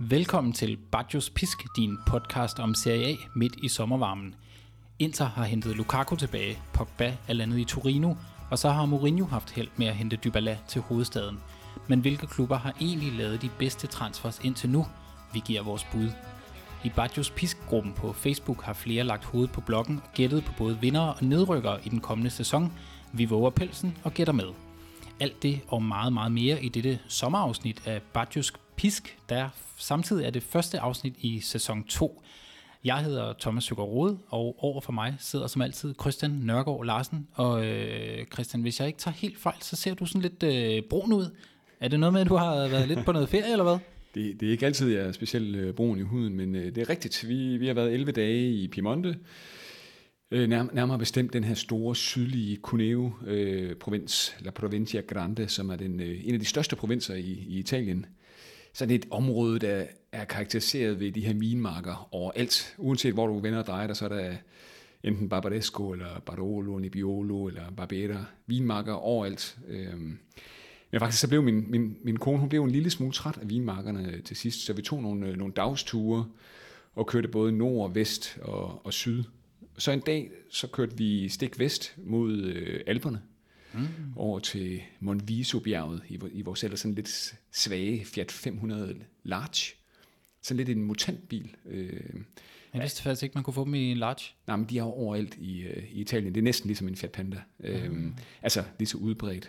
Velkommen til Bajos Pisk, din podcast om Serie A midt i sommervarmen. Inter har hentet Lukaku tilbage, Pogba er landet i Torino, og så har Mourinho haft held med at hente Dybala til hovedstaden. Men hvilke klubber har egentlig lavet de bedste transfers indtil nu? Vi giver vores bud. I Bajos Pisk-gruppen på Facebook har flere lagt hovedet på bloggen og gættet på både vindere og nedrykkere i den kommende sæson. Vi våger pelsen og gætter med. Alt det og meget, meget mere i dette sommerafsnit af Bajos Pisk, der samtidig er det første afsnit i sæson 2. Jeg hedder Thomas Søgaard Rode, og over for mig sidder som altid Christian Nørgaard Larsen. Og Christian, hvis jeg ikke tager helt fejl, så ser du sådan lidt brun ud. Er det noget med, at du har været lidt på noget ferie, eller hvad? Det er ikke altid, jeg er specielt brun i huden, men det er rigtigt. Vi har været 11 dage i Piemonte. Nærmere bestemt den her store sydlige Cuneo-provins, La Provincia Grande, som er en af de største provinser i Italien. Så det er et område, der er karakteriseret ved de her vinmarker overalt. Uanset hvor du vender og drejer dig, så er der enten Barbaresco, eller Barolo, Nebbiolo, eller Barbera. Vinmarker overalt. Men faktisk så blev min kone, hun blev en lille smule træt af vinmarkerne til sidst, så vi tog nogle dagsture og kørte både nord, vest og syd. Så en dag, så kørte vi stik vest mod Alperne, over til Monviso-bjerget i vores ellers sådan lidt svage Fiat 500 Large. Sådan lidt en mutantbil. Jeg vidste faktisk ikke, man kunne få dem i en Large. Nej, men de er jo overalt i Italien. Det er næsten ligesom en Fiat Panda. Altså lige så udbredt.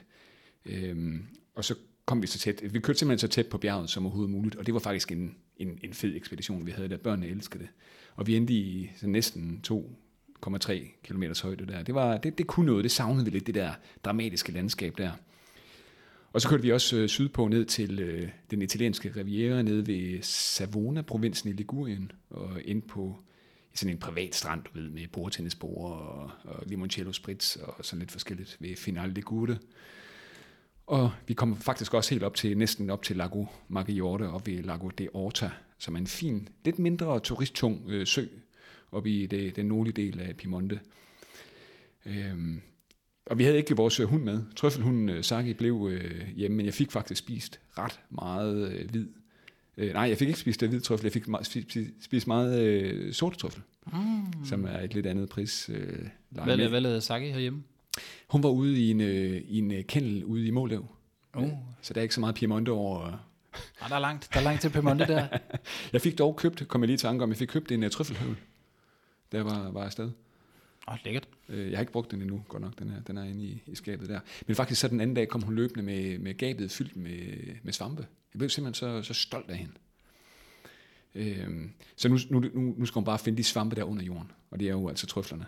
Og så kom vi så tæt. Vi kørte simpelthen så tæt på bjerget som overhovedet muligt, og det var faktisk en fed ekspedition, vi havde der. Børnene elskede det. Og vi endte i så næsten 2,3 kilometers højde der. Det kunne noget, det savnede vi lidt, det der dramatiske landskab der. Og så kørte vi også sydpå ned til den italienske riviera, nede ved Savona-provinsen i Ligurien, og ind på sådan en privat strand, du ved, med bordtennisbord og limoncello spritz og sådan lidt forskelligt ved Finale Ligure. Og vi kom faktisk også næsten op til Lago Maggiore, op ved Lago de Orta, som er en fin, lidt mindre turisttung sø, oppe i den nordlige del af Piemonte. Og vi havde ikke vores hund med. Trøffelhunden Saki blev hjemme, men jeg fik faktisk spist ret meget hvid. Nej, jeg fik ikke spist hvid trøffel, jeg fik spist meget sorte trøffel, som er et lidt andet pris. Hvad lavede Saki herhjemme? Hun var ude i en kennel ude i Måløv. Så der er ikke så meget Piemonte over. Der er langt til Piemonte der. Jeg fik dog kom jeg lige i tanke om, jeg fik købt en trøffelhøvl, der var afsted. Lækkert. Jeg har ikke brugt den endnu, godt nok, den er inde i skabet der. Men faktisk så den anden dag kom hun løbende med gabet fyldt med svampe. Jeg blev simpelthen så stolt af hende. Så nu skal hun bare finde de svampe der under jorden, og det er jo altså trøflerne.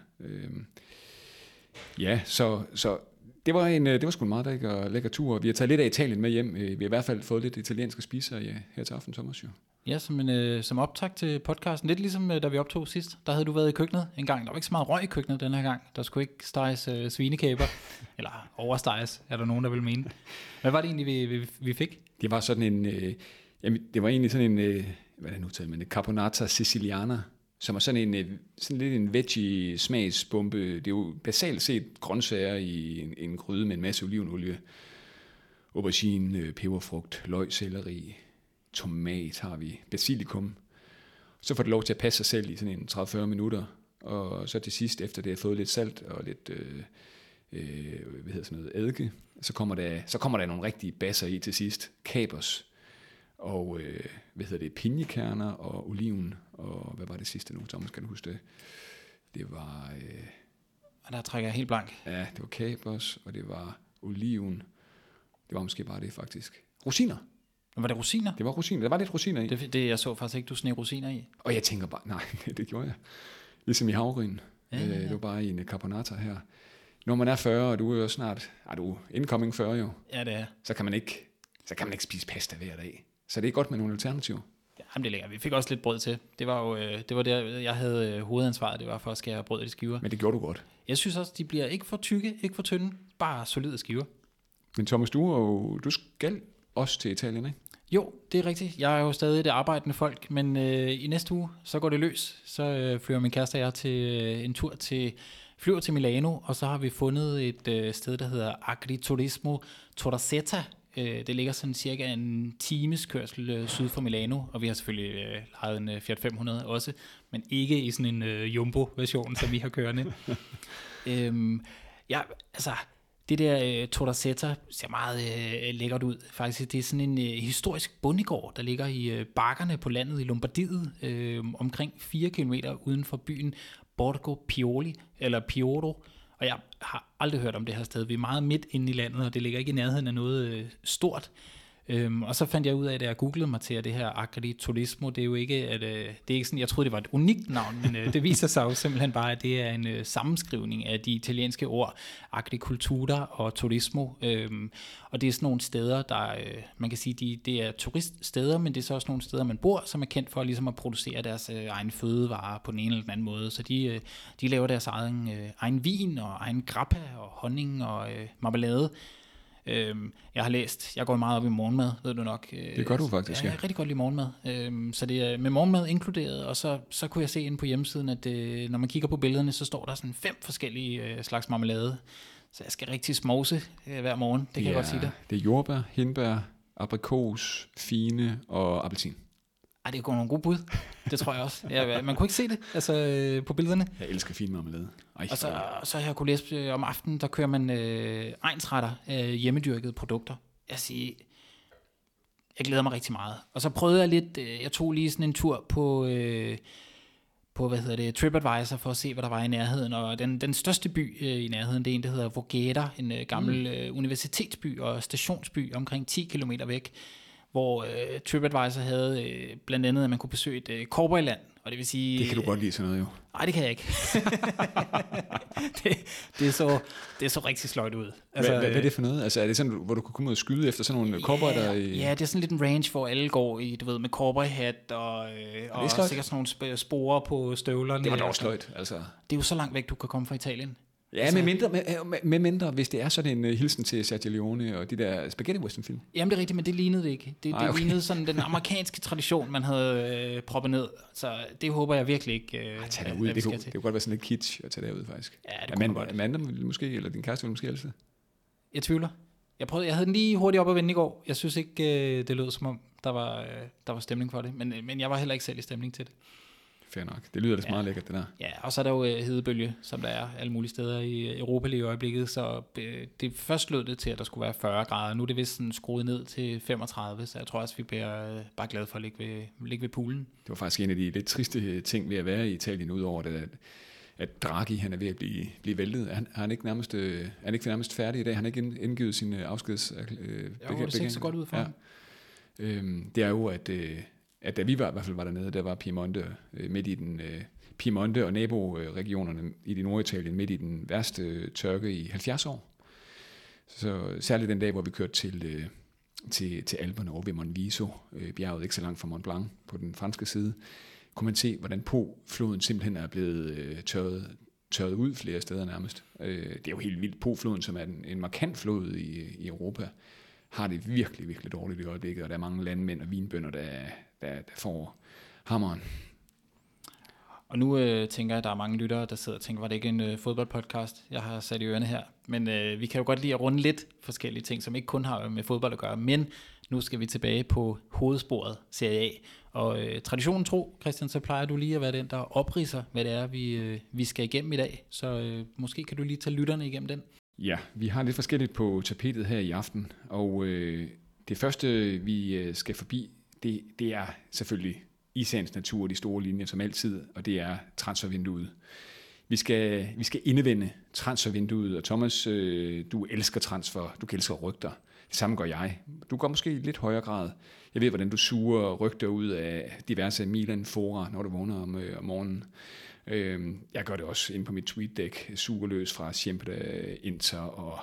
Ja, så det var sgu en meget lækker tur. Vi har taget lidt af Italien med hjem. Vi har i hvert fald fået lidt italienske spiser her til aften, Thomas. Jo. Ja, som optag til podcasten. Lidt ligesom da vi optog sidst. Der havde du været i køkkenet en gang. Der var ikke så meget røg i køkkenet den her gang. Der skulle ikke steges svinekæber. Eller oversteges, er der nogen, der vil mene. Hvad var det egentlig, vi fik? Det var sådan det var egentlig sådan en, hvad er det nu taget, men caponata siciliana, som er sådan lidt en veggie smagsbombe. Det er jo basalt set grøntsager i en gryde med en masse olivenolie, aubergine, peberfrugt, løg, selleri, tomat har vi, basilikum. Så får det lov til at passe sig selv i sådan en 30-40 minutter, og så til sidst, efter det har fået lidt salt og lidt eddike, så kommer der nogle rigtige basser i til sidst, kapers og pinjekerner og oliven, og hvad var det sidste nu, Thomas, kan du huske det? Det var der trækker jeg helt blank. Ja, det var kapers, og det var oliven. Det var måske bare det faktisk. Rosiner. Var det rosiner? Det var rosiner. Der var lidt rosiner i. Det jeg så faktisk ikke, du sneg rosiner i. Og jeg tænker bare, nej, det gjorde jeg. Ligesom i havregryn. Ja. Det var bare i en caponata her. Når man er 40, og du er jo snart, du er incoming 40 jo. Ja, det er. Så kan man ikke spise pasta hver dag. Så det er godt med nogle alternativer. Jamen det er lækkert. Vi fik også lidt brød til. Det var jo det var der, jeg havde hovedansvaret. Det var for at skære brød i skiver. Men det gjorde du godt. Jeg synes også, de bliver ikke for tykke, ikke for tynde. Bare solide skiver. Men Thomas, du skal også til Italien, ikke? Jo, det er rigtigt. Jeg er jo stadig det arbejdende folk, men i næste uge, så går det løs. Så flyver min kæreste og jeg til en tur flyver til Milano, og så har vi fundet et sted, der hedder Agriturismo Torrasetta, Det ligger sådan cirka en times kørsel syd for Milano, og vi har selvfølgelig lejet en Fiat 500 også, men ikke i sådan en jumbo-version, som vi har kørende. Ja, altså, det der Torresetta ser meget lækkert ud. Faktisk, det er sådan en historisk bondegård, der ligger i bakkerne på landet i Lombardiet, omkring 4 kilometer uden for byen Borgo Pioli, eller Pioro. Og jeg har aldrig hørt om det her sted. Vi er meget midt inde i landet, og det ligger ikke i nærheden af noget stort. Og så fandt jeg ud af, da jeg googlede mig til, at det her Agriturismo, det er jo ikke, det er ikke sådan, jeg troede, det var et unikt navn, men det viser sig jo simpelthen bare, at det er en sammenskrivning af de italienske ord agricultura og turismo. Og det er sådan nogle steder, der, man kan sige, det er turiststeder, men det er så også nogle steder, man bor, som er kendt for ligesom at producere deres egen fødevarer på den ene eller den anden måde. Så de laver deres egen vin og egen grappa og honning og marmelade. Jeg har læst, jeg går meget op i morgenmad, ved du nok. Det gør du faktisk, ja. Jeg er rigtig godt lide morgenmad. Så det er med morgenmad inkluderet, og så kunne jeg se inde på hjemmesiden, at når man kigger på billederne, så står der sådan 5 forskellige slags marmelade. Så jeg skal rigtig småse hver morgen, det kan jeg godt sige dig. Det er jordbær, hindbær, aprikos, fine og appelsin. Ej, det går nogle gode bud. Det tror jeg også. Man kunne ikke se det på billederne. Jeg elsker fin marmelade. Og så har jeg kunne læse om aftenen, der kører man egnsretter, hjemmedyrkede produkter. Jeg glæder mig rigtig meget. Og så prøvede jeg lidt, jeg tog lige sådan en tur på TripAdvisor for at se, hvad der var i nærheden. Og den største by i nærheden, det er en, der hedder Voghera, en gammel universitetsby og stationsby omkring 10 kilometer væk, hvor TripAdvisor havde blandt andet, at man kunne besøge et cowboyland, og det vil sige... Det kan du godt lide sådan noget, jo. Nej, det kan jeg ikke. det så rigtig sløjt ud. Altså, hvad er det for noget? Altså, er det sådan, hvor du kan komme ud og skyde efter sådan nogle cowboy, der... Ja, det er sådan lidt en range, hvor alle går i, du ved, med cowboyhat og sikkert sådan nogle sporer på støvlerne. Det var dog sløjt, altså. Det er jo så langt væk, du kan komme fra Italien. Ja, altså, med mindre, hvis det er sådan en hilsen til Sergio Leone og de der spaghetti western film. Jamen det er rigtigt, men det lignede det ikke. Det okay. Lignede sådan den amerikanske tradition, man havde proppet ned. Så det håber jeg virkelig ikke. Tag det ud. Det kunne godt være sådan lidt kitsch at tage det ud, faktisk. Ja, det kunne godt. Amanda måske, eller din kæreste ville måske elske. Jeg tvivler. Jeg havde den lige hurtigt op at vende i går. Jeg synes ikke, det lød som om, der var stemning for det. Men jeg var heller ikke selv i stemning til det. Fair nok. Det lyder lidt meget lækkert, det der. Ja, og så er der jo hedebølge, som der er alle mulige steder i Europa lige i øjeblikket, så det først lød det til, at der skulle være 40 grader. Nu er det vist sådan skruet ned til 35, så jeg tror også, vi bliver bare glade for at ligge ved poolen. Det var faktisk en af de lidt triste ting ved at være i Italien, udover det, at Draghi, han er ved at blive væltet. Er han ikke nærmest færdig i dag? Han har ikke indgivet sin afskeds... det ser ikke så godt ud for ham. Det er jo, at da vi i hvert fald var dernede, der var Piemonte midt i den Piemonte og naboregionerne i det Norditalien midt i den værste tørke i 70 år. Så særligt den dag, hvor vi kørte til Alperne over ved Monviso, bjerget ikke så langt fra Mont Blanc på den franske side, kunne man se, hvordan Po-floden simpelthen er blevet tørret ud flere steder nærmest. Det er jo helt vildt. Po-floden, som er en markant flod i Europa, har det virkelig, virkelig dårligt i øjeblikket, og der er mange landmænd og vinbønder, der får hammeren. Og nu tænker jeg, at der er mange lyttere, der sidder og tænker, var det ikke en fodboldpodcast, jeg har sat i ørerne her? Men vi kan jo godt lide at runde lidt forskellige ting, som ikke kun har med fodbold at gøre, men nu skal vi tilbage på hovedsporet, Serie A. Og traditionen tro, Christian, så plejer du lige at være den, der opridser, hvad det er, vi skal igennem i dag. Så måske kan du lige tage lytterne igennem den. Ja, vi har lidt forskelligt på tapetet her i aften, og det første, vi skal forbi, det er selvfølgelig i sagens natur, de store linjer som altid, og det er transfervinduet. Vi skal indevende transfervinduet, og Thomas, du elsker transfer, du elsker rygter. Det samme gør jeg. Du går måske i lidt højere grad. Jeg ved, hvordan du suger rygter ud af diverse Milan-fora, når du vågner om morgenen. Jeg gør det også inde på mit tweetdeck, suger løs fra Siempre, Inter og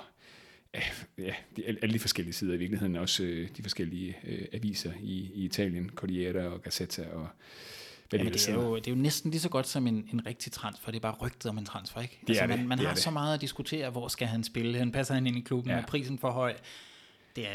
alle de forskellige sider i virkeligheden, også de forskellige aviser i Italien, Corriere og Gazzetta og hvad det er jo næsten lige så godt som en rigtig transfer, det er bare rygtet om en transfer, ikke? Man har så meget at diskutere, hvor skal han spille, han passer han ind i klubben, er prisen for høj. Det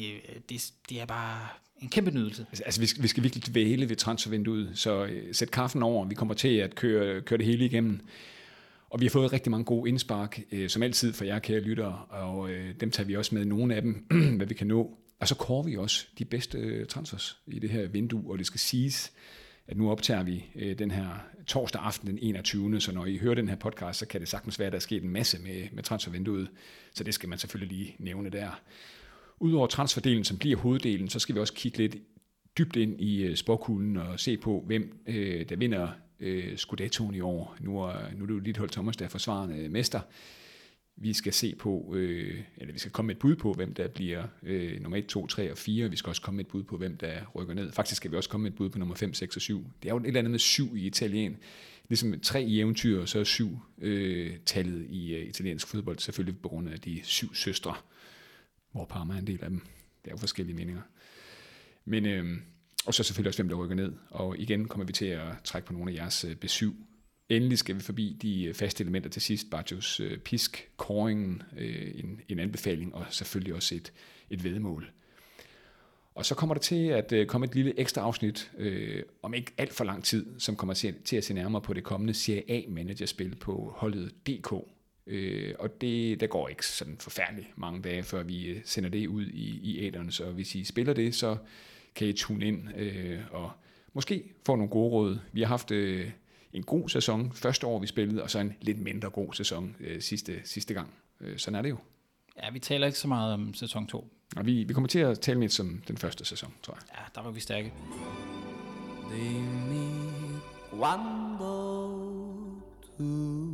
er bare en kæmpe nydelse. Altså vi skal virkelig dvæle ved transfervinduet, så sæt kaffen over, vi kommer til at køre det hele igennem. Og vi har fået rigtig mange gode indspark, som altid for jer, kære lyttere, og dem tager vi også med, nogle af dem, hvad vi kan nå. Og så kårer vi også de bedste transfers i det her vindue, og det skal siges, at nu optager vi den her torsdag aften den 21. Så når I hører den her podcast, så kan det sagtens være, at der er sket en masse med transfervinduet, så det skal man selvfølgelig lige nævne der. Udover transferdelen, som bliver hoveddelen, så skal vi også kigge lidt dybt ind i spåkuglen og se på, hvem der vinder Scudettoen i år. Nu er det jo dit hold Thomas, der er forsvarende mester. Vi skal se på, eller vi skal komme med et bud på, hvem der bliver nummer 1, 2, 3 og 4. Vi skal også komme med et bud på, hvem der rykker ned. Faktisk skal vi også komme med et bud på nummer 5, 6 og 7. Det er jo et eller andet med 7 i Italien. Ligesom 3 i eventyr, og så er 7 tallet i italiensk fodbold. Selvfølgelig på grund af de 7 søstre, hvor Parma er en del af dem. Der er jo forskellige meninger. Men, og så selvfølgelig også, hvem der rykker ned. Og igen kommer vi til at trække på nogle af jeres B7. Endelig skal vi forbi de faste elementer til sidst. Baccios pisk, kåringen, en anbefaling og selvfølgelig også et væddemål. Og så kommer der til at komme et lille ekstra afsnit, om ikke alt for lang tid, som kommer til at se nærmere på det kommende Serie A-managerspil på holdet DK. Og der går ikke sådan forfærdeligt mange dage, før vi sender det ud i æteren. Så hvis I spiller det, så kan I tune ind og måske få nogle gode råd. Vi har haft en god sæson første år, vi spillede, og så en lidt mindre god sæson sidste gang. Sådan er det jo. Ja, vi taler ikke så meget om sæson 2. Og vi kommer til at tale mere som den første sæson, tror jeg. Ja, der var vi stærke. Dimmi quando tu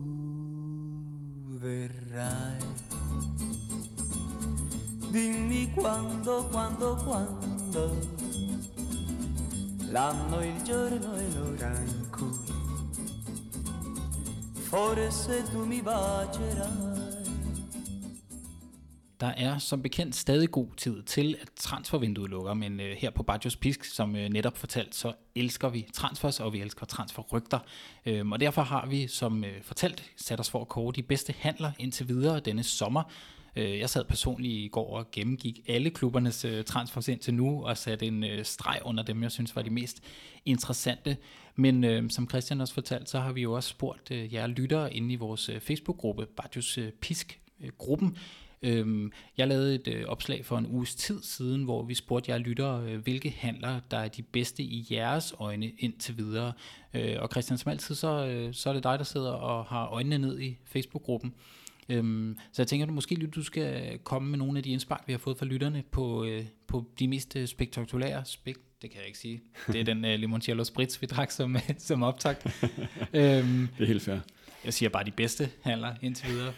verrai. Dimmi quando l'anno, il giorno e l'ora in cui forse tu mi bacerai. Der er som bekendt stadig god tid til, at transfervinduet lukker, men her på Baccios Pisk, som netop fortalt, så elsker vi transfers, og vi elsker transferrygter. Og derfor har vi, som fortalt, sat os for at kåre de bedste handler indtil videre denne sommer. Jeg sad personligt i går og gennemgik alle klubbernes transfers indtil nu, og satte en streg under dem, jeg synes var de mest interessante. Men som Christian også fortalte, så har vi jo også spurgt jer lyttere inde i vores Facebook-gruppe, Baccios Pisk-gruppen. Jeg lavede et opslag for en uges tid siden, hvor vi spurgte jer lyttere, hvilke handler der er de bedste i jeres øjne indtil videre. Og Christian, som altid, så er det dig, der sidder og har øjnene ned i Facebook-gruppen. Så jeg tænker, at måske du skal komme med nogle af de indspark, vi har fået fra lytterne på de mest spektakulære det kan jeg ikke sige. Det er den limoncello spritz, vi drak som optakt. Det er helt fair. Jeg siger bare de bedste handler indtil videre.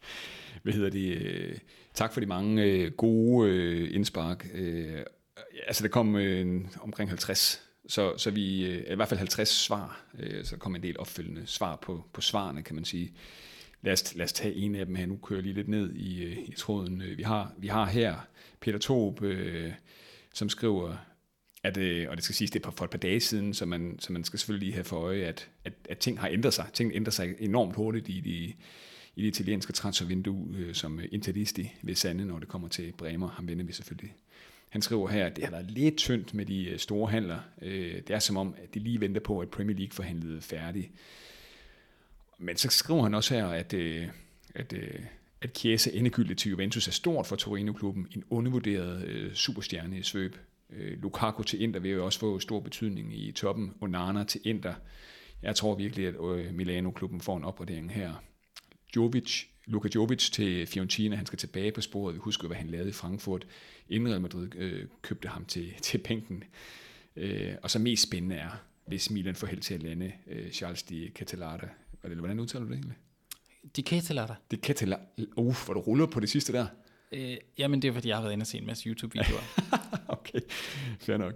Tak for de mange gode indspark. Altså der kom omkring 50, så vi i hvert fald 50 svar, så der kom en del opfølgende svar på svarene, kan man sige. Lad os tage en af dem her. Nu kører jeg lige lidt ned i tråden. Vi har her Peter Taub, som skriver, og det skal siges, det er for et par dage siden, så man skal selvfølgelig lige have for øje, at ting har ændret sig. Ting ændrer sig enormt hurtigt i det italienske transfervindue, som Interisti vil sande, når det kommer til Bremer. Ham vender vi selvfølgelig. Han skriver her, at det har været lidt tyndt med de store handler. Det er som om, at de lige venter på, at Premier League forhandlede færdig. Men så skriver han også her, at Chiesa endegyldigt til Juventus er stort for Torino-klubben. En undervurderet superstjerne i svøb. Lukaku til Inter vil jo også få stor betydning i toppen. Onana til Inter. Jeg tror virkelig, at Milano-klubben får en opgradering her. Luka Jovic til Fiorentina, han skal tilbage på sporet. Vi husker, hvad han lavede i Frankfurt. Inden Real Madrid købte ham til bænken. Og så mest spændende er, hvis Milan får held til at lande Charles de Ketelada. Hvordan udtaler du det egentlig? De Ketelada. De Ketelada. Hvor du ruller på det sidste der. Jamen det er, fordi jeg har været inde og se en masse YouTube-videoer. Okay, fair nok.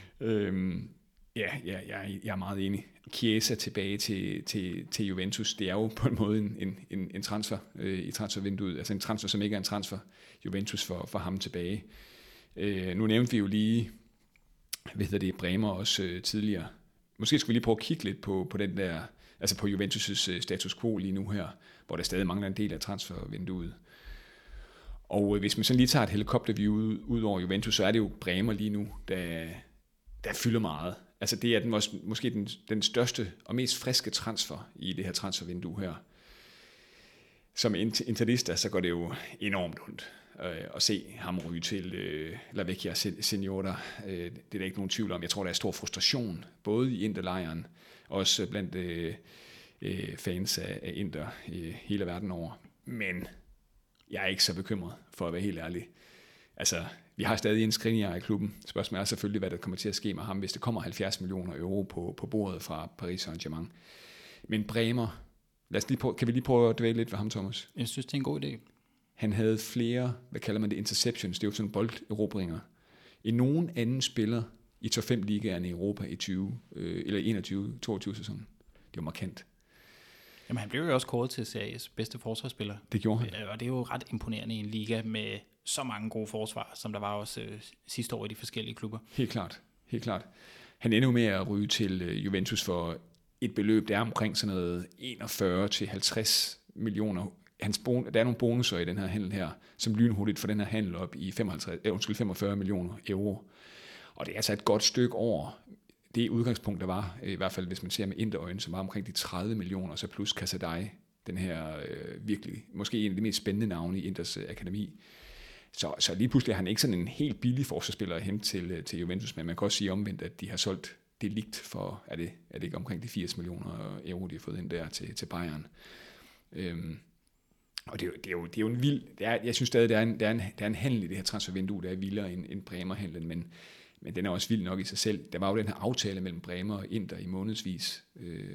Jeg er meget enig. Chiesa tilbage til Juventus, det er jo på en måde en transfer i transfervinduet, altså en transfer, som ikke er en transfer. Juventus for ham tilbage. Nu nævnte vi jo lige, Bremer også tidligere. Måske skulle vi lige prøve at kigge lidt på den der, altså på Juventus' status quo lige nu her, hvor der stadig mangler en del af transfervinduet. Og hvis man så lige tager et helikopterview ud over Juventus, så er det jo Bremer lige nu, der fylder meget. Altså det er måske den største og mest friske transfer i det her transfervindue her. som interista, så går det jo enormt ondt at se ham ryge til La Vecchia Signora. Det er der ikke nogen tvivl om. Jeg tror, der er stor frustration, både i Inter-lejren, også blandt fans af Inter hele verden over. Men jeg er ikke så bekymret, for at være helt ærlig. Altså, vi har stadig en Skriniar i klubben. Spørgsmålet er selvfølgelig, hvad der kommer til at ske med ham, hvis det kommer 70 millioner euro på bordet fra Paris Saint-Germain. Men Bremer, kan vi lige prøve at dvæle lidt ved ham, Thomas? Jeg synes, det er en god idé. Han havde flere, hvad kalder man det, interceptions, det er jo sådan bolderobringer, end nogen anden spiller i top 5 ligaerne i Europa i 21-22 sæsonen. Det var markant. Jamen, han blev jo også kåret til Series bedste forsvarsspiller. Det gjorde han. Og det er jo ret imponerende i en liga med så mange gode forsvar, som der var også sidste år i de forskellige klubber. Helt klart. Han ender med at ryge til Juventus for et beløb, der er omkring sådan noget 41-50 millioner. Der er nogle bonusser i den her handel her, som lynhurtigt får den her handel op i 45 millioner euro. Og det er altså et godt stykke over det udgangspunkt, der var, i hvert fald hvis man ser med Inter-øjne, som var omkring de 30 millioner, så plus Casadei, den her virkelig, måske en af de mest spændende navne i Inters akademi. Så lige pludselig er han ikke sådan en helt billig forsvarsspiller hen til Juventus, men man kan også sige omvendt, at de har solgt det ligt for, er det ikke omkring de 80 millioner euro, de har fået ind der til Bayern. Og det er jo en vild, jeg synes stadig, der er en handel i det her transfervindue, der er vildere end Bremer-handlen, men den er også vild nok i sig selv. Der var jo den her aftale mellem Bremer og Inter i månedsvis,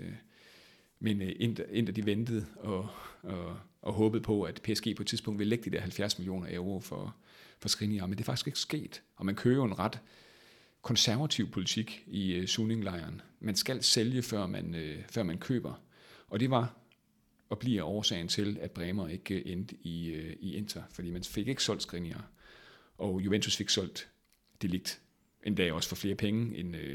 men Inter de ventede og håbede på, at PSG på et tidspunkt ville lægge de der 70 millioner euro for Skriniar, men det er faktisk ikke sket, og man kører jo en ret konservativ politik i Suning-lejren. Man skal sælge, før man køber, og det var og bliver årsagen til, at Bremer ikke endte i Inter, fordi man fik ikke solgt Skriniar, og Juventus fik solgt De Ligt, endda også for flere penge,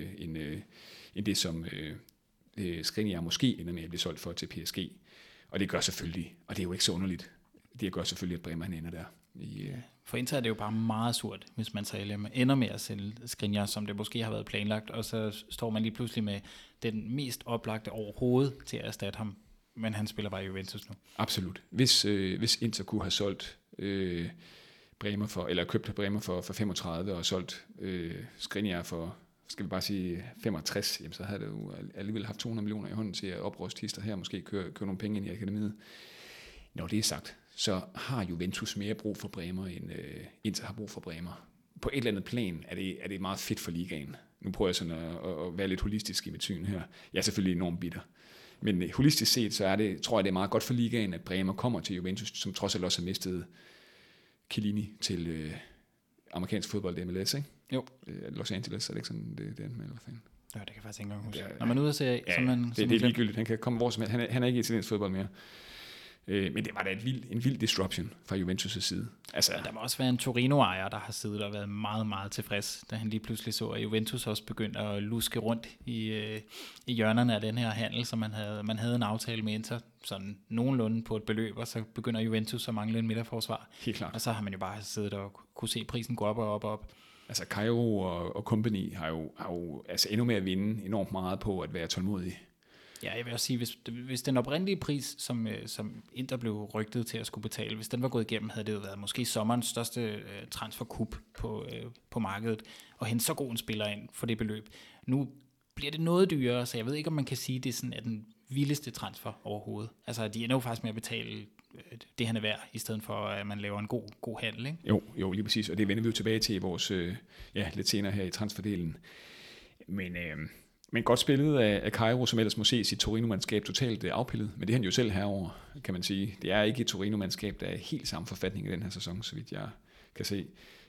end det, som Skriniar måske ender med at blive solgt for til PSG. Og det gør selvfølgelig, og det er jo ikke så underligt, det gør selvfølgelig, at Bremer ender der. For Inter er det jo bare meget surt, hvis man så ender med at sælge Skriniar, som det måske har været planlagt, og så står man lige pludselig med den mest oplagte overhovedet til at erstatte ham. Men han spiller bare i Juventus nu. Absolut. Hvis Inter kunne have solgt Bremer eller købt Bremer for 35 og solgt Skriniar for, skal vi bare sige 65, jamen, så havde det jo alligevel haft 200 millioner i hånden til at opruste hister her, måske køre nogle penge ind i akademiet. Når det er sagt, så har Juventus mere brug for Bremer, end Inter har brug for Bremer. På et eller andet plan er det meget fedt for ligaen. Nu prøver jeg sådan at være lidt holistisk i mit syn her. Jeg er selvfølgelig enormt bitter. Men holistisk set, så tror jeg, det er meget godt for ligaen, at Bremer kommer til Juventus, som trods alt også har mistet Chiellini til amerikansk fodbold, MLS, ikke? Jo. Los Angeles, er det ikke sådan, det er med, eller hvad fanden? Ja, det kan jeg faktisk ikke engang huske. Når man er ude og ser af, det er ligegyldigt. Han kan komme hvor som helst. Han er ikke i italiensk fodbold mere. Men det var da en vild disruption fra Juventus' side. Altså, der må også være en Torino-ejer, der har siddet og været meget, meget tilfreds, da han lige pludselig så, at Juventus også begyndte at luske rundt i hjørnerne af den her handel, så man havde en aftale med Inter, sådan nogenlunde på et beløb, og så begynder Juventus at mangle en midterforsvar. Helt klart. Og så har man jo bare siddet og kunne se prisen gå op og op og op. Altså Cairo og company har jo altså endnu mere at vinde enormt meget på at være tålmodig. Ja, jeg vil også sige, hvis den oprindelige pris, som Inter blev rygtet til at skulle betale, hvis den var gået igennem, havde det jo været måske sommerens største transferkup på markedet, og hente så god en spiller ind for det beløb. Nu bliver det noget dyrere, så jeg ved ikke, om man kan sige, at det sådan er den vildeste transfer overhovedet. Altså, de ender jo faktisk med at betale det, han er værd, i stedet for, at man laver en god handel, ikke? Jo, lige præcis, og det vender vi jo tilbage til i vores, lidt senere her i transferdelen. Men godt spillet af Cairo, som ellers må se sit Torino-mandskab totalt afpillet. Men det er han jo selv herover, kan man sige. Det er ikke et Torino-mandskab, der er helt samme forfatning i den her sæson, så vidt jeg kan se.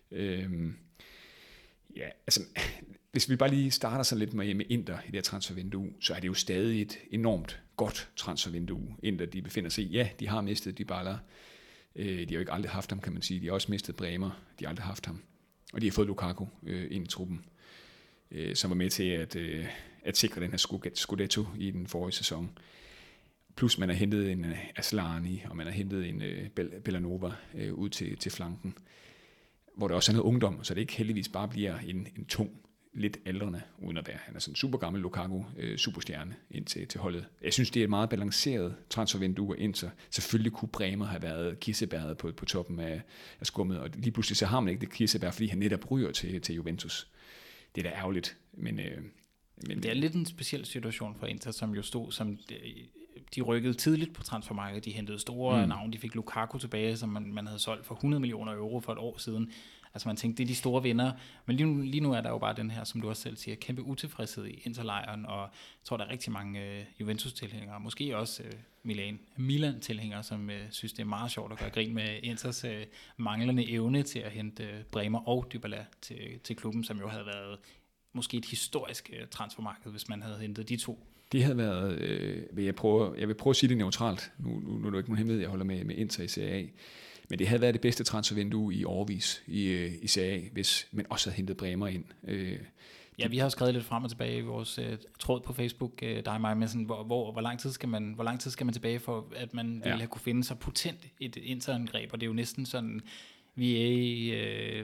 Hvis vi bare lige starter så lidt med Inter i det her transfervindue, så er det jo stadig et enormt godt transfervindue. Inter, de befinder sig i. Ja, de har mistet Dybala. De har jo ikke aldrig haft ham, kan man sige. De har også mistet Bremer. De har aldrig haft ham. Og de har fået Lukaku ind i truppen, som var med til at sikre den her Scudetto i den forrige sæson. Plus man har hentet en Aslani, og man har hentet en Bellanova ud til flanken, hvor der også er noget ungdom, så det ikke heldigvis bare bliver en tung lidt aldrende, uden at være. Han er sådan en super gammel Lukaku, superstjerne ind til holdet. Jeg synes, det er et meget balanceret transfervindue, Inter. Selvfølgelig kunne Bremer have været kirsebæret på toppen af skummet, og lige pludselig så har man ikke det kirsebær, fordi han netop ryger til Juventus. Det er da ærgerligt, men det er lidt en speciel situation for Inter, som jo stod som... De rykkede tidligt på transfermarkedet, de hentede store navne, de fik Lukaku tilbage, som man havde solgt for 100 millioner euro for et år siden. Altså man tænkte, det er de store vinder, men lige nu er der jo bare den her, som du også selv siger, kæmpe utilfredshed i Interlejren, og jeg tror, der er rigtig mange Juventus-tilhængere, måske også Milan-tilhængere, som synes, det er meget sjovt at gøre grin med Inters manglende evne til at hente Bremer og Dybala til klubben, som jo havde været måske et historisk transfermarked, hvis man havde hentet de to. Det havde været, jeg vil prøve at sige det neutralt, nu er det ikke nogen hemmelighed, jeg holder med Inter i Serie A, men det havde været det bedste transfervindue i årevis i Serie A, hvis man også havde hentet Bremer ind. Ja, vi har skrevet lidt frem og tilbage i vores tråd på Facebook, dig og mig, med sådan, hvor lang tid skal man tilbage for, at man ville have kunne finde så potent et interangreb, og det er jo næsten sådan, vi er i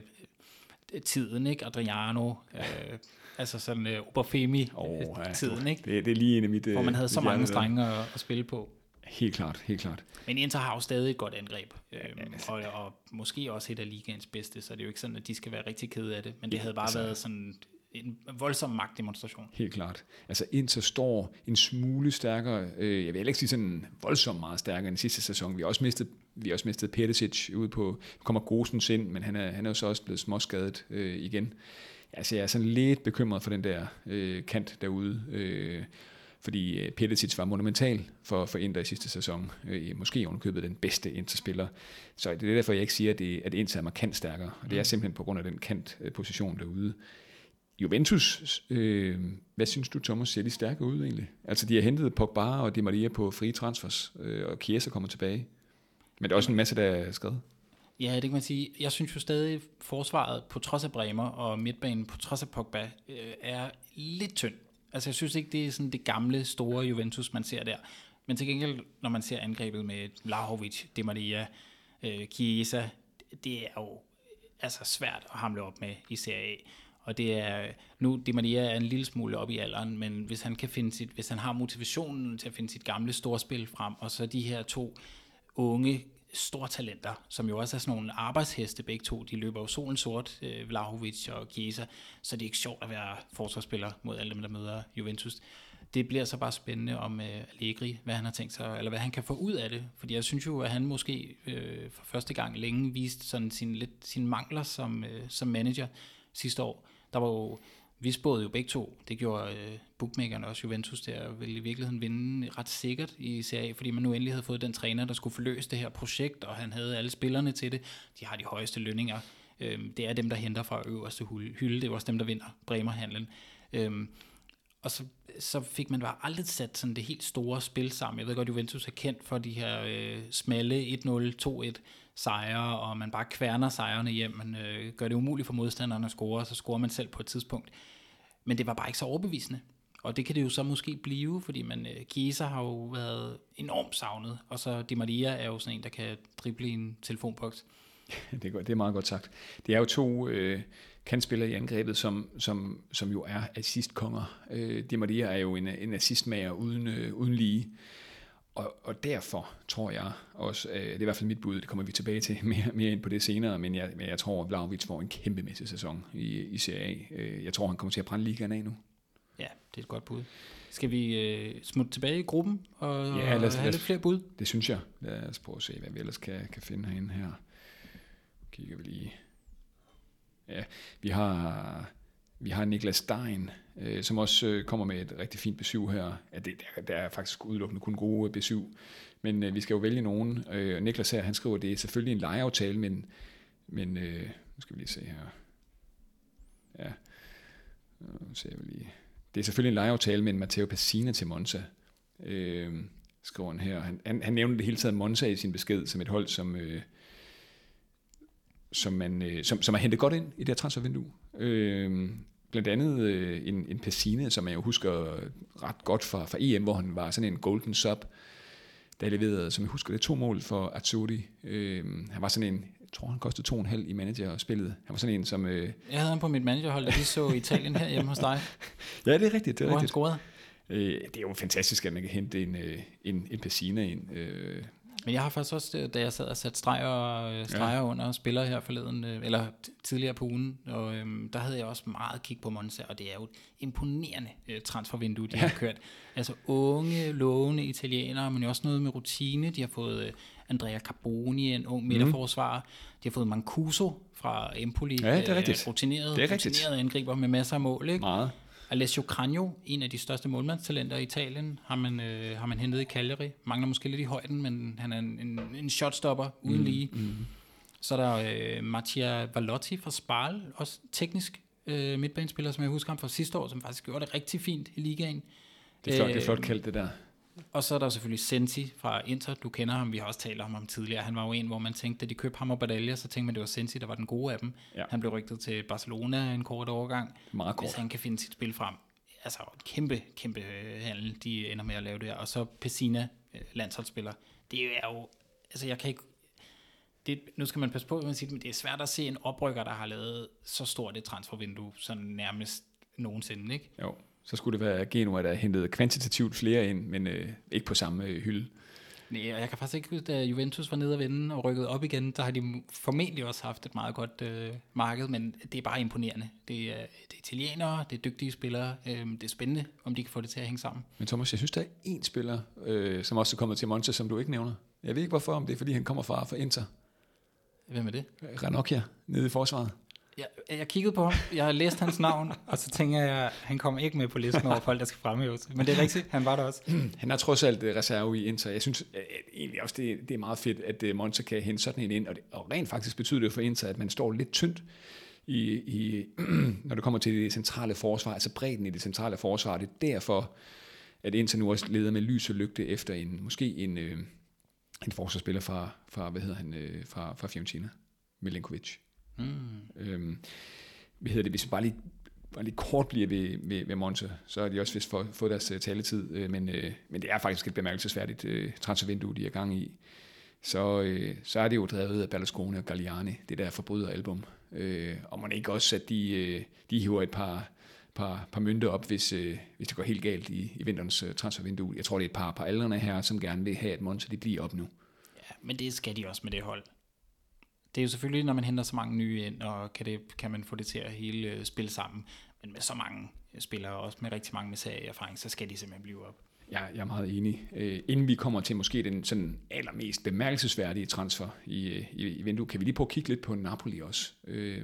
tiden, ikke? Adriano, altså sådan Oberfemi-tiden, ikke? Det er lige en af mit... Hvor man havde så mange strenge at spille på. Helt klart. Men Inter har jo stadig et godt angreb, og måske også et af ligaens bedste, så det er jo ikke sådan, at de skal være rigtig kede af det, men det havde bare været sådan en voldsom magtdemonstration. Helt klart. Altså Inter står en smule stærkere, jeg vil ikke sige sådan voldsomt meget stærkere end sidste sæson. Vi har også mistet Perisic ude på, nu kommer Gosens ind, men han er jo så også blevet småskadet igen. Altså jeg er sådan lidt bekymret for den der kant derude, fordi Perisic var monumental for Inter i sidste sæson. Måske ovenikøbet den bedste Inter-spiller. Så det er derfor, jeg ikke siger, at Inter er markant stærkere. Og det er simpelthen på grund af den kantposition derude. Juventus, hvad synes du, Thomas, ser de stærke ud egentlig? Altså de har hentet Pogba og Di Maria på frie transfers, og Chiesa kommer tilbage. Men der er også en masse, der er skrevet. Ja, det kan man sige. Jeg synes jo stadig, forsvaret på trods af Bremer og midtbanen på trods af Pogba er lidt tynd. Altså jeg synes ikke, det er sådan det gamle, store Juventus, man ser der. Men til gengæld, når man ser angrebet med Vlahovic, Di Maria, Chiesa, det er jo altså svært at hamle op med i Serie A. Og det er, nu Di Maria er en lille smule op i alderen, men hvis han har motivationen til at finde sit gamle storspil frem, og så de her to unge store talenter, som jo også er sådan nogle arbejdsheste begge to, de løber jo solen sort, Vlahovic og Chiesa, så det er ikke sjovt at være forsvarsspiller mod alle dem, der møder Juventus. Det bliver så bare spændende om Allegri, hvad han har tænkt sig, eller hvad han kan få ud af det, fordi jeg synes jo, at han måske for første gang længe viste sådan sine mangler som manager sidste år. Der var jo, vi spåede jo begge to, det gjorde bookmakerne også, Juventus der ville i virkeligheden vinde ret sikkert i Serie A, fordi man nu endelig havde fået den træner, der skulle forløse det her projekt, og han havde alle spillerne til det. De har de højeste lønninger. Det er dem, der henter fra øverste hylde. Det er også dem, der vinder Bremer-handlen. Og så fik man bare aldrig sat sådan det helt store spil sammen. Jeg ved godt, Juventus er kendt for de her smalle 1-0, 2-1 sejre, og man bare kværner sejrene hjem. Man gør det umuligt for modstanderne at score, og så scorer man selv på et tidspunkt. Men det var bare ikke så overbevisende. Og det kan det jo så måske blive, fordi Chiesa har jo været enormt savnet, og så Di Maria er jo sådan en, der kan drible i en telefonboks. Det er meget godt sagt. Det er jo to kantspillere i angrebet, som jo er assistkonger. Di Maria er jo en assistmager uden lige. Og derfor tror jeg også, det er i hvert fald mit bud, det kommer vi tilbage til mere ind på det senere, men jeg tror, at Vlahovic får en kæmpemæssig sæson i Serie A. Jeg tror, han kommer til at brænde ligaen af nu. Ja, det er et godt bud. Skal vi smutte tilbage i gruppen og have lidt flere bud? Det synes jeg. Lad os prøve at se, hvad vi ellers kan finde herinde her. Kigger vi lige. Ja, vi har Niklas Stein, som også kommer med et rigtig fint besøg her. Ja, der er faktisk udelukkende kun gode besøg, men vi skal jo vælge nogen. Niklas her, han skriver, at det er selvfølgelig en lejeaftale, men nu skal vi lige se her. Ja, nu ser vi lige. Det er selvfølgelig en lejeaftale med Matteo Pessina til Monza, skriver han her. Han nævner det hele taget Monza i sin besked som et hold, som er hentet godt ind i det her transfervindue. Blandt andet en Pessina, som jeg jo husker ret godt fra EM, hvor han var sådan en golden sub, der leverede, som jeg husker det, 2 mål for Azzurri. Han var sådan en, jeg tror han kostede 2,5 i managerspillet. Han var sådan en, som... Jeg havde ham på mit managerhold, da vi så Italien her hjemme hos dig. Ja, det er rigtigt. Hvor han scorede. Det er jo fantastisk, at man kan hente en Pessina ind. Men jeg har faktisk også, da jeg sad og satte streger under spillere her forleden, eller tidligere på ugen, og der havde jeg også meget kig på Monza, og det er jo et imponerende transfervindue, de har kørt. Altså unge, lovende italienere, men jo også noget med rutine. De har fået Andrea Carboni, en ung midterforsvarer. De har fået Mancuso fra Empoli, ja, det er rigtigt. rutineret angriber med masser af mål. Ikke? Meget. Alessio Cragno, en af de største målmandstalenter i Italien, har man hentet i Cagliari. Mangler måske lidt i højden, men han er en shotstopper uden lige. Så er der Mattia Vallotti fra Spal, også teknisk midtbanespiller, som jeg husker ham fra sidste år, som faktisk gjorde det rigtig fint i ligaen. Det er flot kaldt, det der. Og så er der selvfølgelig Sensi fra Inter. Du kender ham, vi har også talt om ham tidligere. Han var jo en, hvor man tænkte, da de købte ham og Badaglia, så tænkte man, det var Sensi, der var den gode af dem. Ja. Han blev rygtet til Barcelona en kort overgang. Meget kort. Hvis han kan finde sit spil frem. Altså et kæmpe handel, de ender med at lave det her. Og så Pessina, landsholdsspiller. Det er jo, altså jeg kan ikke... nu skal man passe på, men det er svært at se en oprykker, der har lavet så stort et transfervindue, sådan nærmest nogensinde, ikke? Jo. Så skulle det være Genoa, der hentede kvantitativt flere ind, men ikke på samme hylde. Nej, og jeg kan faktisk ikke huske, da Juventus var nede og vende og rykket op igen, der har de formentlig også haft et meget godt marked, men det er bare imponerende. Det er italienere, det er dygtige spillere, det er spændende, om de kan få det til at hænge sammen. Men Thomas, jeg synes, der er én spiller, som også er kommet til Monza, som du ikke nævner. Jeg ved ikke hvorfor, om det er, fordi han kommer fra Inter. Hvem er det? Ranocchia, nede i forsvaret. Jeg kiggede på ham, jeg har læst hans navn, og så tænker jeg, at han kommer ikke med på listen over folk, der skal fremhæves. Men det er rigtigt, han var der også. Han er trods alt reserve i Inter. Jeg synes egentlig også, det er meget fedt, at Monza kan hente sådan en ind. Og rent faktisk betyder det for Inter, at man står lidt tyndt, når det kommer til det centrale forsvar, altså bredden i det centrale forsvar. Det er derfor, at Inter nu også leder med lys og lygte efter en forsvarsspiller fra Fiorentina, Milenkovic. Hvis vi bare lige kort bliver ved Monza, så er de også vist få deres taletid, men det er faktisk et bemærkelsesværdigt transfervindue, de er gang i. Så er det jo drevet af Berlusconi og Galliani, det der forbryderalbum, og man ikke også, at de hiver et par mønter op, hvis det går helt galt i vinterens transfervindue. Jeg tror, det er et par aldrene her, som gerne vil have, at Monza de bliver op nu. Ja, men det skal de også med det hold. Det er jo selvfølgelig, når man henter så mange nye ind, og kan man få det til at hele spille sammen. Men med så mange spillere, også med rigtig mange med serieerfaring, så skal de simpelthen blive op. Ja, jeg er meget enig. Inden vi kommer til måske den sådan allermest bemærkelsesværdige transfer i vinduet, kan vi lige prøve at kigge lidt på Napoli også.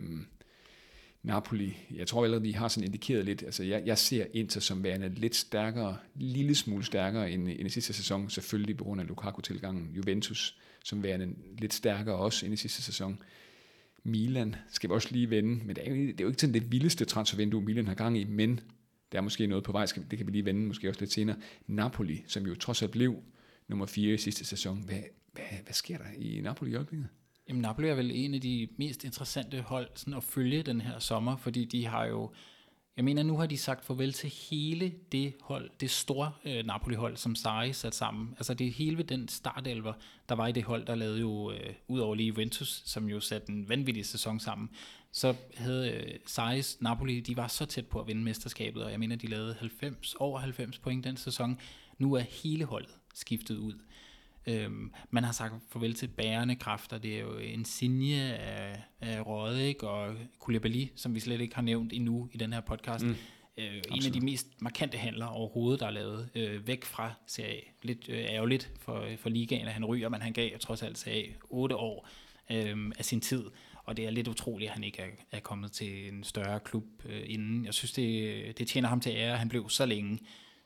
Napoli, jeg tror allerede, vi har sådan indikeret lidt, altså jeg ser Inter som værende lidt stærkere, lille smule stærkere end i sidste sæson, selvfølgelig på grund af Lukaku-tilgangen. Juventus som værende lidt stærkere også end i sidste sæson. Milan skal vi også lige vende, men det er jo ikke sådan det vildeste transfervindue, Milan har gang i, men der er måske noget på vej, det kan vi lige vende måske også lidt senere. Napoli, som jo trods alt blev nummer 4 i sidste sæson. Hvad sker der i Napoli i øjeblikket? Jamen, Napoli er vel en af de mest interessante hold sådan at følge den her sommer, fordi de har jo, jeg mener, nu har de sagt farvel til hele det hold, det store Napoli-hold, som Sarri sat sammen. Altså det er hele den startelver, der var i det hold, der lavede jo, ud over lige Juventus, som jo satte en vanvittig sæson sammen, så havde Sarris Napoli, de var så tæt på at vinde mesterskabet, og jeg mener, de lavede over 90 point den sæson. Nu er hele holdet skiftet ud. Man har sagt farvel til bærende kræfter. Det er jo Insigne af Røde, og Koulibaly, som vi slet ikke har nævnt endnu i den her podcast. En af de mest markante handler overhovedet, der er lavet væk fra Serie A. Lidt ærgerligt for ligaen, at han ryger, men han gav trods alt Serie A 8 år af sin tid. Og det er lidt utroligt, at han ikke er kommet til en større klub inden. Jeg synes, det tjener ham til ære, at han blev så længe.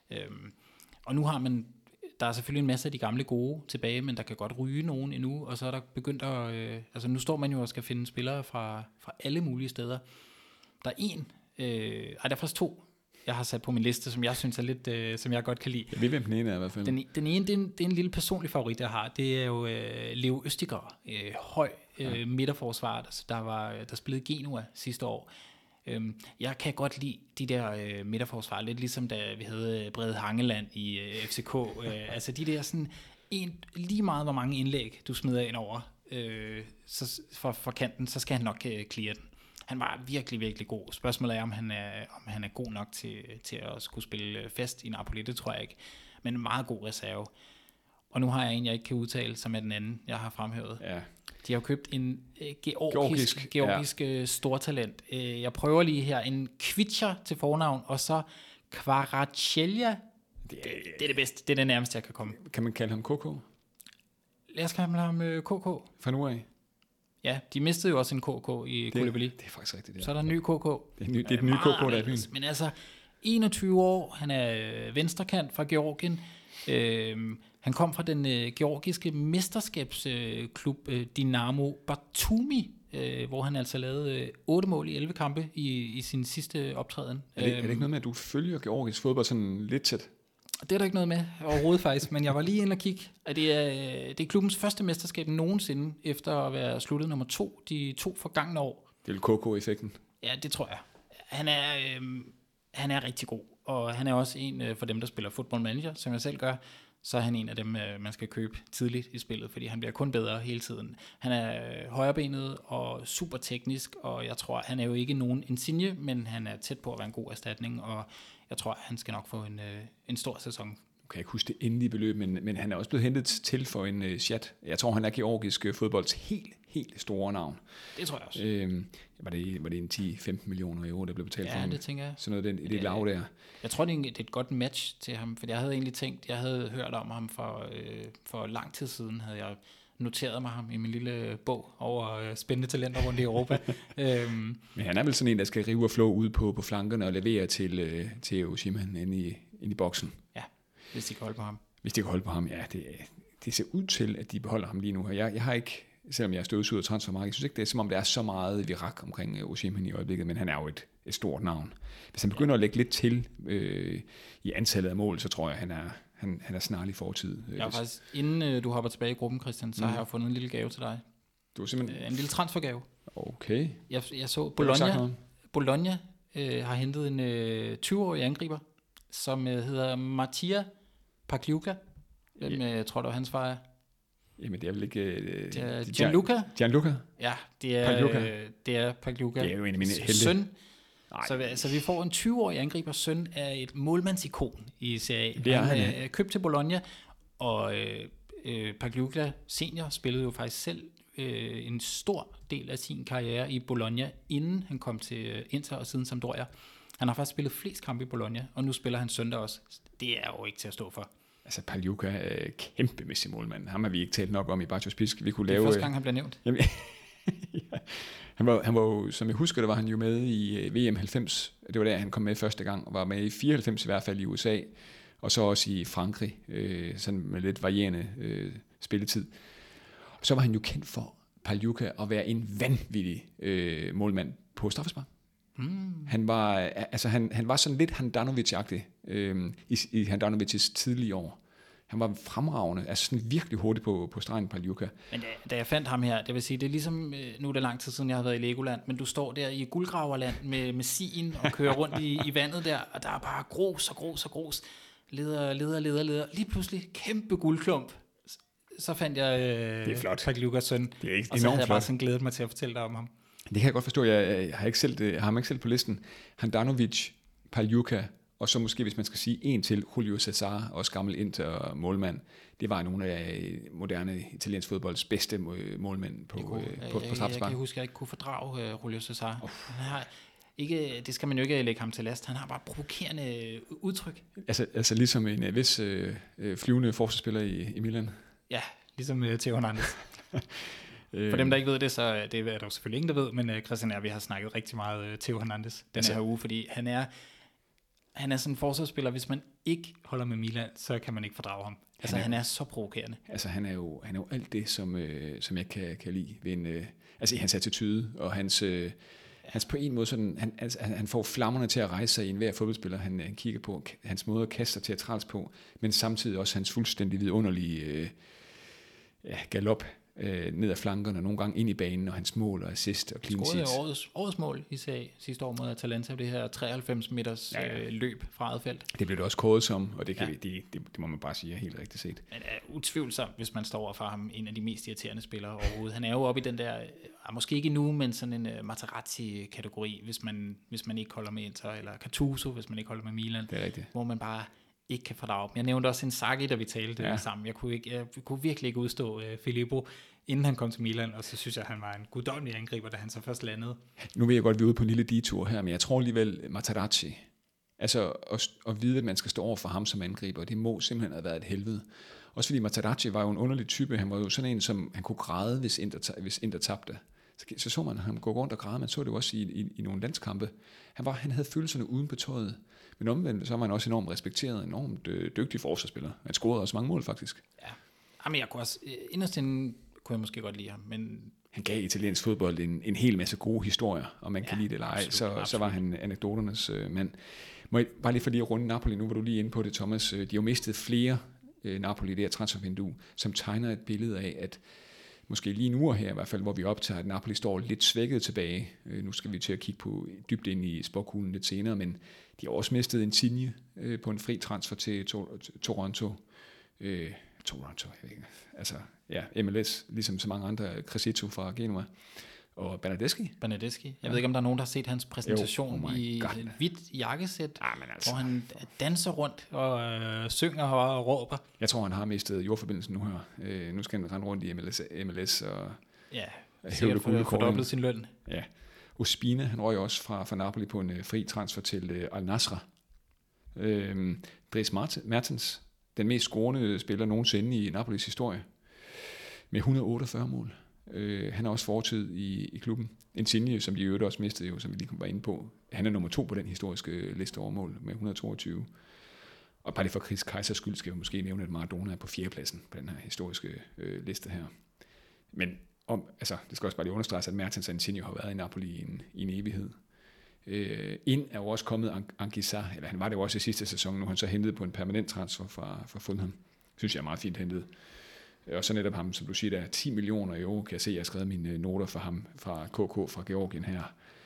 Og nu har man... Der er selvfølgelig en masse af de gamle gode tilbage, men der kan godt ryge nogen endnu, og så er der begyndt at... altså nu står man jo og skal finde spillere fra alle mulige steder. Der er der er faktisk 2, jeg har sat på min liste, som jeg synes er lidt, som jeg godt kan lide. Jeg ved, hvem den ene er i hvert fald. Den ene, det er en lille personlig favorit, jeg har. Det er jo Leo Østigård, høj midterforsvar, der spillede Genoa sidste år. Jeg kan godt lide de der midterforsvar, lidt ligesom da vi havde Brede Hangeland i FCK. Altså de der sådan lige meget hvor mange indlæg, du smider ind over så for kanten, så skal han nok clear den. Han var virkelig, virkelig god. Spørgsmålet er, om han er god nok til at skulle spille fast i Napoli. Det tror jeg ikke. Men en meget god reserve. Og nu har jeg en, jeg ikke kan udtale, som er den anden, jeg har fremhævet. Ja. De har købt en georgisk stortalent. Jeg prøver lige her. En Kvitcher til fornavn, og så Kvaratskhelia. Det er det bedste. Det er det nærmeste, jeg kan komme. Kan man kalde ham KK? Lad os kalde ham KK. Fra nu af? Ja, de mistede jo også en KK i Koulibaly. Det er faktisk rigtigt. Det. Så er der en ny KK. Det er et ny KK, der er byen. Men altså, 21 år, han er venstrekant fra Georgien. Han kom fra den georgiske mesterskabsklub Dinamo Batumi, hvor han altså lavede 8 mål i 11 kampe i sin sidste optræden. Er det ikke noget med, at du følger georgisk fodbold sådan lidt tæt? Det er der ikke noget med overhovedet faktisk, men jeg var lige inde og kigge. Det er klubbens første mesterskab nogensinde, efter at være sluttet nummer 2 de 2 forgangne år. Det er KK-effekten. Ja, det tror jeg. Han er rigtig god, og han er også en for dem, der spiller Football Manager, som jeg selv gør. Så er han en af dem, man skal købe tidligt i spillet, fordi han bliver kun bedre hele tiden. Han er højrebenet og super teknisk, og jeg tror, han er jo ikke nogen Insigne, men han er tæt på at være en god erstatning, og jeg tror, han skal nok få en stor sæson. Du kan ikke huske det endelige beløb, men han er også blevet hentet til for en chat. Jeg tror, han er georgisk fodbolds helt store navn. Det tror jeg også. Var det en 10-15 millioner euro, der blev betalt for ham? Ja, det tænker jeg. Sådan noget, det lav der. Jeg tror, det er et godt match til ham, for jeg havde egentlig tænkt, jeg havde hørt om ham for lang tid siden, havde jeg noteret mig ham i min lille bog over spændende talenter rundt i Europa. Men han er vel sådan en, der skal rive og flå ud på flankerne og levere til Osimhen inde i boksen. Ja, hvis de kan holde på ham. Hvis de kan holde på ham, ja. Det ser ud til, at de beholder ham lige nu. Jeg har ikke, selvom jeg er støvsuget af transfermarkedet, jeg synes ikke, det er som om, der er så meget virak omkring Osimhen i øjeblikket, men han er jo et stort navn. Hvis han begynder at lægge lidt til i antallet af mål, så tror jeg, han er snarlig fortid. Jeg har faktisk, inden du hopper tilbage i gruppen, Christian, så har jeg fundet en lille gave til dig. Du er simpelthen... En lille transfergave. Okay. Jeg så Bologna har hentet en 20-årig angriber, som hedder Mattia Pagliuca. Hvem tror du, hans far er? Jamen, det er vel ikke... Gianluca? Gianluca? Ja, det er Pagliuca. Det er jo en af mine helte. Søn. Så vi får en 20-årig angriber, søn af et målmandsikon i Serie A. Han er købt til Bologna, og Pagliuca senior spillede jo faktisk selv en stor del af sin karriere i Bologna, inden han kom til Inter og siden Sampdoria. Han har faktisk spillet flest kampe i Bologna, og nu spiller han søndag også. Det er jo ikke til at stå for. Altså, Pagliuca er kæmpemæssig målmand. Ham har vi ikke talt nok om i Bartosz Pisk. Vi kunne lave... Det er første gang, han bliver nævnt. Jamen, ja. Han var jo, som jeg husker det, var han jo med i VM 90. Det var der, han kom med første gang, og var med i 94 i hvert fald i USA, og så også i Frankrig, sådan med lidt varierende spilletid. Og så var han jo kendt for, Pagliuca, at være en vanvittig målmand på straffespark. Han var sådan lidt Handanovic-agtig i Handanovics tidlige år. Han var fremragende, altså sådan virkelig hurtigt på stregen, Pagliuca. Men da jeg fandt ham her, det vil sige, det er ligesom, nu er det lang tid siden, jeg har været i Legoland, men du står der i guldgraverland med sien og kører rundt i vandet der, og der er bare grus. Leder. Lige pludselig kæmpe guldklump. Så fandt jeg det er flot. Pagliucas søn, det er og så havde jeg bare sådan glædet mig til at fortælle dig om ham. Det kan jeg godt forstå. Jeg har ham ikke selv på listen. Handanovic, Pagliuca, og så måske, hvis man skal sige en til, Julio Cesar, også gammel Inter-målmand. Det var nogle af moderne italiensk fodbolds bedste målmænd på straffespark. Jeg kan huske, at jeg ikke kunne fordrage Julio Cesar. Han har ikke, det skal man jo ikke lægge ham til last. Han har bare provokerende udtryk. Altså ligesom en vis flyvende forsvarsspiller i Milan. Ja, ligesom Theo Hernandez. For dem, der ikke ved det, så det er der selvfølgelig ingen, der ved, men Christian vi har snakket rigtig meget Theo Hernandez den her uge, fordi han er sådan en forsvarsspiller, hvis man ikke holder med Milan, så kan man ikke fordrage ham. Altså, han er så provokerende. Altså, han er jo alt det, som jeg kan lide ved altså i hans attitude, og hans på en måde sådan, han får flammerne til at rejse sig i enhver fodboldspiller, han kigger på, hans måde at kaste sig teatralsk på, men samtidig også hans fuldstændig vidunderlige galop ned ad flankerne, og nogle gange ind i banen, og hans mål og assist og clean sheets. Årets mål i serie sidste år mod Atalanta, det her 93 meters løb fra eget felt. Det blev det også kåret som, og det må man bare sige er helt rigtigt set. Men er utvivlsomt, hvis man står over for ham, en af de mest irriterende spillere overhovedet. Han er jo oppe i den der, måske ikke endnu, men sådan en Materazzi-kategori, hvis man ikke holder med Inter, eller Gattuso, hvis man ikke holder med Milan. Det er rigtigt. Hvor man bare ikke kan fordrage dem. Jeg nævnte også Inzaghi, da vi talte sammen. Jeg kunne virkelig ikke udstå Filippo, inden han kom til Milan, og så synes jeg, at han var en guddommelig angriber, da han så først landede. Nu ved jeg godt, at vi er ude på en lille detur her, men jeg tror alligevel Materazzi, altså at vide, at man skal stå over for ham som angriber, det må simpelthen have været et helvede. Også fordi Materazzi var jo en underlig type. Han var jo sådan en, som han kunne græde, hvis Inter tabte. Så man ham gå rundt og græde. Man så det jo også i nogle landskampe. Han havde følelserne uden på tøjet. Men omvendt, så var han også enormt respekteret, enormt dygtig forsvarsspiller. Han scorede også mange mål, faktisk. Ja, men jeg kunne også, inderst inden kunne jeg måske godt lide ham, men han gav italiensk fodbold en hel masse gode historier, og man kan lide det eller ej, så var han anekdoternes mand. Må jeg bare lige for lige at runde Napoli, nu var du lige inde på det, Thomas. De har jo mistet flere Napoli i det her transfervindue, som tegner et billede af, at måske lige nu her i hvert fald, hvor vi optager, at Napoli står lidt svækket tilbage. Nu skal vi til at kigge på dybt ind i spåkuglen lidt senere, men de har også mistet Insigne på en fri transfer til Toronto. Toronto, jeg ved ikke. Altså, ja, MLS, ligesom så mange andre, Crescito fra Genoa, og Bernardeschi. Jeg ved ikke, om der er nogen, der har set hans præsentation i et hvidt jakkesæt, hvor han danser rundt og synger og råber. Jeg tror, han har mistet jordforbindelsen nu her. Nu skal han rende rundt i MLS og sikkert fordoblet sin løn. Ja. Ospina, han røg også fra Napoli på en fri transfer til Al Nassr. Dries Mertens, den mest scorende spiller nogensinde i Napolis historie, med 148 mål. Han har også fortid i klubben. Insigne, som de øvrigt også mistede, jo, som vi lige var inde på. Han er nummer 2 på den historiske liste over mål med 122. Og bare lige for Chris Kaisers skyld skal vi måske nævne, at Maradona er på 4. pladsen på den her historiske liste her. Men det skal også bare lige understreges, at Mertens og Insigne har været i Napoli i en evighed. Ind er jo også kommet Anguissa, eller han var det jo også i sidste sæson, nu han så hentet på en permanent transfer fra Fulham. Synes jeg er meget fint hentet. Og så netop ham, som du siger, der er 10 millioner euro, kan jeg se, jeg har skrevet mine noter for ham fra KK fra Georgien her.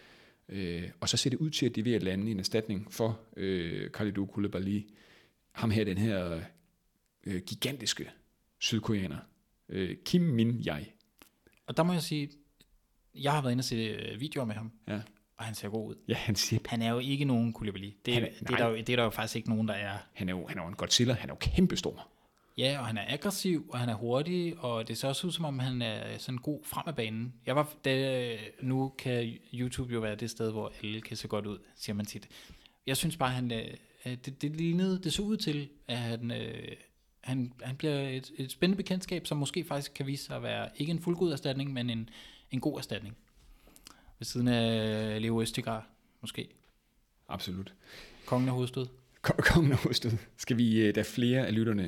Og så ser det ud til, at de er ved at lande i en erstatning for Kalidou Koulibaly. Ham her, den her gigantiske sydkoreaner. Kim Min-jae. Og der må jeg sige, jeg har været inde og se videoer med ham. Ja. Og han ser god ud. Ja, han er jo ikke nogen Koulibaly. Det er der jo faktisk ikke nogen, der er. Han er jo en Godzilla, han er jo kæmpestor. Ja, og han er aggressiv, og han er hurtig, og det ser også ud, som om han er sådan god frem af banen. Nu kan YouTube jo være det sted, hvor alle kan se godt ud, siger man tit. Jeg synes bare, det så ud til, at han bliver et spændende bekendtskab, som måske faktisk kan vise sig at være ikke en fuldgod erstatning, men en god erstatning. Ved siden af Leo Østigard, måske. Absolut. Kongen af hovedstød. Kongen af hovedstød. Skal vi, der er flere af lytterne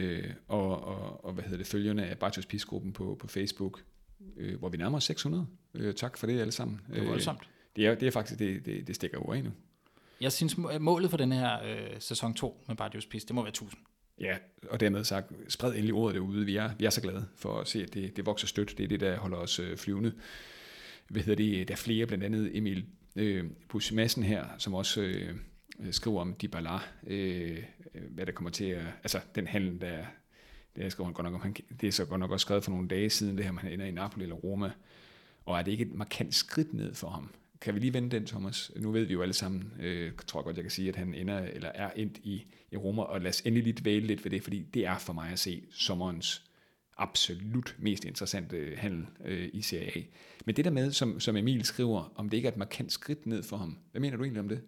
og følgerne af Bartos Pis-gruppen på Facebook, hvor vi nærmer os 600. Tak for det alle sammen. Det er voldsomt. Det er faktisk, det stikker over endnu. Jeg synes, målet for den her sæson 2 med Bartos Pis, det må være 1000. Ja, og dermed sagt, spred endelig ordet derude. Vi er så glade for at se, at det vokser stødt. Det er det, der holder os flyvende. Der er flere, blandt andet Emil Busch Madsen her, som også skriver om Dybala, hvad der kommer til at, altså den handel, det skriver han godt nok om, det er så godt nok også skrevet for nogle dage siden, det her, man ender i Napoli eller Roma, og er det ikke et markant skridt ned for ham? Kan vi lige vende den, Thomas? Nu ved vi jo alle sammen, tror jeg godt, jeg kan sige, at han ender, eller er endt i Roma, og lad os endelig lige dvæle lidt ved det, fordi det er for mig at se sommerens absolut mest interessante handel i Serie A. Men det der med, som Emil skriver, om det ikke er et markant skridt ned for ham, hvad mener du egentlig om det?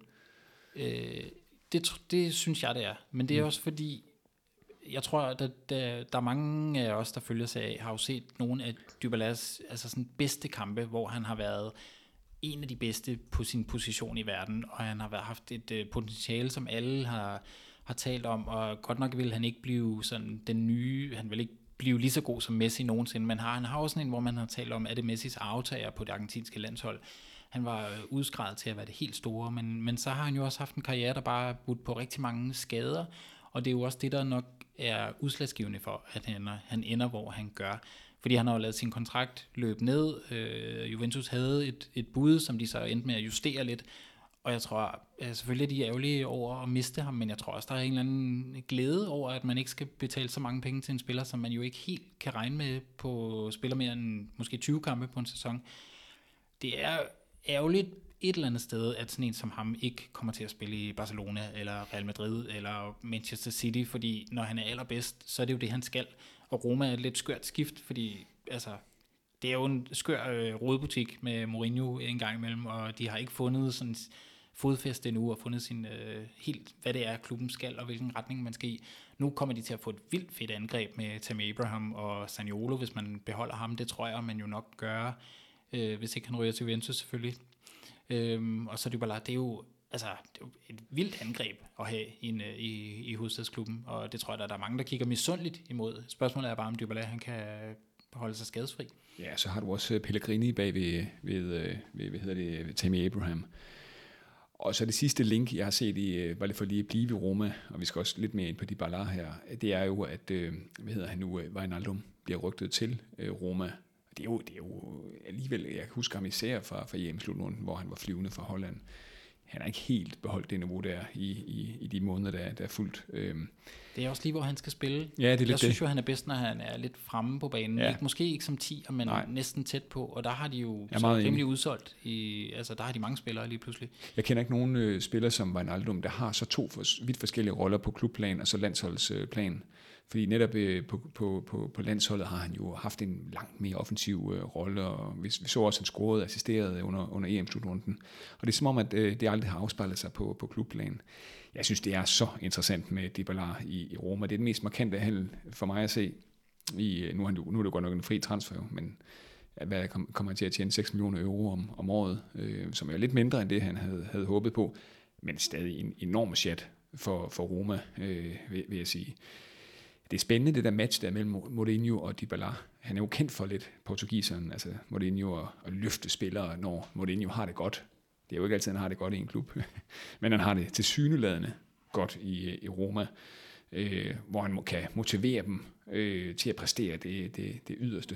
Det synes jeg, det er. Men det er også fordi, jeg tror, at der er mange af os, der følger sig af, har jo set nogle af Dybalas bedste kampe, hvor han har været en af de bedste på sin position i verden, og han har haft et potentiale, som alle har talt om, og godt nok vil han ikke blive sådan den nye, han vil ikke blive lige så god som Messi nogensinde, men han har også en, hvor man har talt om, at det Messis aftager på det argentinske landshold. Han var udskrevet til at være det helt store, men så har han jo også haft en karriere, der bare er budt på rigtig mange skader, og det er jo også det, der nok er udslagsgivende for, at han ender, hvor han gør. fordi han har jo lavet sin kontrakt løbe ned. Juventus havde et bud, som de så endte med at justere lidt, og jeg tror, selvfølgelig er de ærgerlige over at miste ham, men jeg tror også, der er en eller anden glæde over, at man ikke skal betale så mange penge til en spiller, som man jo ikke helt kan regne med på spiller mere end måske 20 kampe på en sæson. Det er ærgerligt et eller andet sted, at sådan en som ham ikke kommer til at spille i Barcelona, eller Real Madrid, eller Manchester City, fordi når han er allerbedst, så er det jo det, han skal. Og Roma er et lidt skørt skift, fordi altså, det er jo en skør rodebutik med Mourinho en gang imellem, og de har ikke fundet sådan fodfæste endnu, og fundet sin helt, hvad det er, klubben skal, og hvilken retning man skal i. Nu kommer de til at få et vildt fedt angreb med Tammy Abraham og Zaniolo, hvis man beholder ham. Det tror jeg, man jo nok gør, hvis ikke han ryger til Juventus selvfølgelig. Og så Dybala, det er jo et vildt angreb at have i hovedstadsklubben, og det tror jeg, der er mange, der kigger misundeligt imod. Spørgsmålet er bare, om Dybala han kan holde sig skadesfri. Ja, så har du også Pellegrini bag ved Tammy Abraham. Og så det sidste link, jeg har set var lidt for lige at blive i Roma, og vi skal også lidt mere ind på Dybala her, det er jo, at Wijnaldum bliver rygtet til Roma. Det er jo alligevel, jeg kan huske ham især fra EM-slutrunden, hvor han var flyvende fra Holland. Han har ikke helt beholdt det niveau der i de måneder, der er fuldt. Det er også lige, hvor han skal spille. Ja, det er jeg synes jo, han er bedst, når han er lidt fremme på banen. Ja. Måske ikke som 10'er, men næsten tæt på. Og der har de jo rimelig udsolgt. Der har de mange spillere lige pludselig. Jeg kender ikke nogen spillere som Wijnaldum, der har så to vidt forskellige roller på klubplan og så landsholdsplan. Fordi netop på landsholdet har han jo haft en langt mere offensiv rolle, og vi så også, at han scorede assisteret under EM-slutrunden. Og det er som om, at det aldrig har afspejlet sig på klubplan. Jeg synes, det er så interessant med Dybala i Roma. Det er den mest markante handel for mig at se. Nu er det godt nok en fri transfer, men hvad kommer han til at tjene 6 millioner euro om året, som er lidt mindre end det, han havde håbet på, men stadig en enorm chat for Roma, vil jeg sige. Det er spændende, det der match der mellem Mourinho og Dybala. Han er jo kendt for lidt portugiseren, altså Mourinho og løfte spillere, når Mourinho har det godt. Det er jo ikke altid, han har det godt i en klub, men han har det tilsyneladende godt i Roma, hvor han kan motivere dem til at præstere det yderste.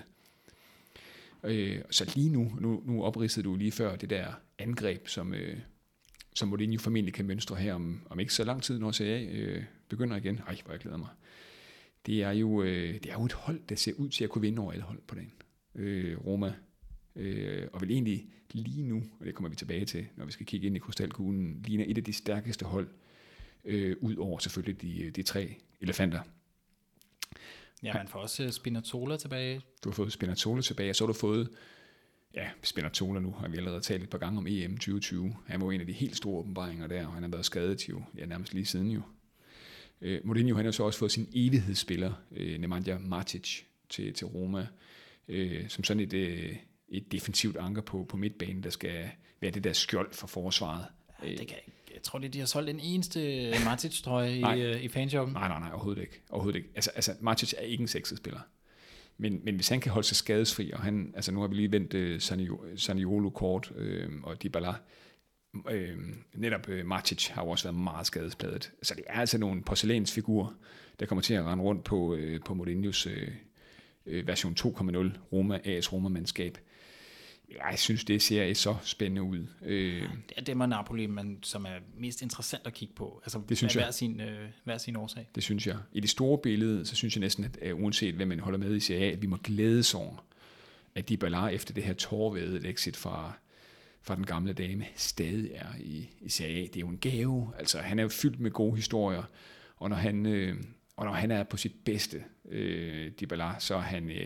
Så lige nu opridsede du lige før det der angreb, som Mourinho formentlig kan mønstre her om ikke så lang tid, når Serie begynder igen. Ej, hvor jeg glæder mig. Det er jo et hold, der ser ud til at kunne vinde over alle hold på dagen. Roma. Og vel egentlig lige nu, og det kommer vi tilbage til, når vi skal kigge ind i krystalkuglen, ligner et af de stærkeste hold, ud over selvfølgelig de 3 elefanter. Ja, man får også Spinazzola tilbage. Du har fået Spinazzola tilbage, og så har du fået, Spinazzola nu, har vi allerede talt et par gange om EM 2020. Han var en af de helt store åbenbaringer der, og han har været skadet jo, nærmest lige siden jo. Mourinho, han har så også fået sin evighedsspiller, Nemanja Matic, til Roma, som sådan et defensivt anker på midtbanen, der skal være det der skjold for forsvaret. Jeg tror de har solgt den eneste Matic-trøje i fanshoppen. Nej, overhovedet ikke. Altså Matic er ikke en sexet spiller. Men hvis han kan holde sig skadesfri, og han, nu har vi lige vendt Zaniolo kort, og Dybala, netop Matic har jo også været meget skadespladet. Så det er altså nogle porcelænsfigurer, der kommer til at rende rundt på Mourinhos version 2.0 AS Roma-mandskab. Jeg synes, det ser så spændende ud. Det er det med Napoli, som er mest interessant at kigge på. Altså, det synes hver sin årsag. Det synes jeg. I det store billede, så synes jeg næsten, at uanset hvem man holder med i Serie A, at vi må glædes over, at Dybala efter det her tårvædede exit fra den gamle dame stadig er i Serie A. Det er jo en gave. Altså, han er jo fyldt med gode historier, og når han er på sit bedste, Dybala, så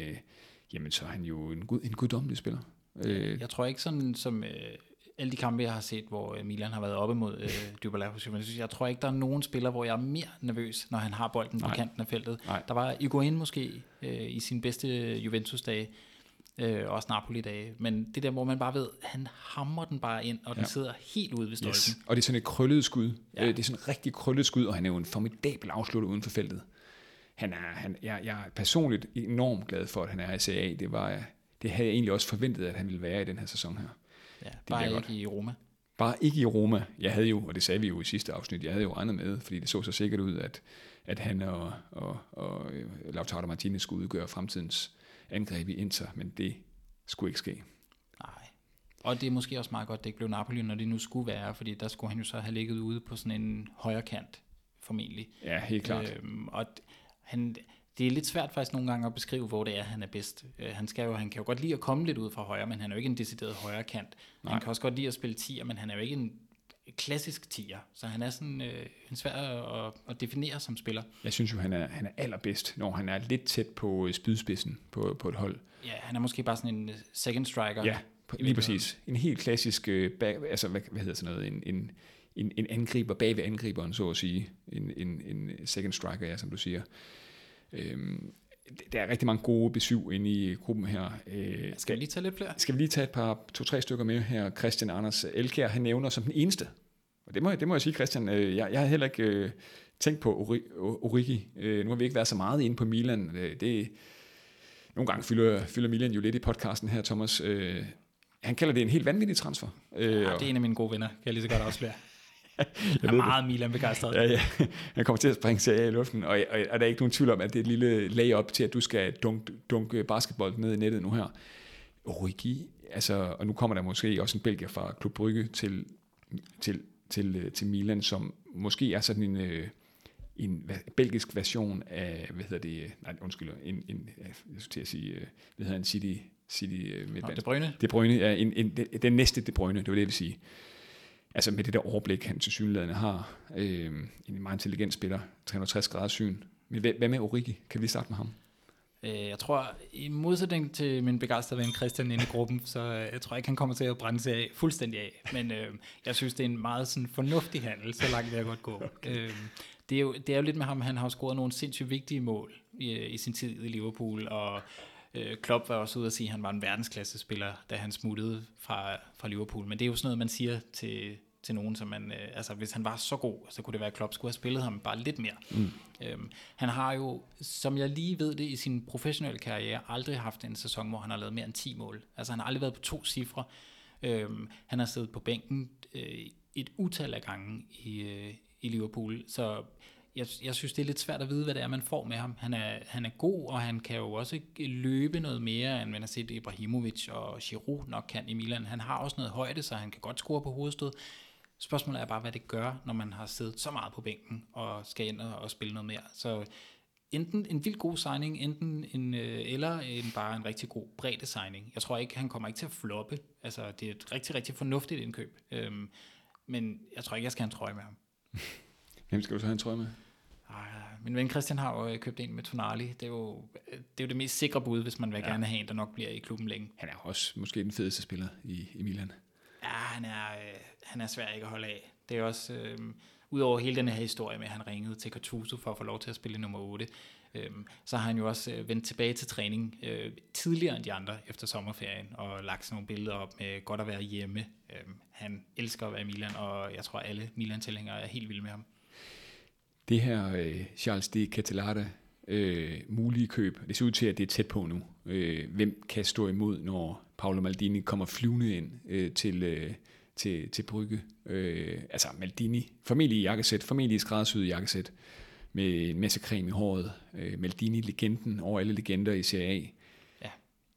er han jo en guddommelig spiller. Jeg tror ikke sådan som alle de kampe, jeg har set, hvor Milan har været oppe mod Dybala. Jeg tror ikke, der er nogen spiller, hvor jeg er mere nervøs, når han har bolden på kanten af feltet. Nej. Der var Higuaín måske i sin bedste Juventus-dage, også Napoli-dage, men det der, hvor man bare ved, han hammer den bare ind, og den sidder helt ude ved stolpen. Yes. Og det er sådan et krøllet skud. Ja. Det er sådan et rigtig krøllet skud, og han er jo en formidabel afslutter uden for feltet. Jeg er personligt enormt glad for, at han er i Serie A. Det havde jeg egentlig også forventet, at han ville være i den her sæson her. Ja, bare ikke godt. I Roma. Bare ikke i Roma. Jeg havde jo, og det sagde vi jo i sidste afsnit, jeg havde jo regnet med, fordi det så sikkert ud, at han og Lautaro Martinez skulle udgøre fremtidens angreb i Inter, men det skulle ikke ske. Nej. Og det er måske også meget godt, det ikke blev Napoli, når det nu skulle være, fordi der skulle han jo så have ligget ude på sådan en højre kant, formentlig. Ja, helt klart. Og det er lidt svært faktisk nogle gange at beskrive, hvor det er, han er bedst. Han kan jo godt lide at komme lidt ud fra højre, men han er jo ikke en decideret højre kant. Nej. Han kan også godt lide at spille tier, men han er jo ikke en klassisk tier, så han er sådan svær at definere som spiller. Jeg synes jo, han er allerbedst, når han er lidt tæt på spydspidsen på et hold. Ja, han er måske bare sådan en second striker. Ja, lige præcis. En helt klassisk, altså hvad hedder sådan noget, en angriber bag ved angriberen, så at sige. En second striker, ja, som du siger. Der er rigtig mange gode besøg inde i gruppen her. Skal vi lige tage lidt flere? Skal vi lige tage et 2-3 stykker med her. Christian Anders Elkjær, han nævner som den eneste. Og det må jeg sige, Christian. Jeg har heller ikke tænkt på Origi. Nu har vi ikke været så meget inde på Milan. Nogle gange fylder Milan jo lidt i podcasten her, Thomas. Han kalder det en helt vanvittig transfer. Ja, det er en af mine gode venner, kan jeg lige så godt afsløre. Jeg er meget Milan-begejstret. Ja. Han kommer til at springe Serie A i luften, og der er ikke nogen tvivl om, at det er et lille lag-up til, at du skal dunke basketball ned i nettet nu her. Origi, altså, og nu kommer der måske også en belgier fra Klub Brygge til Milan, som måske er sådan en belgisk version af, en City midtbane. De Bruyne, ja, den næste De Bruyne, det var det, jeg vil sige. Altså med det der overblik, han tilsyneladende har. En meget intelligent spiller, 360 grader syn. Men hvad med Origi? Kan vi starte med ham? Jeg tror, i modsætning til min begejstrede ven Christian inde i gruppen, så jeg tror ikke, han kommer til at brænde sig fuldstændig af. Men jeg synes, det er en meget sådan fornuftig handel, så langt vil jeg godt gå. Okay. Det er jo lidt med ham, han har scoret nogle sindssygt vigtige mål i sin tid i Liverpool, og Klopp var også ude at sige, at han var en verdensklassespiller, da han smuttede fra Liverpool. Men det er jo sådan noget, man siger til nogen, som man, altså hvis han var så god, så kunne det være, at Klopp skulle have spillet ham bare lidt mere. Han har jo, som jeg lige ved det, i sin professionelle karriere, aldrig haft en sæson, hvor han har lavet mere end 10 mål. Altså han har aldrig været på 2 cifre. Han har siddet på bænken et utal af gange i Liverpool, så jeg synes, det er lidt svært at vide, hvad det er, man får med ham. Han er god, og han kan jo også løbe noget mere, end man har set Ibrahimovic og Giroud nok kan i Milan. Han har også noget højde, så han kan godt score på hovedstød. Spørgsmålet er bare, hvad det gør, når man har siddet så meget på bænken og skal ind og spille noget mere. Så enten en vild god signing, eller bare en rigtig god bredde signing. Jeg tror ikke, han kommer ikke til at floppe. Altså, det er et rigtig, rigtig fornuftigt indkøb. Men jeg tror ikke, jeg skal have en trøje med ham. Hvem skal du så have en trøje med? Min ven Christian har jo købt en med Tonali. Det er jo det mest sikre bud, hvis man vil gerne have en, der nok bliver i klubben længe. Han er også måske den fedeste spiller i Milan. Ja, han er svær ikke at holde af. Det er også, udover hele den her historie med, at han ringede til Gattuso for at få lov til at spille nummer 8, så har han jo også vendt tilbage til træning tidligere end de andre efter sommerferien, og lagt sådan nogle billeder op med godt at være hjemme. Han elsker at være i Milan, og jeg tror, alle Milan-tilhængere er helt vilde med ham. Det her Charles de Ketelare mulige køb, det ser ud til, at det er tæt på nu. Hvem kan stå imod, når Paolo Maldini kommer flyvende ind til Brygge? Altså Maldini, familie i jakkesæt, familie i skræddersyet jakkesæt, med en masse creme i håret. Maldini, legenden over alle legender i Serie A. Ja.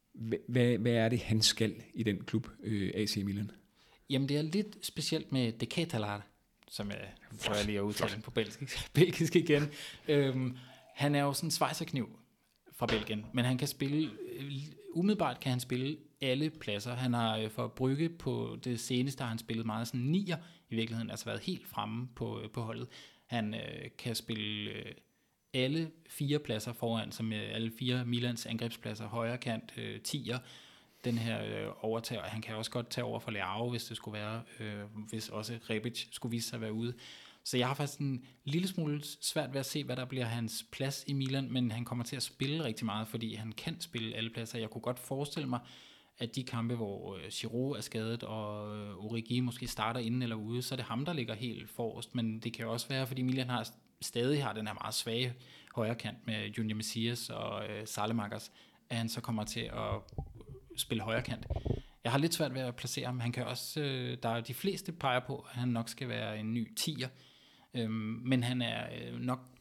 Hvad er det, han skal i den klub, AC Milan? Jamen, det er lidt specielt med De Ketelare, som jeg tror, jeg lige at udtale på belgisk igen. Han er jo sådan en svejserkniv fra Belgien, men han kan spille, umiddelbart kan han spille alle pladser. Han har for Brygge på det seneste, har han spillet meget sådan nier i virkeligheden, altså været helt fremme på holdet. Han kan spille alle 4 pladser foran, som alle 4 Milans angrebspladser, højre kant, tier, den her overtager. Han kan også godt tage over for Leao, hvis det skulle være, hvis også Rebic skulle vise sig at være ude. Så jeg har faktisk en lille smule svært ved at se, hvad der bliver hans plads i Milan, men han kommer til at spille rigtig meget, fordi han kan spille alle pladser. Jeg kunne godt forestille mig, at de kampe, hvor Giroud er skadet, og Origi måske starter inden eller ude, så er det ham, der ligger helt forrest. Men det kan jo også være, fordi Milan stadig har den her meget svage højre kant med Junior Messias og Saelemaekers, at han så kommer til at spille højre kant. Jeg har lidt svært ved at placere ham. Han kan også, der er de fleste peger på, at han nok skal være en ny tier. Men han er nok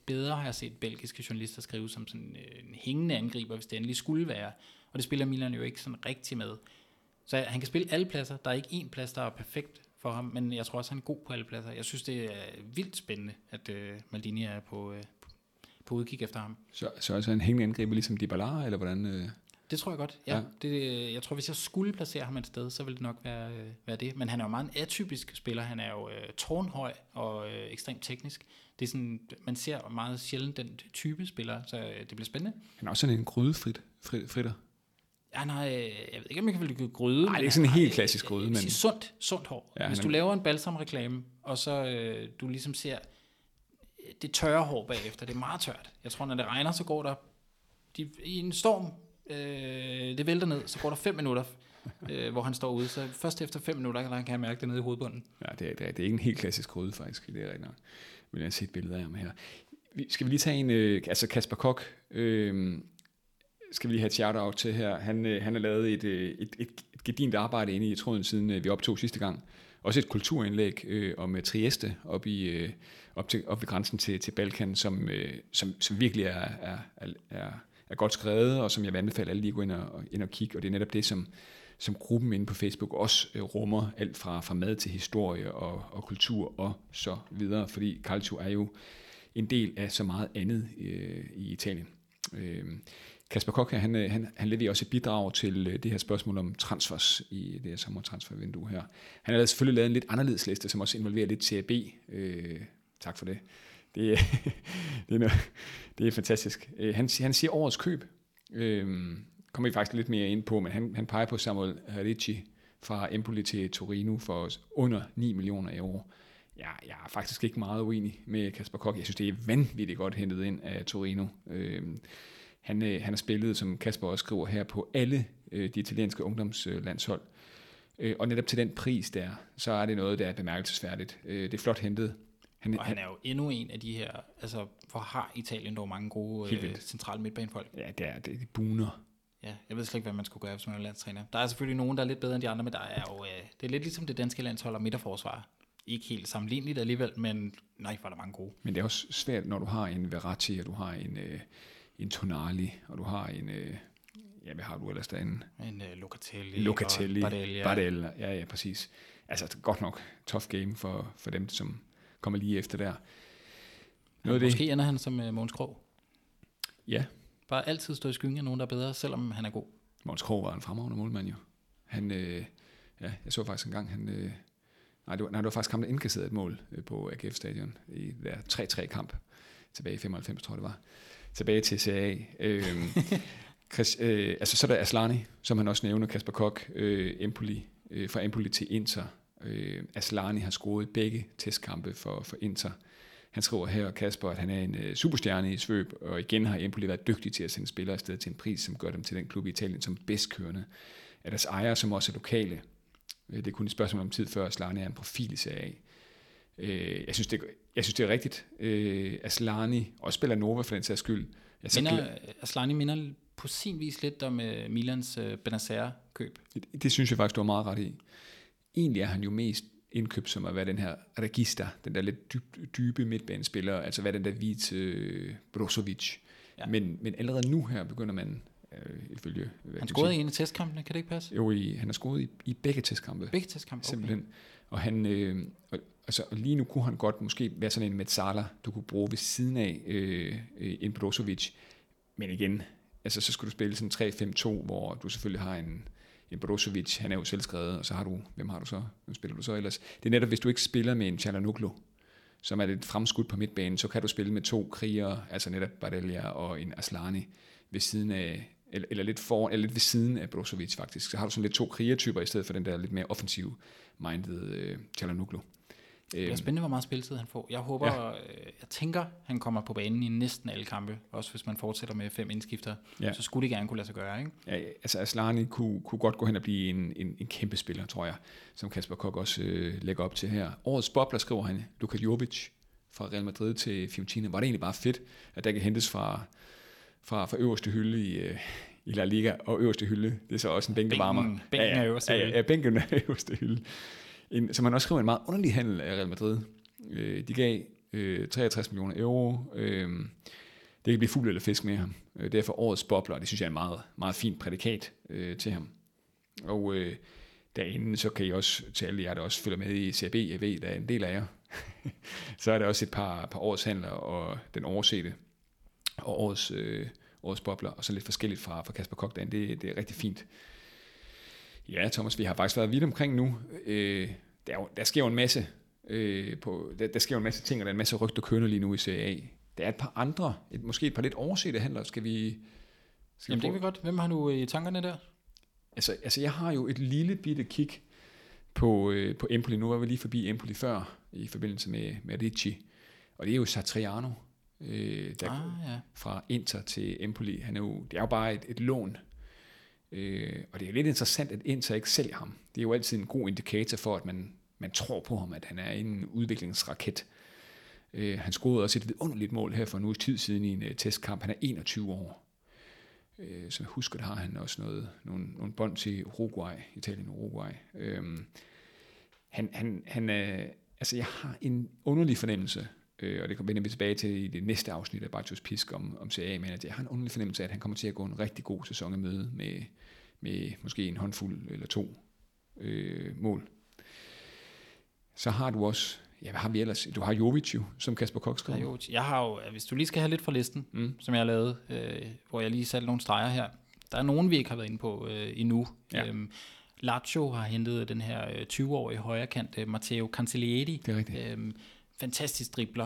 bedre, har jeg set belgiske journalister skrive, som sådan en hængende angriber, hvis det endelig skulle være. Og det spiller Milan jo ikke sådan rigtig med. Så han kan spille alle pladser. Der er ikke én plads, der er perfekt for ham, men jeg tror også, han er god på alle pladser. Jeg synes, det er vildt spændende, at Maldini er på udkig efter ham. Så altså en hængende angriber ligesom Dybala, eller hvordan? Det tror jeg godt, ja. Jeg tror, hvis jeg skulle placere ham et sted, så ville det nok være det. Men han er jo meget en atypisk spiller. Han er jo tårnhøj og ekstremt teknisk. Det er sådan, man ser meget sjældent den type spiller, så det bliver spændende. Han er også sådan en grydefritter. Ja, nej, jeg ved ikke, om jeg kan vælge gryde. Nej, det er ikke sådan en helt klassisk gryde. Men sundt hår. Ja, hvis du laver en balsamreklame, og så du ligesom ser det tørre hår bagefter, det er meget tørt. Jeg tror, når det regner, så går der i en storm, det vælter ned, så går der 5 minutter, hvor han står ude. Så først efter 5 minutter, kan han mærke det nede i hovedbunden. Ja, det er ikke en helt klassisk gryde, faktisk. Det er rigtig nok. Vil jeg se et billede af ham her. Skal vi lige tage en, altså Kasper Koch, skal vi lige have et shout-out til her. Han har lavet et gedint arbejde inde i tråden, siden vi optog sidste gang. Også et kulturindlæg om Trieste op ved grænsen til Balkan, som virkelig er godt skrevet, og som jeg vil anbefale alle lige at gå ind og kigge. Og det er netop det, som gruppen inde på Facebook også rummer, alt fra mad til historie og kultur og så videre. Fordi Calcio er jo en del af så meget andet i Italien. Kasper Koch, han leverer også et bidrag til det her spørgsmål om transfers i det her sommertransfervindue her. Han har selvfølgelig lavet en lidt anderledes liste, som også involverer lidt CAB. Tak for det. Det er fantastisk. Han siger årets køb. Kommer vi faktisk lidt mere ind på, men han peger på Samuel Ricci fra Empoli til Torino for under 9 millioner euro. Jeg er faktisk ikke meget uenig med Kasper Koch. Jeg synes, det er vanvittigt godt hentet ind af Torino. Han har spillet, som Kasper også skriver her, på alle de italienske ungdomslandshold. Og netop til den pris der, så er det noget, der er bemærkelsesværdigt. Det er flot hentet. Han er jo endnu en af de her, altså hvor har Italien dog mange gode centrale midtbanefolk. Ja, det er buner. Ja, jeg ved slet ikke, hvad man skulle gøre, hvis man er landstræner. Der er selvfølgelig nogen, der er lidt bedre end de andre, men der er jo, det er lidt ligesom det danske landshold og midterforsvar. Ikke helt sammenligneligt alligevel, men nej, var der mange gode. Men det er også svært, når du har en Verratti, og du har en Tonali, og du har en, hvad har du ellers derinde? En Locatelli, Barella. Ja, præcis. Altså, godt nok tough game for dem, som kommer lige efter der. Måske ender han som Mogens Krog. Ja. Bare altid stå i skyggen af nogen, der er bedre, selvom han er god. Mogens Krog var en fremragende målmand jo. Han, jeg så faktisk en gang, det var faktisk ham, der indkasserede et mål på AGF Stadion i der 3-3 kamp tilbage i 95, tror jeg det var. Tilbage til CA. Altså så er der Aslani, som han også nævner, Kasper Koch, Empoli, fra Empoli til Inter. Aslani har scoret begge testkampe for Inter. Han skriver her, Kasper, at han er en superstjerne i svøb, og igen har Empoli været dygtig til at sende spillere afsted til en pris, som gør dem til den klub i Italien som bedst kørende. Af deres ejere, som også er lokale. Det er kun et spørgsmål om tid, før Aslani er en profil i CA. Jeg synes, det er rigtigt. Aslani, også spiller Nova for den sags skyld. Aslani minder på sin vis lidt om Milans Benacer-køb. Det synes jeg faktisk, du har meget ret i. Egentlig er han jo mest indkøbt som at være den her regista, den der lidt dybe midtbanespiller, altså hvad den der hvide Brozovic. Ja. Men allerede nu her begynder man ifølge... Han scorede i en af testkampene, kan det ikke passe? Jo, han har scoret i begge testkampe. Begge testkampe, okay. Simpelthen. Og han... Og lige nu kunne han godt måske være sådan en Mezzala, du kunne bruge ved siden af en Brozovic. Men igen, altså så skulle du spille sådan 3-5-2, hvor du selvfølgelig har en Brozovic, han er jo selvskrevet, og så har du, hvem har du så? Hvem spiller du så ellers? Det er netop, hvis du ikke spiller med en Çalhanoğlu, som er lidt fremskudt på midtbanen, så kan du spille med 2 krigere, altså netop Barella og en Aslani, ved siden af, eller lidt foran, eller lidt ved siden af Brozovic faktisk. Så har du sådan lidt 2 krigertyper, i stedet for den der lidt mere offensiv-minded Çalhanoğlu. Det er spændende, hvor meget spilletid han får. Jeg håber, jeg tænker, han kommer på banen i næsten alle kampe, også hvis man fortsætter med 5 indskifter, så skulle det gerne kunne lade sig gøre, ikke? Ja, altså Aslani kunne godt gå hen og blive en kæmpe spiller, tror jeg, som Kasper Koch også lægger op til her. Årets bobler, skriver han, Luka Jovic fra Real Madrid til Fiorentina. Var det egentlig bare fedt, at der kan hentes fra øverste hylde i La Liga, og øverste hylde, det er så også en bænkevarmer. Bænken er øverste hylde. Ja, bænken er øverste hylde. Som han også skriver, en meget underlig handel af Real Madrid. De gav 63 millioner euro. Det kan blive fugl eller fisk med ham. Derfor årets bobler, det synes jeg er en meget, meget fint prædikat til ham. Og derinde, så kan I også, til alle jer, der også følger med i CRB, jeg ved, der er en del af jer, så er der også et par årets handler, og den oversete, og årets bobler, og så lidt forskelligt fra Kasper Koch derinde. Det er rigtig fint. Ja, Thomas, vi har faktisk været vidt omkring nu. Der sker jo en masse der sker jo en masse ting, og der er en masse rygter kørende lige nu i Serie A. Der er et par andre, måske et par lidt oversete handler. Skal vi Jamen det kan vi godt. Hvem har du i tankerne der? Altså jeg har jo et lille bitte kig på Empoli. Nu var vi lige forbi Empoli før, i forbindelse med Ricci. Og det er jo Satriano, fra Inter til Empoli. Det er jo bare et lån. Og det er lidt interessant, at Inter ikke sælger ham. Det er jo altid en god indikator for, at man tror på ham, at han er en udviklingsraket. Han scorede også et vidunderligt mål her for en uges tid siden i en testkamp. Han er 21 år. Som jeg husker, der har han også nogle bånd til Uruguay, Italien og Uruguay. Altså jeg har en underlig fornemmelse, og det vender vi tilbage til i det næste afsnit af Bartos Pisk om CA, men at jeg har en underlig fornemmelse af, at han kommer til at gå en rigtig god sæson i møde med måske en håndfuld eller 2 mål. Så har du også, hvad har vi ellers? Du har Jovic jo, som Kasper Koch skrev. Jeg har jo, hvis du lige skal have lidt fra listen, som jeg har lavet, hvor jeg lige satte nogle streger her. Der er nogen, vi ikke har været inde på endnu. Ja. Lazio har hentet den her 20-årige højrekant, Matteo Cancellieri. Det er rigtigt. Fantastisk dribler.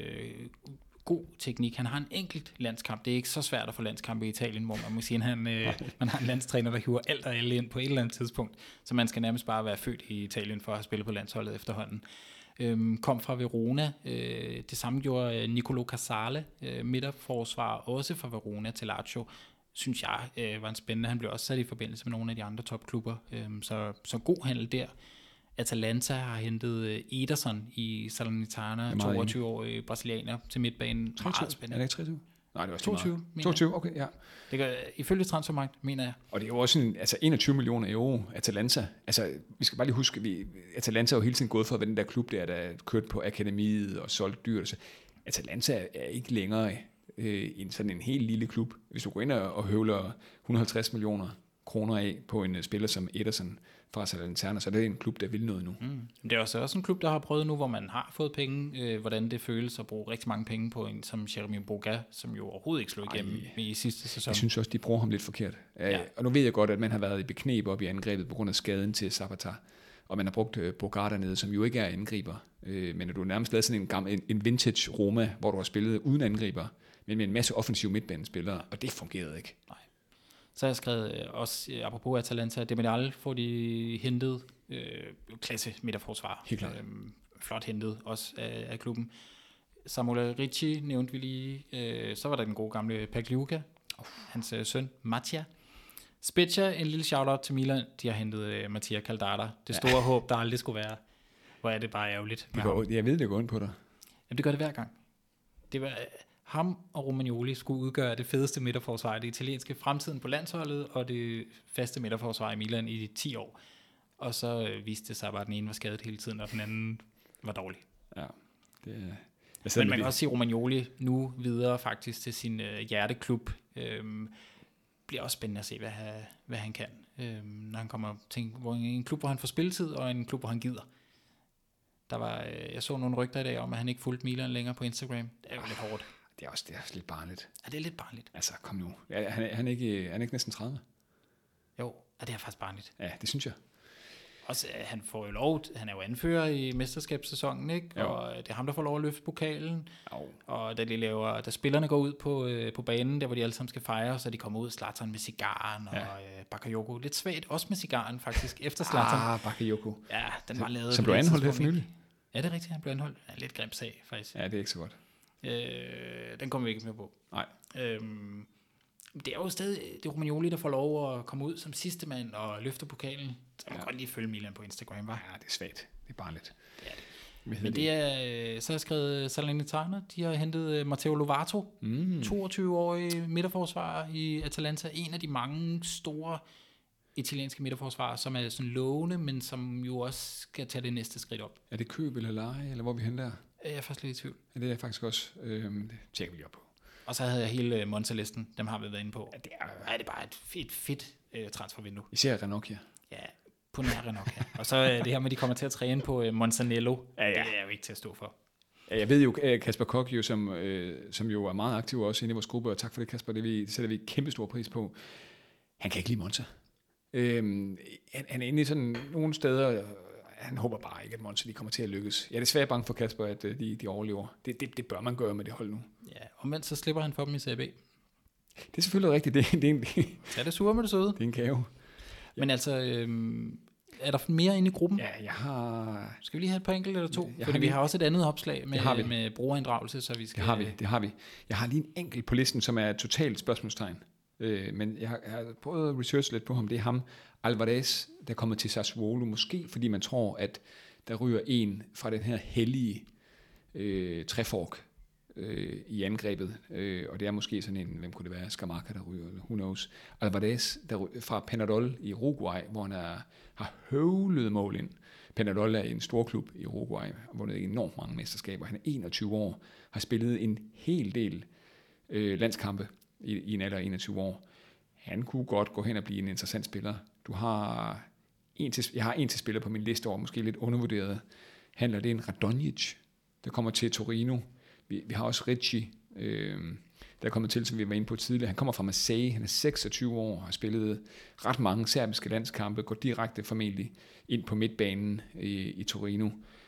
God teknik. Han har en enkelt landskamp. Det er ikke så svært at få landskampe i Italien, hvor man må sige, at man har en landstræner, der hiver alt og alle ind på et eller andet tidspunkt. Så man skal nærmest bare være født i Italien for at have spillet på landsholdet efterhånden. Kom fra Verona. Det samme gjorde Nicolo Casale, midterforsvar, også fra Verona til Lazio. Synes jeg var en spændende. Han blev også sat i forbindelse med nogle af de andre topklubber. Så god handel der. Atalanta har hentet Ederson i Salernitana, 22-årig brasilianer til midtbanen. 23. Spændende. Er det ikke 23? Nej, det var 22, okay, ja. Det gør, ifølge Transfermarkt, mener jeg. Og det er jo også 21 millioner euro, Atalanta. Altså, vi skal bare lige huske, Atalanta er jo hele tiden gået for at være den der klub der er kørt på akademiet og solgt dyrt. Så Atalanta er ikke længere sådan en helt lille klub. Hvis du går ind og høvler 150 millioner kroner af på en spiller som Ederson fra Salernitana, så er det en klub, der vil noget nu. Det er også en klub, der har prøvet nu, hvor man har fået penge, hvordan det føles at bruge rigtig mange penge på en som Jeremy Boga, som jo overhovedet ikke slog igennem i sidste sæson. Jeg synes også, de bruger ham lidt forkert. Ja. Og nu ved jeg godt, at man har været i bekneb op i angrebet på grund af skaden til Zapata, og man har brugt Boga dernede, som jo ikke er angriber, men du har nærmest lavet sådan en vintage Roma, hvor du har spillet uden angriber, men med en masse offensive midtbanespillere, og det fungerede ikke. Nej. Så har jeg skrevet også, apropos Atalanta, Demiral får de hentet, klasse midterforsvar. Helt klart. Flot hentet også af klubben. Samuel Ricci nævnte vi lige. Så var der den gode gamle Pagliuca, hans søn Mattia. Spezia, en lille shout-out til Milan. De har hentet Mattia Caldara. Det store håb, der aldrig skulle være. Hvor er det bare ærgerligt. Jeg ved, det går ind på dig. Jamen, det gør det hver gang. Det var... Ham og Romagnoli skulle udgøre det fedeste midterforsvar i det italienske, fremtiden på landsholdet, og det faste midterforsvar i Milan i 10 år. Og så viste det sig bare, at den ene var skadet hele tiden, og den anden var dårlig. Ja, men man kan også sige, at Romagnoli nu videre faktisk til sin hjerteklub. Bliver også spændende at se, hvad han kan, når han kommer til en klub, hvor han får spilletid, og en klub, hvor han gider. Jeg så nogle rygter i dag om, at han ikke fulgte Milan længere på Instagram. Det er jo lidt hårdt. Det er også lidt barnligt. Ja, det er lidt barnligt. Altså, kom nu. Han er ikke næsten 30? Jo, det er faktisk barnligt. Ja, det synes jeg. Også, han får jo lov, han er jo anfører i mesterskabssæsonen, ikke? Jo. Og det er ham, der får lov at løfte pokalen. Jo. Og da spillerne går ud på banen, der hvor de alle sammen skal fejre, så de kommer ud, Zlatan med cigaren og Bakayoko. Lidt svagt, også med cigaren faktisk, efter Zlatan. Bakayoko. Ja, den var lavet. Som blev anholdt her for nylig. Ja, det er rigtigt, han blev anholdt. Ja, lidt grim sag, faktisk. Ja, det er ikke så godt. Den kommer vi ikke med på. Nej. Det er jo stadig det Romagnoli, der får lov at komme ud som sidste mand og løfter pokalen. Så man kan godt lige følge Milan på Instagram, var? Ja, det er svagt. Det er bare lidt. Det er det. Men det er, så har jeg skrevet Salernitana. De har hentet Matteo Lovato, 22-årig midterforsvarer i Atalanta. En af de mange store italienske midterforsvarer, som er sådan lovende, men som jo også skal tage det næste skridt op. Er det køb eller leje, eller hvor vi henter? Jeg er faktisk lidt i tvivl. Ja, det er jeg faktisk også. Det tjekker vi lige op på. Og så havde jeg hele Monza-listen. Dem har vi været inde på. Ja, det er bare et fedt transfervindue. Især Ranocchia. Ja, på nær Ranocchia. Og så det her med, at de kommer til at træne på Monzanello. Ja. Det er jo ikke til at stå for. Ja, jeg ved jo, Kasper Koch, som jo er meget aktiv også inde i vores gruppe, og tak for det, Kasper, det sætter vi kæmpe stor pris på. Han kan ikke lide Monza. Han er inde i sådan nogle steder, han håber bare ikke, at Monza de kommer til at lykkes. Jeg er desværre bange for, Kasper, at de overlever. Det bør man gøre med det hold nu. Ja, omvendt så slipper han for dem i CAB. Det er selvfølgelig rigtigt. Så er det sure med det søde. Det er en gave. Men altså, er der mere inde i gruppen? Ja, jeg har... Skal vi lige have et par enkelt eller to? Fordi vi har også et andet opslag med brugerinddragelse, så vi skal... Det har vi. Jeg har lige en enkelt på listen, som er et totalt spørgsmålstegn. Men jeg har prøvet at researche lidt på ham. Det er ham, Alvarez, der er kommet til Sassuolo. Måske fordi man tror, at der ryger en fra den her hellige træfork i angrebet. Og det er måske sådan en, hvem kunne det være, Scamacca, der ryger, eller who knows. Alvarez fra Peñarol i Uruguay, hvor han har høvlet mål ind. Peñarol er en stor klub i Uruguay, og vundet enormt mange mesterskaber. Han er 21 år, har spillet en hel del landskampe i en alder af 21 år. Han kunne godt gå hen og blive en interessant spiller. Jeg har en til spiller på min liste over, måske lidt undervurderet. Det er en Radonjic, der kommer til Torino. Vi har også Ricci, der er kommet til, som vi var inde på tidligere. Han kommer fra Marseille, han er 26 år, har spillet ret mange serbiske landskampe, går direkte formentlig ind på midtbanen i Torino.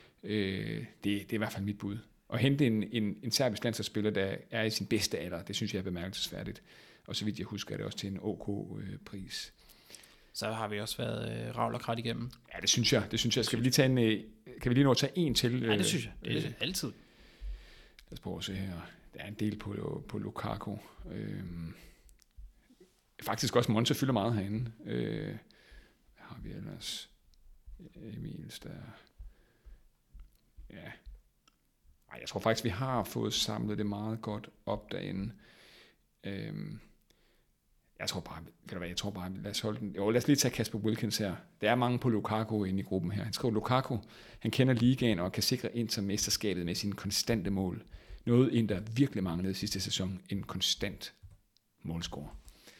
Det er i hvert fald mit bud. At hente en serbisk landsholdsspiller, der er i sin bedste alder, det synes jeg er bemærkelsesværdigt. Og så vidt jeg husker, er det også til en OK-pris. Så har vi også været ravl og krat igennem. Ja, det synes jeg. Kan vi lige nå at tage en til? Ja, det synes jeg. Det er altid. Lad os prøve at se her. Der er en del på Lukaku. Faktisk også Monza fylder meget herinde. Har vi ellers Emils der... Ja. Ej, jeg tror faktisk, vi har fået samlet det meget godt op derinde. Jeg tror bare, lad os holde den. Jo, lad os lige tage Kasper Wilkins her. Der er mange på Lukaku inde i gruppen her. Han skriver, Lukaku, han kender ligaen og kan sikre Inter mesterskabet med sine konstante mål. Noget Inter virkelig manglede sidste sæson, en konstant målscorer.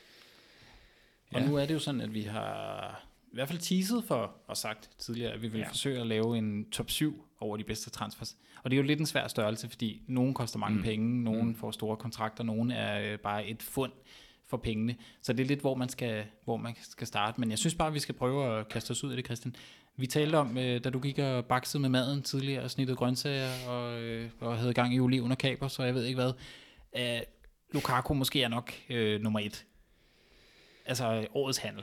Og nu er det jo sådan, at vi har i hvert fald teaset for og sagt tidligere, at vi vil forsøge at lave en top 7 over de bedste transfers. Og det er jo lidt en svær størrelse, fordi nogen koster mange penge, nogen får store kontrakter, nogen er bare et fund for pengene. Så det er lidt, hvor man skal starte. Men jeg synes bare, at vi skal prøve at kaste os ud af det, Christian. Vi talte om, da du gik og baksede med maden tidligere, og snittede grøntsager, og havde gang i oliven og kaper, så jeg ved ikke hvad. Lukaku måske er nok nummer 1. Altså årets handel.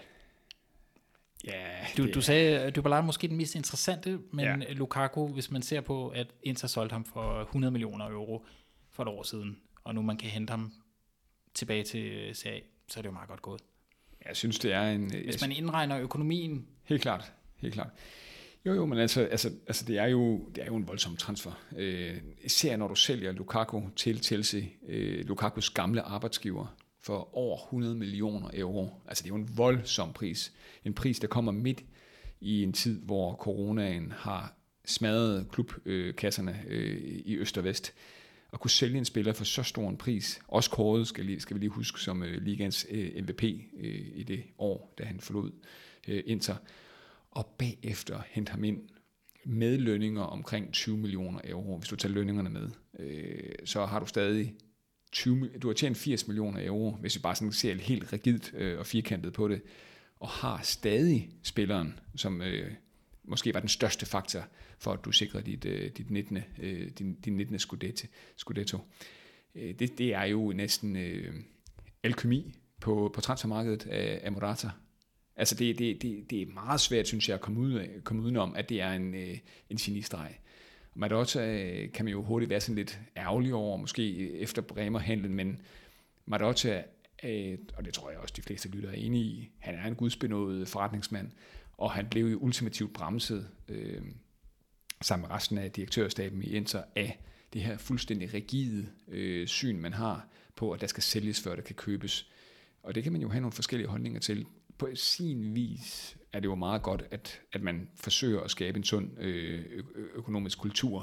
Ja, du sagde, at Dybala er måske den mest interessante, men Lukaku, hvis man ser på, at Inter solgte ham for 100 millioner euro for et år siden, og nu man kan hente ham tilbage til CA, så er det jo meget godt gået. Jeg synes, det er en... Hvis man indregner økonomien... Helt klart. Jo, men altså det er jo en voldsom transfer. Især når du sælger Lukaku til Chelsea, Lukakus gamle arbejdsgiver, for over 100 millioner euro. Altså det er jo en voldsom pris. En pris, der kommer midt i en tid, hvor coronaen har smadret klubkasserne i øst og vest. At kunne sælge en spiller for så stor en pris, også kåret, skal vi lige huske, som ligaens MVP i det år, da han forlod Inter. Og bagefter hente ham ind med lønninger omkring 20 millioner euro. Hvis du tager lønningerne med, så har du stadig du har tjent 80 millioner euro, hvis vi bare sådan ser helt rigidt og firkantet på det, og har stadig spilleren, som måske var den største faktor for, at du sikrer din 19. Scudetto. Det er jo næsten alkemi på transfermarkedet af Morata. Altså det er meget svært, synes jeg, at komme udenom, at det er en genistreg. Marotta kan man jo hurtigt være sådan lidt ærgerlig over, måske efter Bremer-handlen, men Marotta, og det tror jeg også, de fleste lytter er enige i, han er en gudsbenådet forretningsmand, og han blev jo ultimativt bremset sammen med resten af direktørstaben i Inter af det her fuldstændig rigide syn, man har på, at der skal sælges, før der kan købes. Og det kan man jo have nogle forskellige holdninger til. På sin vis er det jo meget godt, at man forsøger at skabe en sund økonomisk kultur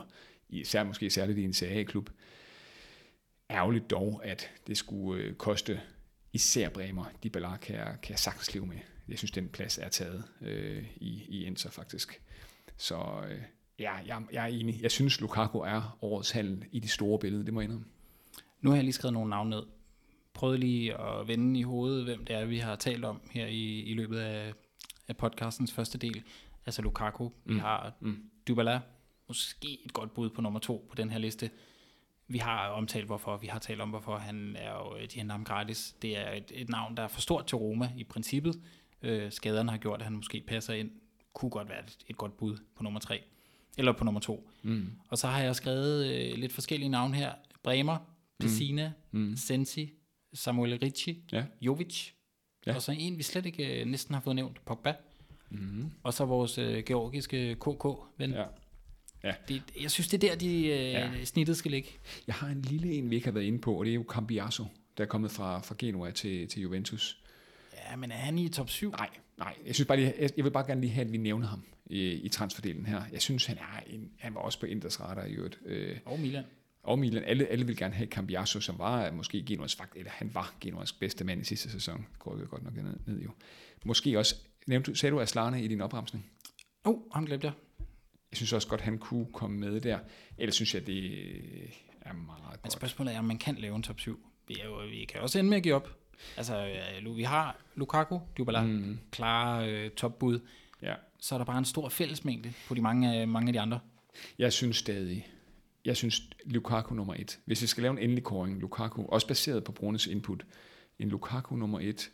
måske særligt i en CA-klub. Ærgerligt dog, at det skulle koste især Bremer. Dybala kan jeg sagtens leve med. Jeg synes, den plads er taget i Inter faktisk. Så jeg er enig. Jeg synes, Lukaku er årets handel i det store billede, det må jeg indrømme. Nu har jeg lige skrevet nogle navne ned. Prøv lige at vende i hovedet, hvem det er, vi har talt om her i løbet af podcastens første del. Altså Lukaku. Vi har Dybala. Måske et godt bud på nummer 2 på den her liste. Vi har omtalt hvorfor. Vi har talt om, hvorfor han er jo, de henter ham gratis. Det er et navn, der er for stort til Roma i princippet. Skaderne har gjort, at han måske passer ind. Kunne godt være et godt bud på nummer 3. Eller på nummer 2. Og så har jeg skrevet lidt forskellige navne her. Bremer, Pessina, Sensi, Samuel Ricci, Jovic. Ja. Og så en, vi slet ikke næsten har fået nævnt, Pogba. Og så vores georgiske KK-ven. Ja. Jeg synes, det er der, snittet skal ligge. Jeg har en lille en, vi ikke har været inde på, og det er jo Cambiaso, der er kommet fra Genoa til Juventus. Ja, men er han i top 7? Nej. Jeg synes bare, jeg vil bare gerne lige have, at vi nævner ham i transferdelen her. Jeg synes, han var også på Inters radar i øvrigt. Og Milan. Alle vil gerne have Cambiaso, som var måske Genoas eller han var Genoas bedste mand i sidste sæson. Går jo godt nok ned jo. Måske også, sagde du Aslane i din opremsning? Han glemte jeg. Jeg synes også godt, han kunne komme med der. Ellers synes jeg, det er meget godt. Men spørgsmålet er, om man kan lave en top 7. Vi kan også ende med at give op. Altså, vi har Lukaku, Dybala, klare topbud. Ja. Så er der bare en stor fællesmængde på de mange af de andre. Jeg synes Lukaku nummer 1. Hvis vi skal lave en endelig kåring, Lukaku, også baseret på Brunes input, en Lukaku nummer 1,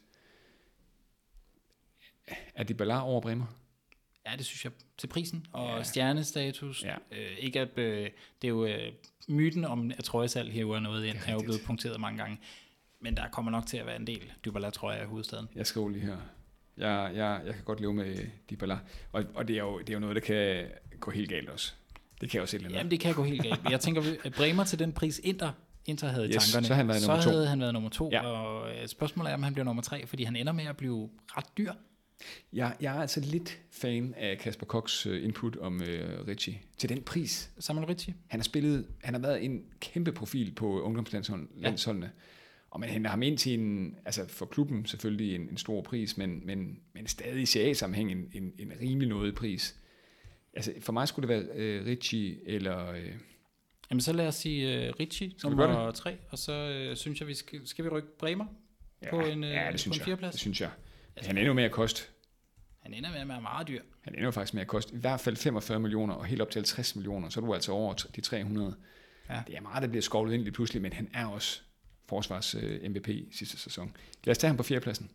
er Dybala over Bremer? Ja, det synes jeg. Til prisen og stjernestatus. Ja. Ikke at det er jo myten om, at trøjesalg hæver noget ind, er jo blevet punkteret mange gange. Men der kommer nok til at være en del Dybala, tror jeg, i hovedstaden. Jeg skriver lige her. Jeg kan godt leve med Dybala. Og det er jo noget, der kan gå helt galt også. Det kan også et eller andet. Jamen, det kan gå helt galt. Jeg tænker, at Bremer til den pris Inter havde i tankerne, så havde han været nummer 2. Ja. Og spørgsmålet er, om han bliver nummer 3, fordi han ender med at blive ret dyr. Jeg er altså lidt fan af Kasper Koks input om Ricci. Til den pris. Samuel Ricci. Han har været en kæmpe profil på ungdomslandsholdene. Og man henter ham ind til for klubben selvfølgelig en stor pris, men stadig i CA-sammenhæng en rimelig noget pris. Altså for mig skulle det være Ricci eller... Jamen så lad os sige Ricci nummer 3, og så synes jeg, skal vi rykke Bremer på en 4. plads? Det synes jeg. Han ender jo med at koste. Han ender med at være meget dyr. Han ender jo faktisk med at koste i hvert fald 45 millioner og helt op til 50 millioner, så er du altså over de 300. Ja. Det er meget, der bliver skovlet ind lige pludselig, men han er også forsvars MVP sidste sæson. Lad os tage ham på 4. pladsen.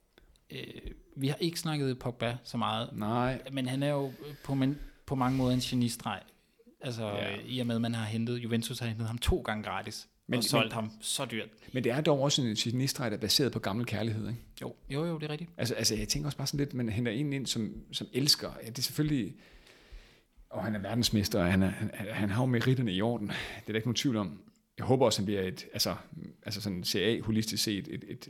Vi har ikke snakket Pogba så meget. Nej. Men han er jo på mange måder en genistreg. Altså i og med, at man har hentet, Juventus har hentet ham 2 gange gratis. Og solgt ham så dyrt. Men det er dog også en genistreg, der er baseret på gammel kærlighed, ikke? Jo, det er rigtigt. Altså jeg tænker også bare sådan lidt, man henter en ind, som elsker. Ja, det er selvfølgelig... Og han er verdensmester, og han har jo meritterne i orden. Det er der ikke nogen tvivl om. Jeg håber også, han bliver altså sådan CA holistisk set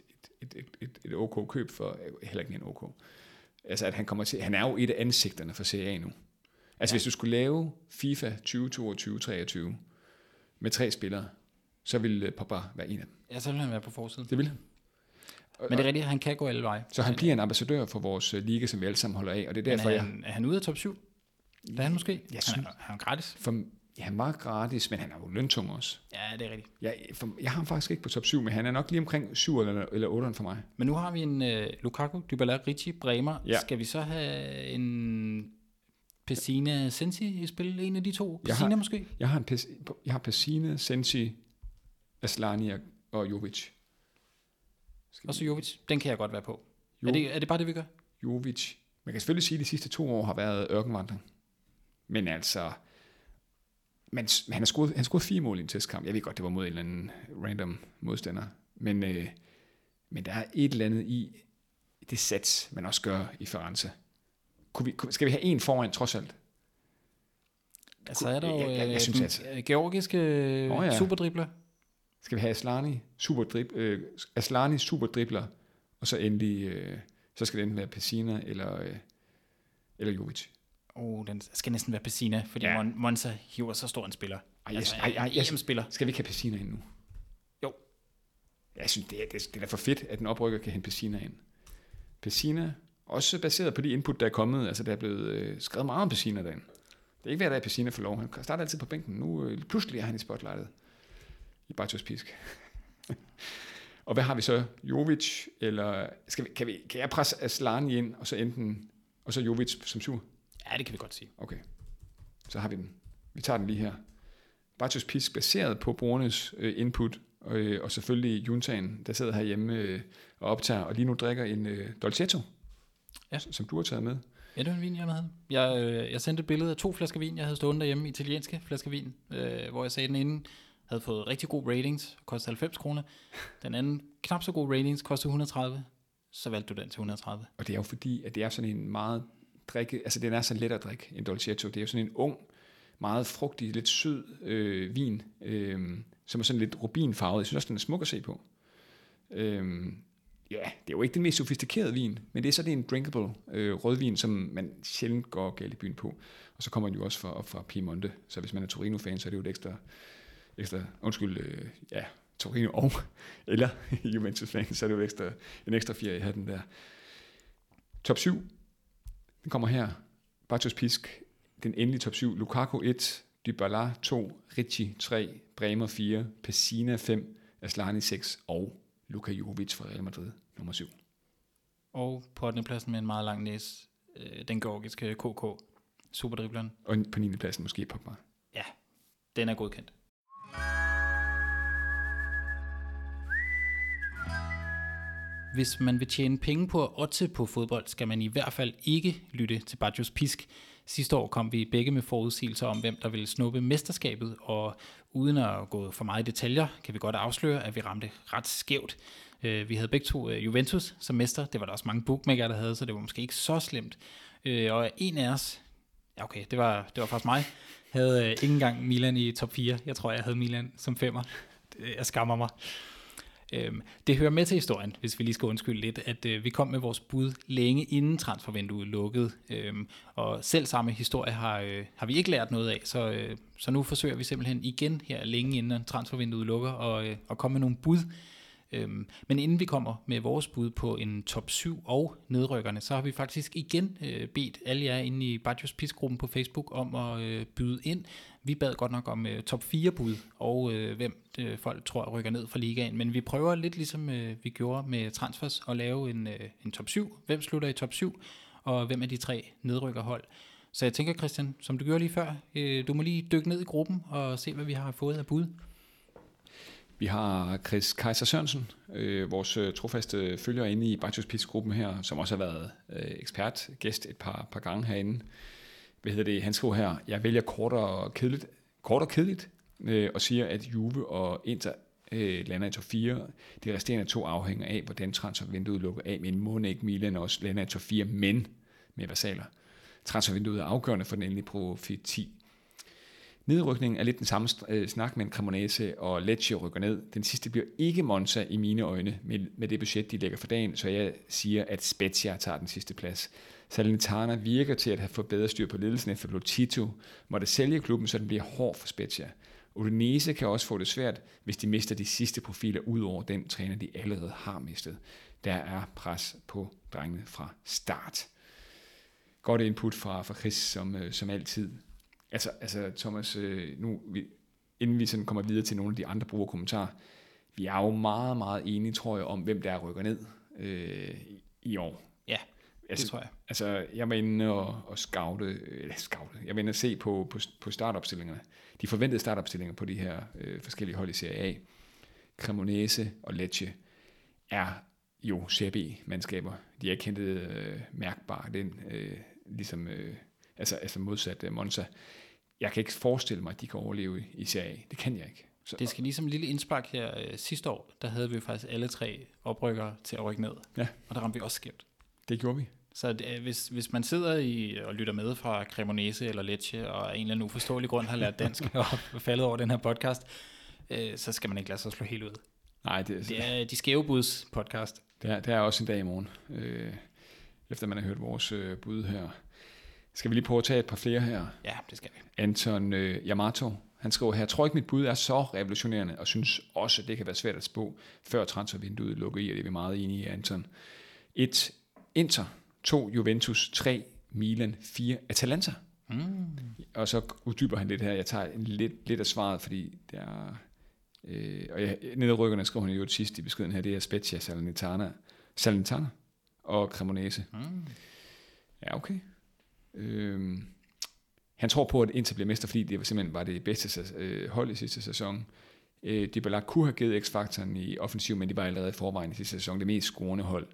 et OK køb for, heller ikke en OK. Altså at han kommer til, han er jo et af ansigterne for CA nu. Altså hvis du skulle lave FIFA 2022-23 med 3 spillere, så vil Pogba være en af dem. Ja, så vil han være på forsiden. Det vil han. Men det er rigtigt, han kan gå alle veje. Så han bliver en ambassadør for vores liga, som vi alle sammen holder af, og det er derfor, er han ude af top 7? Det er han måske? Han er gratis. Han var gratis, men han er jo løntung også. Ja, det er rigtigt. Jeg har ham faktisk ikke på top 7, men han er nok lige omkring 7 eller 8 for mig. Men nu har vi en Lukaku, Dybala, Ricci, Bremer. Ja. Skal vi så have en Pessina, Sensi i spil? En af de 2? Pessina måske? Jeg har Pessina, Sensi, Aslani og Jovic. Og så Jovic. Den kan jeg godt være på. Er det bare det, vi gør? Jovic. Man kan selvfølgelig sige, at de sidste 2 år har været ørkenvandring. Men altså... han har scoret 4 mål i en testkamp. Jeg ved godt, det var mod en eller anden random modstander. Men der er et eller andet i det sats, man også gør i Firenze. Skal vi have en foran, trods alt? Altså er der jo georgiske superdribler. Skal vi have Aslani superdribler, og så endelig, så skal det enten være Pessina eller Jovic. Den skal næsten være Pessina, fordi Monza hiver så stor en spiller. EM-spiller. Skal vi ikke have Pessina ind nu? Jo. Jeg synes, det er da for fedt, at en oprykker kan hente Pessina ind. Pessina, også baseret på de input, der er kommet, altså der er blevet skrevet meget om Pessina derinde. Det er ikke hver dag, Pessina får lov. Han starter altid på bænken. Nu pludselig er han i spotlightet. I Bartosz Pisk. Og hvad har vi så? Jovic, eller kan jeg presse Asllani ind, og så Jovic som 7? Ja, det kan vi godt sige. Okay, så har vi den. Vi tager den lige her. Bartosz Pisk baseret på brugernes input, og selvfølgelig Juntaen, der sidder herhjemme og optager, og lige nu drikker en Dolcetto, som du har taget med. Ja, det var en vin, jeg havde. Jeg sendte et billede af 2 flasker vin, jeg havde stående derhjemme, italienske flasker vin, hvor jeg sagde den inden, havde fået rigtig god ratings, kostede 90 kroner. Den anden, knap så god ratings, kostede 130. Så valgte du den til 130. Og det er jo fordi, at det er sådan en meget altså den er så let at drikke, en Dolcetto. Det er jo sådan en ung, meget frugtig, lidt sød vin, som er sådan lidt rubinfarvet. Jeg synes også, den er smuk at se på. Det er jo ikke den mest sofistikerede vin, men det er sådan en drinkable rødvin, som man sjældent går galt i byen på. Og så kommer den jo også fra Piemonte, så hvis man er Torino-fan, så er det jo et ekstra Torino og, eller Juventus-fan, så er det jo en ekstra 4 i hatten der. Top 7, den kommer her. Bartosz Pisk, den endelige top 7. Lukaku 1, Dybala 2, Ricci 3, Bremer 4, Pessina 5, Asllani 6 og Luka Jovic fra Real Madrid, nummer 7. Og på 8. pladsen med en meget lang næse, den georgiske KK, superdribleren. Og på 9. pladsen måske Pogba. Ja, den er godkendt. Hvis man vil tjene penge på at oddse på fodbold, skal man i hvert fald ikke lytte til Bartosz Pisk. Sidste år kom vi begge med forudsigelser om, hvem der ville snuppe mesterskabet, og uden at gå for meget i detaljer, kan vi godt afsløre, at vi ramte ret skævt. Vi havde begge to Juventus som mester, det var der også mange bookmakere, der havde, så det var måske ikke så slemt. Og en af os, det var faktisk mig, havde ikke engang Milan i top 4. Jeg tror, jeg havde Milan som 5'er. Jeg skammer mig. Det hører med til historien, hvis vi lige skal undskylde lidt, at vi kom med vores bud længe inden transfervinduet lukkede, og selv samme historie har vi ikke lært noget af, så nu forsøger vi simpelthen igen her længe inden transfervinduet lukker og komme med nogle bud. Men inden vi kommer med vores bud på en top 7 og nedrykkerne, så har vi faktisk igen bedt alle jer inde i Bartosz Pisk-gruppen på Facebook om at byde ind. Vi bad godt nok om top 4 bud, og hvem folk tror rykker ned fra ligaen, men vi prøver lidt ligesom vi gjorde med transfers at lave en top 7. Hvem slutter i top 7, og hvem er de 3 nedrykkerhold? Så jeg tænker, Christian, som du gjorde lige før, du må lige dykke ned i gruppen og se, hvad vi har fået af bud. Vi har Chris Kaiser Sørensen, vores trofaste følger inde i Bartosz Pisk-gruppen her, som også har været ekspertgæst et par gange herinde. Han skriver her, jeg vælger kort og kedeligt, og siger, at Juve og Inter lander i top 4. De resterende 2 afhænger af, hvordan transfervinduet lukker af, men må ikke Milan også lander i top 4, men med versaler. Transfervinduet er afgørende for den endelige profeti. Nedrykningen er lidt den samme snak, men Cremonese og Lecce rykker ned. Den sidste bliver ikke Monza i mine øjne med det budget, de lægger for dagen, så jeg siger, at Spezia tager den sidste plads. Salernitana virker til at have fået bedre styr på ledelsen efter Lotito måtte sælge klubben, så den bliver hård for Spezia. Udinese kan også få det svært, hvis de mister de sidste profiler ud over den træner, de allerede har mistet. Der er pres på drengene fra start. Godt input fra Chris som altid. Altså Thomas, inden vi sådan kommer videre til nogle af de andre brugerkommentarer, vi er jo meget, meget enige, tror jeg, om hvem der rykker ned i år. Ja, det tror jeg. Altså, jeg var inde og scoute. Jeg var inde og se på startopstillingerne. De forventede startopstillinger på de her forskellige hold i Serie A. Cremonese og Lecce er jo Serie B-mandskaber. De er ikke hentet mærkbart ind, altså modsat Monza. Jeg kan ikke forestille mig, at de kan overleve i Serie A. Det kan jeg ikke. Så. Det skal ligesom en lille indspark her. Sidste år, der havde vi faktisk alle 3 oprykkere til at rykke ned. Ja. Og der ramte vi også skævt. Det gjorde vi. Så hvis man sidder og lytter med fra Cremonese eller Lecce, og af en eller anden uforståelig grund har lært dansk og faldet over den her podcast, så skal man ikke lade sig slå helt ud. Nej, det er de skæve buds podcast. Det er også en dag i morgen, efter man har hørt vores bud her. Skal vi lige prøve at tage et par flere her? Ja, det skal vi. Anton Yamato, han skriver her, jeg tror ikke mit bud er så revolutionerende, og synes også, det kan være svært at spå, før transfervinduet lukker i, og det er vi meget enige i, Anton. 1. Inter, 2. Juventus, 3. Milan, 4. Atalanta. Og så uddyber han lidt her, jeg tager lidt af svaret, fordi det er... og nederrykkerne skriver han jo sidst i beskeden her, det er Spezia, Salernitana og Cremonese. Ja, okay. Han tror på, at Inter bliver mester, fordi det simpelthen var det bedste hold i sidste sæson. Dybala kunne have givet X-faktoren i offensiv, men de var allerede i forvejen i sidste sæson det mest scorende hold.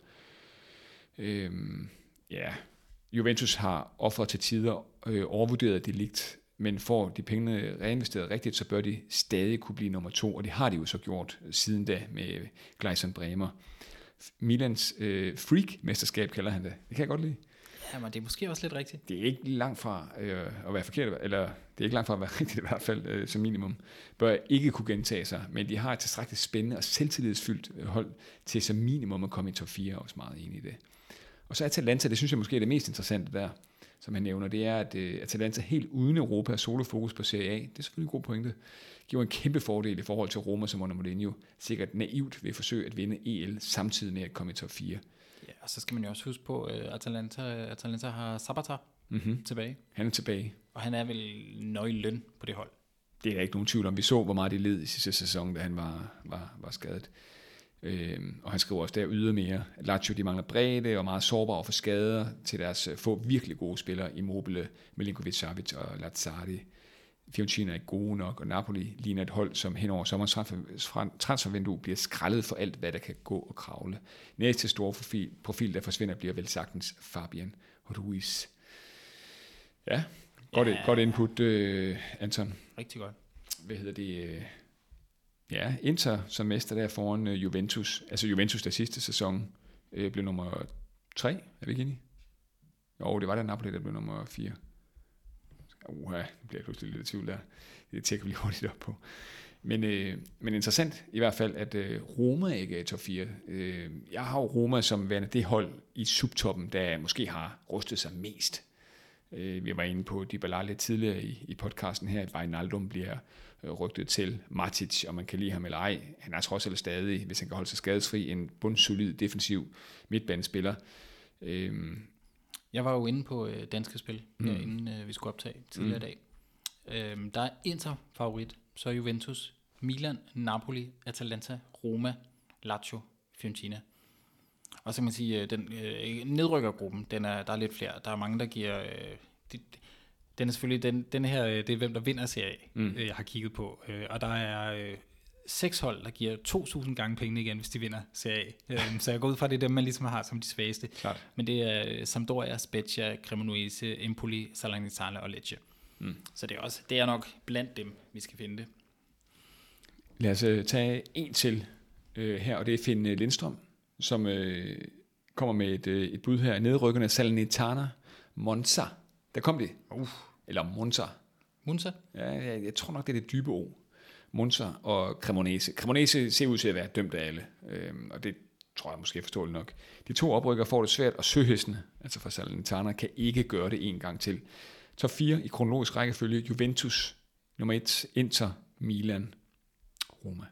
Juventus har offret til tider overvurderet De Ligt, men får de pengene reinvesteret rigtigt, så bør de stadig kunne blive nummer 2, og det har de jo så gjort siden da med Gleison Bremer. Milans freak-mesterskab kalder han det. Det kan jeg godt lide. Ja, men det er måske også lidt rigtigt. Det er ikke langt fra at være forkert, eller det er ikke langt fra at være rigtigt i hvert fald, som minimum. Bør ikke kunne gentage sig, men de har et tilstrækkeligt spændende og selvtillidsfyldt hold til som minimum at komme i top 4, og også meget enig i det. Og så Atalanta, det synes jeg måske er det mest interessante der, som han nævner, det er, at Atalanta helt uden Europa er solofokus på Serie A. Det er selvfølgelig en god pointe. Giver en kæmpe fordel i forhold til Roma, som under Mourinho sikkert naivt vil forsøge at vinde EL samtidig med at komme i top 4. Ja, og så skal man jo også huske på, at Atalanta har Zapata tilbage. Han er tilbage. Og han er vel nøglen på det hold. Det er der ikke nogen tvivl om. Vi så, hvor meget det led i sidste sæson, da han var skadet. Og han skriver også der ydermere, at Lazio de mangler bredde og meget sårbare for skader til deres få virkelig gode spillere, Immobile, Milinkovic-Savic og Lazzari. Fiorentina er ikke gode nok, og Napoli ligner et hold, som hen over sommerens transfervindue bliver skrællet for alt, hvad der kan gå og kravle. Næste store profil, der forsvinder, bliver vel sagtens Fabian Ruiz. Ja, godt input, Anton. Rigtig godt. Hvad hedder det? Ja, Inter som mester der foran Juventus. Altså Juventus der sidste sæson blev nummer 3, er vi ikke enige? Jo, det var der Napoli, der blev nummer 4. Det bliver pludselig lidt i tvivl der. Det tjekker vi lige hurtigt op på. Men interessant i hvert fald, at Roma ikke er i top 4. Jeg har jo Roma som værende det hold i subtoppen, der måske har rustet sig mest. Vi var inde på Dybala lidt tidligere i podcasten her, at Wijnaldum bliver rygtet til Matic, og man kan lide ham eller ej. Han er trods alt stadig, hvis han kan holde sig skadesfri, en bundsolid defensiv midtbanespiller. Jeg var jo inde på Danske Spil, inden vi skulle optage tidligere i dag. Der er Inter favorit, så Juventus, Milan, Napoli, Atalanta, Roma, Lazio, Fiorentina. Og så kan man sige, den nedrykkergruppen, der er lidt flere. Der er mange, der giver... den er selvfølgelig, den her, det er hvem der vinder Serie A, jeg har kigget på. Og der er 6 hold, der giver 2.000 gange penge igen, hvis de vinder Serie A. Så jeg går ud fra, det er dem, man ligesom har som de svageste. Klart. Men det er Sampdoria, Spezia, Cremonese, Empoli, Salernitana og Lecce. Så det er nok blandt dem, vi skal finde det. Lad os tage en til her, og det er Finn Lindstrøm, som kommer med et bud her. Nedrykkerne Salernitana, Monza. Der kom det. Eller Monza. Monza? Ja, jeg tror nok, det er det dybe ord. Monza og Cremonese. Cremonese ser ud til at være dømt af alle, og det tror jeg måske er forståeligt nok. De 2 oprykker får det svært, og søhestene, altså fra Salernitana, kan ikke gøre det en gang til. Top 4 i kronologisk rækkefølge: Juventus, nummer 1, Inter, Milan, Roma.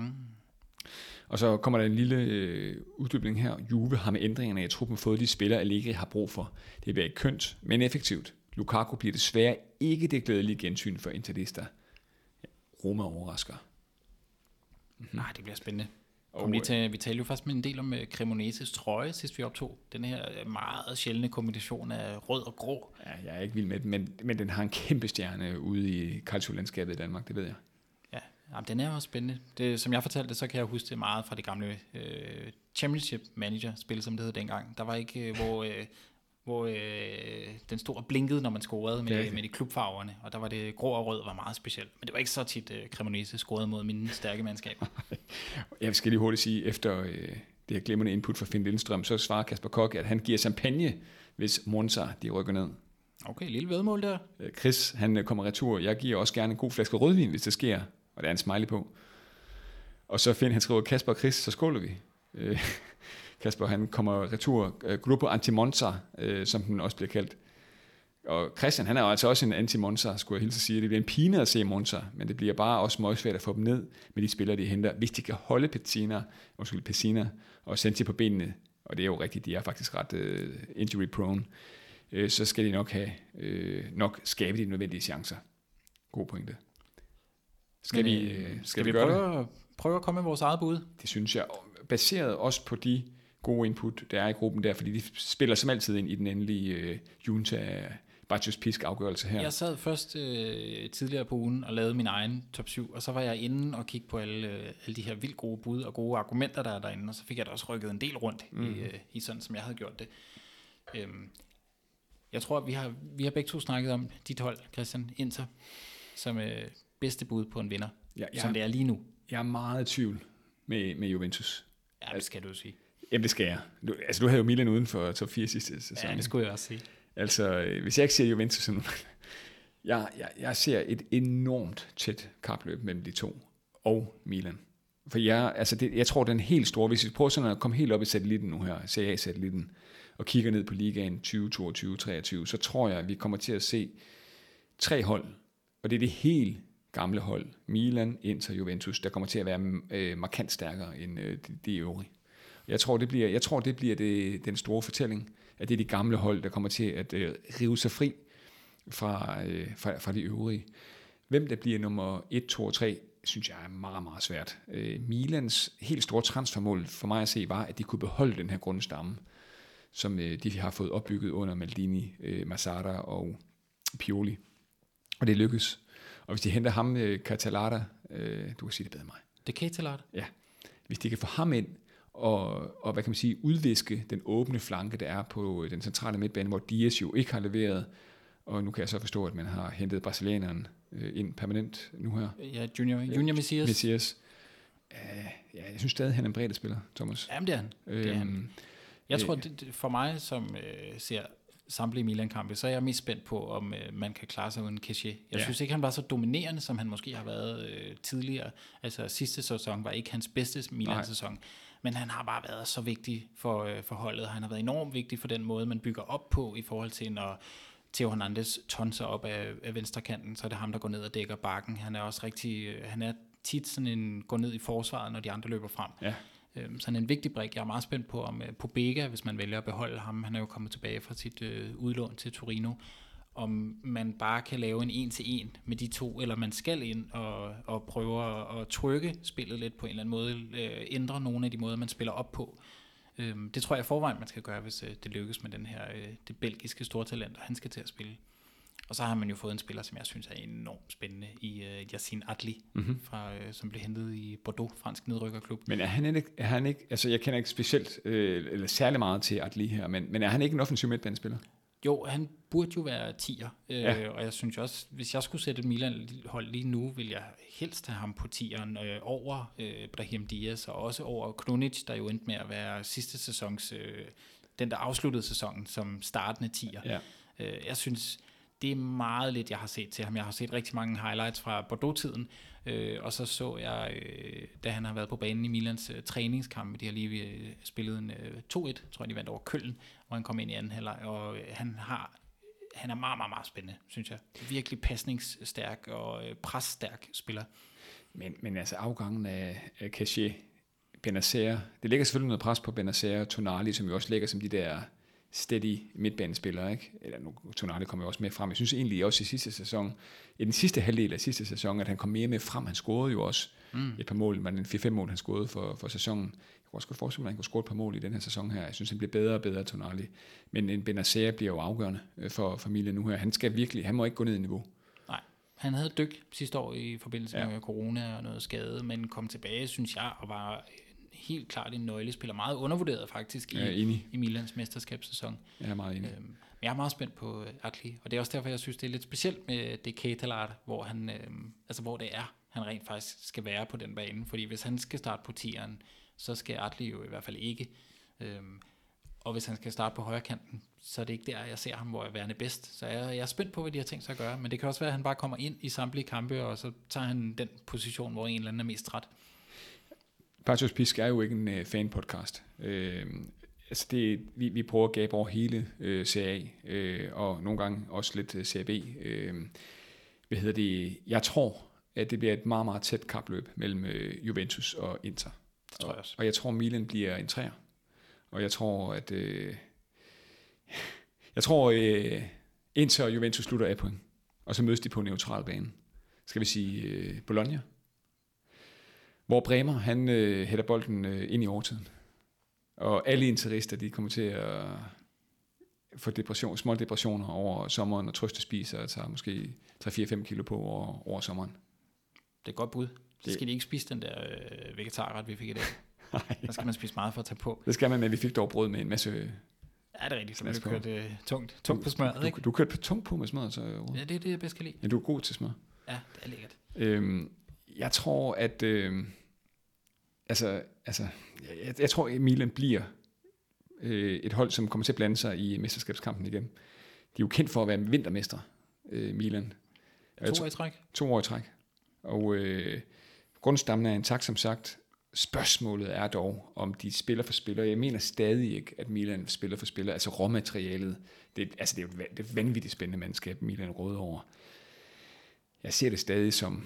Og så kommer der en lille uddybning her. Juve har med ændringerne i truppen fået de spillere, Allegri har brug for. Det bliver ikke kønt, men effektivt. Lukaku bliver desværre ikke det glædelige gensyn for Interista. Roma overrasker. Nej, det bliver spændende. Vi talte jo faktisk med en del om Cremoneses trøje, sidst vi optog. Den her meget sjældne kombination af rød og grå. Ja, jeg er ikke vild med den, men den har en kæmpe stjerne ude i calcio-landskabet i Danmark, det ved jeg. Ja, jamen, den er også spændende. Det, som jeg fortalte, så kan jeg huske det meget fra det gamle Championship Manager-spil, som det hed dengang. Der var ikke, hvor den stod og blinkede, når man scorede med de klubfarverne, og der var det grå og rød var meget specielt. Men det var ikke så tit Cremonese scorede mod mine stærke mandskaber. Jeg skal lige hurtigt sige, efter det her glimrende input fra Finn Lindstrøm, så svarer Kasper Koch, at han giver champagne, hvis Monza de rykker ned. Okay, lille vedmål der. Chris, han kommer retur. Jeg giver også gerne en god flaske rødvin, hvis det sker. Og der er en smiley på. Og så Finn, han skriver, Kasper og Chris, så skåler vi. Kasper, han kommer retur. Gruppo Antimonza, som den også bliver kaldt. Og Christian, han er jo altså også en anti-Monza, skulle jeg hilse at sige. Det bliver en pine at se Monza, men det bliver bare også meget svært at få dem ned med de spillere, de henter. Hvis de kan holde Pessina og Senti på benene, og det er jo rigtigt, de er faktisk ret injury prone, så skal de nok skabe de nødvendige chancer. God pointe. Skal vi prøve at komme med vores eget bud? Det synes jeg, baseret også på de gode input, der er i gruppen der, fordi de spiller som altid ind i den endelige Junta Bartosz Pisk afgørelse her. Jeg sad først tidligere på ugen og lavede min egen top 7, og så var jeg inde og kiggede på alle de her vildt gode bud og gode argumenter, der er derinde, og så fik jeg da også rykket en del rundt i sådan, som jeg havde gjort det. Jeg tror, vi har begge to snakket om dit hold, Christian, Inter, som bedste bud på en vinder, som det er lige nu. Jeg er meget i tvivl med Juventus. Ja, det skal du sige. Jamen, det skal jeg. Du havde jo Milan uden for top 4 sidste sæson. Ja, det skulle jeg også sige. Altså, hvis jeg ikke ser Juventus sådan, jeg ser et enormt tæt kapløb mellem de to og Milan. For jeg tror, den helt store, hvis vi prøver sådan at komme helt op i satellitten nu her, Serie A-satellitten, og kigger ned på ligaen 2022-23, så tror jeg, at vi kommer til at se 3 hold, og det er det helt gamle hold, Milan, Inter, Juventus, der kommer til at være markant stærkere end de øvrige. Jeg tror, det bliver den store fortælling, at det er de gamle hold, der kommer til at rive sig fri fra de øvrige. Hvem der bliver nummer 1, 2 og 3, synes jeg er meget, meget svært. Milans helt store transfermål for mig at se var, at de kunne beholde den her grundstamme, som de har fået opbygget under Maldini, Mazzara og Pioli. Og det lykkes. Og hvis de henter ham, Catalata, du kan sige det bedre end mig. Det er Catalata? Ja. Hvis de kan få ham ind, og hvad kan man sige, udviske den åbne flanke, der er på den centrale midtbane, hvor Diaz jo ikke har leveret, og nu kan jeg så forstå, at man har hentet brasilianeren ind permanent nu her. Ja, Junior Messias. Jeg synes stadig, han er en bredde spiller, Thomas. Jamen, det er han. Jeg tror, for mig, som ser samtlige Milan-kampe, så er jeg mest spændt på, om man kan klare sig uden Kessie. Jeg synes ikke, han var så dominerende, som han måske har været tidligere. Altså sidste sæson var ikke hans bedste Milan-sæson. Men han har bare været så vigtig for holdet. Han har været enormt vigtig for den måde, man bygger op på, i forhold til, når Theo Hernandez tonser op af venstrekanten, så er det ham, der går ned og dækker bakken. Han er også han er tit sådan en går ned i forsvaret, når de andre løber frem. Ja. Så han er en vigtig brik. Jeg er meget spændt på, om Pobega, hvis man vælger at beholde ham, han er jo kommet tilbage fra sit udlån til Torino, om man bare kan lave en 1-1 med de to, eller man skal ind og prøve at trykke spillet lidt på en eller anden måde, ændre nogle af de måder, man spiller op på. Det tror jeg forvejen, man skal gøre, hvis det lykkes med den her, det belgiske stortalent, og han skal til at spille. Og så har man jo fået en spiller, som jeg synes er enormt spændende, i Yacine Adli, som blev hentet i Bordeaux, fransk nedrykkerklub. Men er han ikke, altså jeg kender ikke specielt, eller særlig meget til Adli her, men er han ikke en offensiv midtbanespiller? Jo, han burde jo være 10'er, og jeg synes også, hvis jeg skulle sætte et Milan-hold lige nu, vil jeg helst have ham på 10'eren over Brahim Diaz, og også over Krunic, der jo endte med at være sidste sæsons, den der afsluttede sæsonen som startende 10'er. Ja. Jeg synes, det er meget lidt, jeg har set til ham. Jeg har set rigtig mange highlights fra Bordeaux-tiden, og så jeg, da han har været på banen i Milans træningskampe, de har lige spillet en 2-1, tror jeg, de vandt over Köln, hvor han kom ind i anden halvleg, og han er meget, meget, meget spændende, synes jeg. Virkelig pasningsstærk og presstærk spiller. Men altså afgangen af Kessie, Benacer, det lægger selvfølgelig noget pres på Benacer og Tonali, som jo også lægger som de der steady midtbanespillere, ikke? Eller nu, Tonali kommer jo også med frem. Jeg synes egentlig også i sidste sæson, i den sidste halvdel af sidste sæson, at han kom mere med frem. Han scorede jo også et par mål, men 4-5 mål, han scorede for sæsonen. Jeg kunne også godt forestille mig, at han kunne score et par mål i den her sæson her. Jeg synes, han bliver bedre og bedre, Tonali. Men en Benacer bliver jo afgørende for familien nu her. Han må ikke gå ned i niveau. Nej, han havde dyk sidste år i forbindelse med corona og noget skade, men kom tilbage, synes jeg, og var helt klart en nøglespiller, meget undervurderet faktisk i Milans mesterskabssæson. Jeg er meget enig. Jeg er meget spændt på Adli, og det er også derfor, jeg synes, det er lidt specielt med det Catalata, hvor han, hvor det er, han rent faktisk skal være på den bane, fordi hvis han skal starte på 10'eren, så skal Adli jo i hvert fald ikke. Og hvis han skal starte på højre kanten, så er det ikke der, jeg ser ham, hvor jeg er værende bedst. Så jeg er spændt på, hvad de har tænkt sig at gøre, men det kan også være, at han bare kommer ind i samtlige kampe, og så tager han den position, hvor en eller anden er mest træt. Bartosz Pisk er jo ikke en fan-podcast. altså vi prøver at gabe over hele Serie A, og nogle gange også lidt Serie B. Jeg tror, at det bliver et meget, meget tæt kapløb mellem Juventus og Inter. Det tror jeg også. Og jeg tror, Milan bliver en træer. Og jeg tror, at Inter og Juventus slutter af point. Og så mødes de på en neutral bane. Skal vi sige Bologna? Hvor Bremer, han hætter bolden ind i overtiden. Og alle interister, de kommer til at få små depressioner over sommeren og trøstespiser og tager måske 3-4-5 kilo på over sommeren. Det er et godt bud. Så skal de ikke spise den der vegetarret, vi fik i dag. Nej, Der skal man spise meget for at tage på. det skal man, men vi fik dog brød med en masse... Ja, det er rigtigt. Så man har kørt tungt på smøret, ikke? Du kørte tungt på med smøret, så... Ja, det er det, jeg bedst kan lide. Ja, du er god til smør. Ja, det er lækkert. Jeg tror, at... jeg tror, at Milan bliver et hold, som kommer til at blande sig i mesterskabskampen igen. De er jo kendt for at være vintermester, Milan. 2 år i træk. 2 år i træk. Og grundstammen er intakt, som sagt. Spørgsmålet er dog, om de spiller for spiller. Jeg mener stadig ikke, at Milan spiller for spiller. Altså råmaterialet. Det er jo et vanvittigt spændende mandskab, Milan råder over. Jeg ser det stadig som...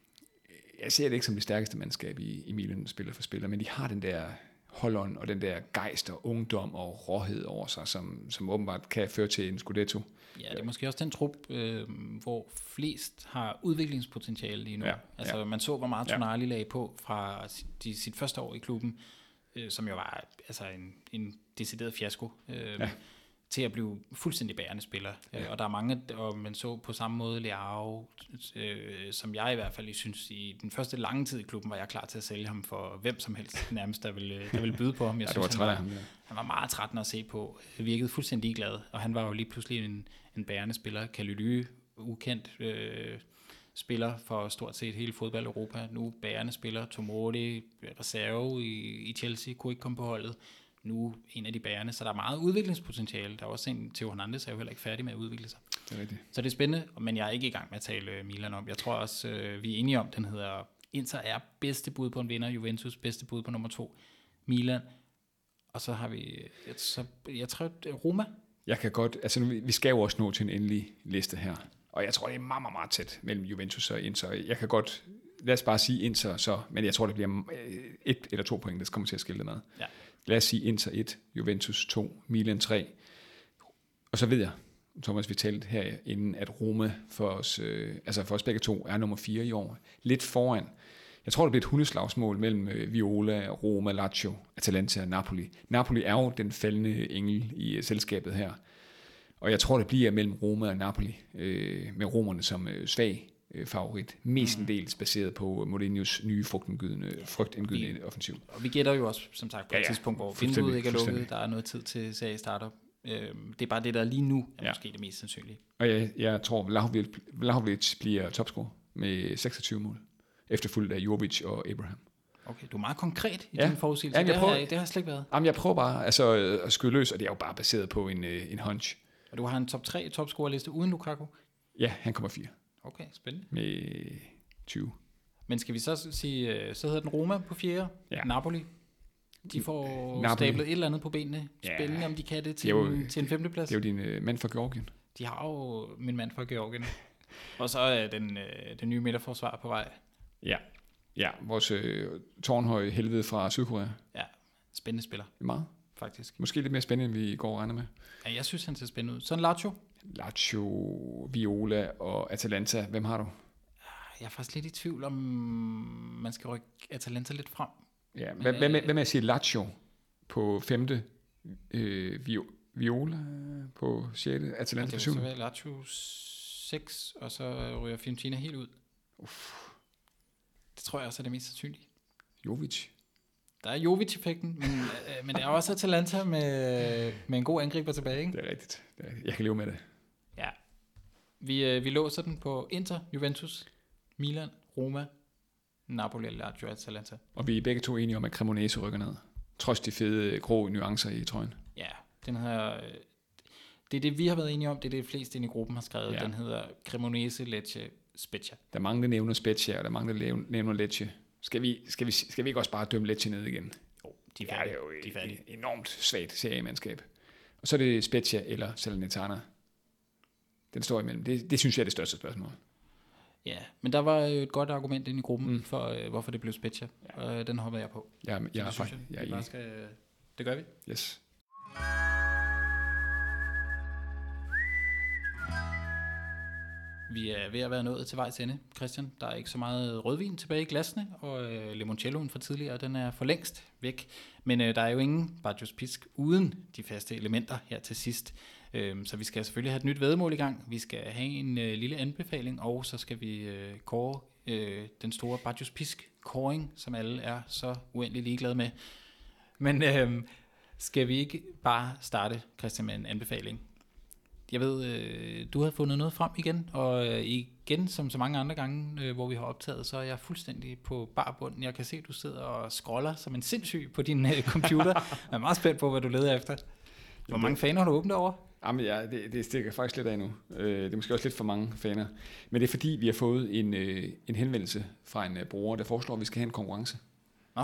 Jeg ser det ikke som det stærkeste mandskab i Milan spiller for spiller, men de har den der holdånd og den der gejst og ungdom og råhed over sig, som åbenbart kan føre til en Scudetto. Ja, det er måske også den trup, hvor flest har udviklingspotentiale lige nu. Ja, altså man så, hvor meget Tonali lagde på fra sit første år i klubben, som jo var altså en decideret fiasko, til at blive fuldstændig bærende spiller. Og der er mange, og man så på samme måde Leao, som jeg i hvert fald synes, i den første lange tid i klubben, var jeg klar til at sælge ham for hvem som helst nærmest, der ville byde på ham. Jeg synes, han var meget trættende at se på. Virkede fuldstændig ligeglad, og han var jo lige pludselig en bærende spiller. Kalyly, ukendt spiller for stort set hele fodbold Europa. Nu bærende spiller. Tomori, reserve i Chelsea, kunne ikke komme på holdet. Nu en af de bærende, så der er meget udviklingspotentiale. Der er også en, Theo Hernandez er jo heller ikke færdig med at udvikle sig. Det er rigtigt. Så det er spændende, men jeg er ikke i gang med at tale Milan om. Jeg tror også, vi er enige om, den hedder Inter er bedste bud på en vinder, Juventus bedste bud på nummer 2, Milan, og så har vi, jeg tror, Roma. Jeg kan godt, altså vi skal jo også nå til en endelig liste her, og jeg tror, det er meget, meget, meget tæt mellem Juventus og Inter. Jeg kan godt, lad os bare sige Inter så, men jeg tror, det bliver 1 eller 2 point, der kommer til at skille det med. Ja. Lad os sige Inter 1, Juventus 2, Milan 3. Og så ved jeg, Thomas, vi talte her inden, at Roma for os begge to er nummer 4 i år. Lidt foran. Jeg tror, det bliver et hundeslagsmål mellem Viola, Roma, Lazio, Atalanta og Napoli. Napoli er jo den faldende engel i selskabet her. Og jeg tror, det bliver mellem Roma og Napoli, med romerne som svag favorit. Mestendels baseret på Mourinhos nye frygtindgydende offensiv. Og vi gætter jo også, som sagt, på et tidspunkt, hvor vinduet ikke er lukket. Der er noget tid til serie starter. Det er bare det, der lige nu er måske det mest sandsynlige. Og jeg tror, Vlahovic bliver topscorer med 26 mål. Efterfulgt af Jovic og Abraham. Okay, du er meget konkret i din forudsigelse. Ja, det har slet ikke været. Jamen, jeg prøver bare at skyde løs, og det er jo bare baseret på en hunch. Og du har en top 3 topscorerliste uden Lukaku? Ja, han kommer 4. Okay, spændende. Med 20. Men skal vi så sige, så hedder den Roma på 4. Ja. Napoli. De får stablet et eller andet på benene. Spændende, om de kan det til en 5. plads. Det er jo din mand fra Georgien. De har jo min mand fra Georgien. Og så er den nye midterforsvar på vej. Ja, vores tårnhøje helvede fra Sydkorea. Ja, spændende spiller. Meget. Faktisk. Måske lidt mere spændende, end vi går og regner med. Ja, jeg synes, han ser spændende ud. Sådan Lazio, Viola og Atalanta. Hvem har du? Jeg er faktisk lidt i tvivl om, man skal rykke Atalanta lidt frem. Ja, hvad med at sige Lazio på 5. Viola på 6. Atalanta på 7. Det vil så være Lazio 6, og så ryger Fiorentina helt ud. Det tror jeg også er det mest sandsynlige. Jovic. Der er Jovic-effekten, men der er også Atalanta med en god angriber tilbage, ikke? Det er rigtigt. Jeg kan leve med det. Ja. Vi låser den på Inter, Juventus, Milan, Roma, Napoli, Lazio og Atalanta. Og vi er begge to enige om, at Cremonese rykker ned. Trods de fede grå nuancer i trøjen. Ja, den her... Det er det, vi har været enige om. Det er det, fleste inde i gruppen har skrevet. Ja. Den hedder Cremonese, Lecce, Spezia. Der er mange, der nævner Spezia, og der er mange, der nævner Lecce. Skal vi ikke også bare dømme Lecce ned igen? Jo, de er jo de er færdige. et enormt svagt seriemandskab. Og så er det Spezia eller Salernitana. Den står imellem. Det synes jeg er det største spørgsmål. Ja, men der var jo et godt argument inde i gruppen for, hvorfor det blev Spezia. Og den hopper jeg på. Jeg er enig. Det gør vi. Yes. Vi er ved at være nået til vejs ende, Christian. Der er ikke så meget rødvin tilbage i glasene, og limoncelloen fra tidligere, den er for længst væk. Men der er jo ingen Bajos Pisk uden de faste elementer her til sidst. Så vi skal selvfølgelig have et nyt væddemål i gang. Vi skal have en lille anbefaling, og så skal vi kåre den store Bajos Pisk-kåring, som alle er så uendelig ligeglade med. Men skal vi ikke bare starte, Christian, med en anbefaling? Jeg ved, du har fundet noget frem igen, og igen, som så mange andre gange, hvor vi har optaget, så er jeg fuldstændig på barbunden. Jeg kan se, at du sidder og scroller som en sindssyg på din computer. Jeg er meget spændt på, hvad du leder efter. Hvor mange faner har du åbnet over? Jamen det stikker faktisk lidt af nu. Det er måske også lidt for mange faner. Men det er fordi, vi har fået en henvendelse fra en bruger, der foreslår, at vi skal have en konkurrence. Nå.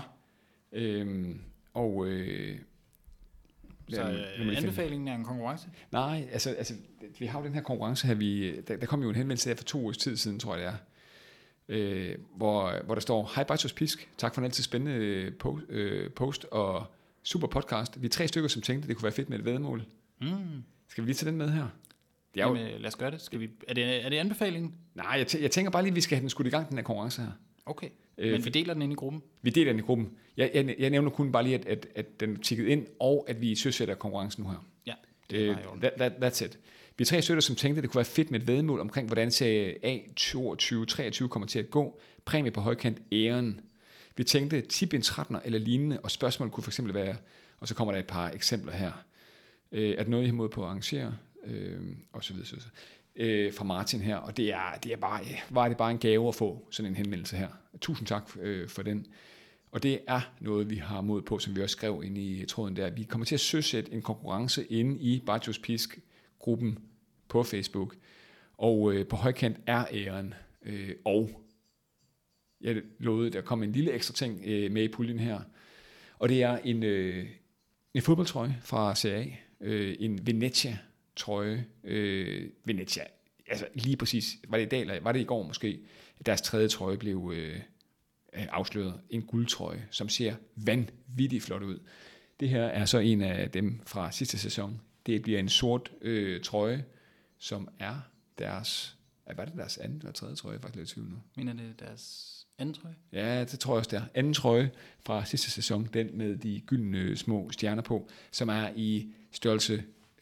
Så anbefalingen er en konkurrence? Nej, altså vi har jo den her konkurrence her. Der kom jo en henvendelse her for 2 års tid siden, tror jeg det er, hvor der står: Hej Bajos Pisk, tak for en altid spændende post og super podcast. Vi er 3 stykker, som tænkte, det kunne være fedt med et væddemål. Skal vi lige tage den med her? Jamen, lad os gøre det. Er det anbefalingen? Nej, jeg tænker bare lige, at vi skal have den skudt i gang, den her konkurrence her. Okay, men vi deler den ind i gruppen? Vi deler den i gruppen. Jeg nævner kun bare lige, at den er tikket ind, og at vi søsætter konkurrencen nu her. Ja, det er that's it. Vi er 3 stykker, som tænkte, at det kunne være fedt med et væddemål omkring, hvordan Serie A 22-23 kommer til at gå. Præmie på højkant, æren. Vi tænkte tip-indtrætner eller lignende, og spørgsmålet kunne for eksempel være, og så kommer der et par eksempler her. Er der noget, I har mod på at arrangere? Og så videre. Fra Martin her, og det er bare en gave at få sådan en henvendelse her. Tusind tak for den. Og det er noget, vi har mod på, som vi også skrev ind i tråden der. Vi kommer til at søsætte en konkurrence inde i Bajos Pisk-gruppen på Facebook, og på højkant er æren, og jeg lovede, der kom en lille ekstra ting med i puljen her, og det er en fodboldtrøje fra Serie A, en Venezia trøje. Venezia, altså lige præcis, var det i dag, eller var det i går måske, deres 3. trøje blev afsløret. En guldtrøje, som ser vanvittigt flot ud. Det her er så en af dem fra sidste sæson. Det bliver en sort trøje, som er deres, var det deres 2. eller 3. trøje? Jeg er faktisk lidt i tvivl nu. Mener det deres 2. trøje? Ja, det tror jeg også, det er. 2. trøje fra sidste sæson, den med de gyldne små stjerner på, som er i størrelse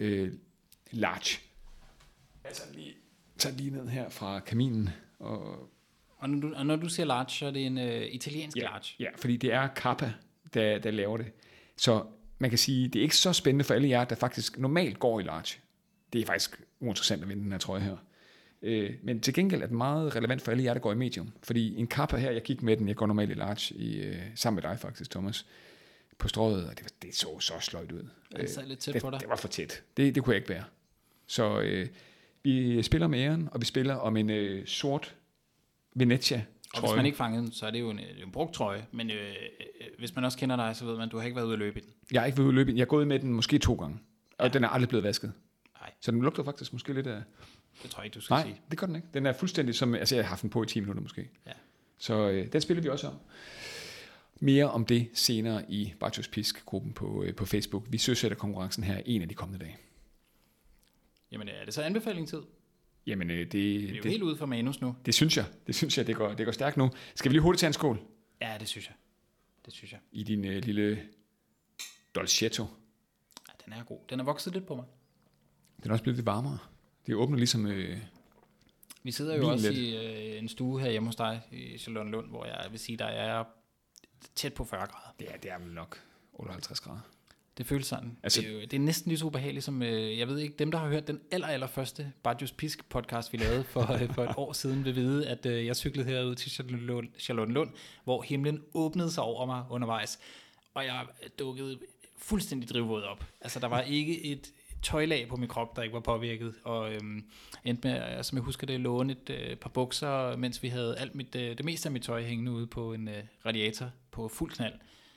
large. Altså lige ned her fra kaminen. Og når du siger large, så er det en italiensk large? Ja, fordi det er Kappa, der laver det. Så man kan sige, det er ikke så spændende for alle jer, der faktisk normalt går i large. Det er faktisk uinteressant at vinde den her trøje her. Men til gengæld er det meget relevant for alle jer, der går i medium. Fordi en Kappa her, jeg gik med den, jeg går normalt i large, sammen med dig faktisk, Thomas, på strøget, og det så sløjt ud. Det sad lidt tæt på dig. Det var for tæt. Det kunne jeg ikke bære. Så vi spiller med æren, og vi spiller om en sort Venezia trøje. Og hvis man ikke fangede den, så er det jo en brugt trøje. Men hvis man også kender dig, så ved man, at du har ikke været ude at løbe i den. Jeg har ikke været ude at løbe i den. Jeg har gået med den måske 2 gange. Og den er aldrig blevet vasket. Nej. Så den lugter faktisk måske lidt af... Det tror jeg ikke, du skal sige. Nej, det gør den ikke. Den er fuldstændig som... Altså, jeg har haft den på i 10 minutter måske. Ja. Så den spiller vi også om. Mere om det senere i Bajos Pisk-gruppen på Facebook. Vi søsætter konkurrencen her en af de kommende dage. Jamen, er det så anbefalingstid? Jamen, det er jo helt ude for manus nu. Det synes jeg. Det går stærkt nu. Skal vi lige hurtigt tage en skål? Ja, det synes jeg. I din lille dolcetto. Ja, den er god. Den er vokset lidt på mig. Den er også blevet lidt varmere. Det åbner ligesom... Vi sidder jo også i en stue her hjemme hos dig i Charlottenlund, hvor jeg vil sige, der er tæt på 40 grader. Det er vel nok 58 grader. Det føles sådan. Altså, det er næsten lige så ubehageligt som, jeg ved ikke, dem der har hørt den allerførste Bajos Pisk podcast, vi lavede for et år siden, vil vide, at jeg cyklede herud til Charlottenlund, hvor himlen åbnede sig over mig undervejs, og jeg dukkede fuldstændig drivvåd op. Altså, der var ikke et tøjlag på min krop, der ikke var påvirket, og endte med, som jeg husker det, låne et par bukser, mens vi havde det meste af mit tøj hængende ude på en radiator på fuld knald.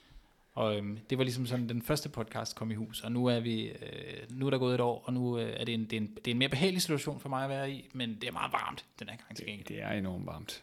Og det var ligesom sådan, den første podcast kom i hus, og nu er der gået et år, og nu er det en mere behagelig situation for mig at være i, men det er meget varmt den her gang til gengæld. Det er enormt varmt.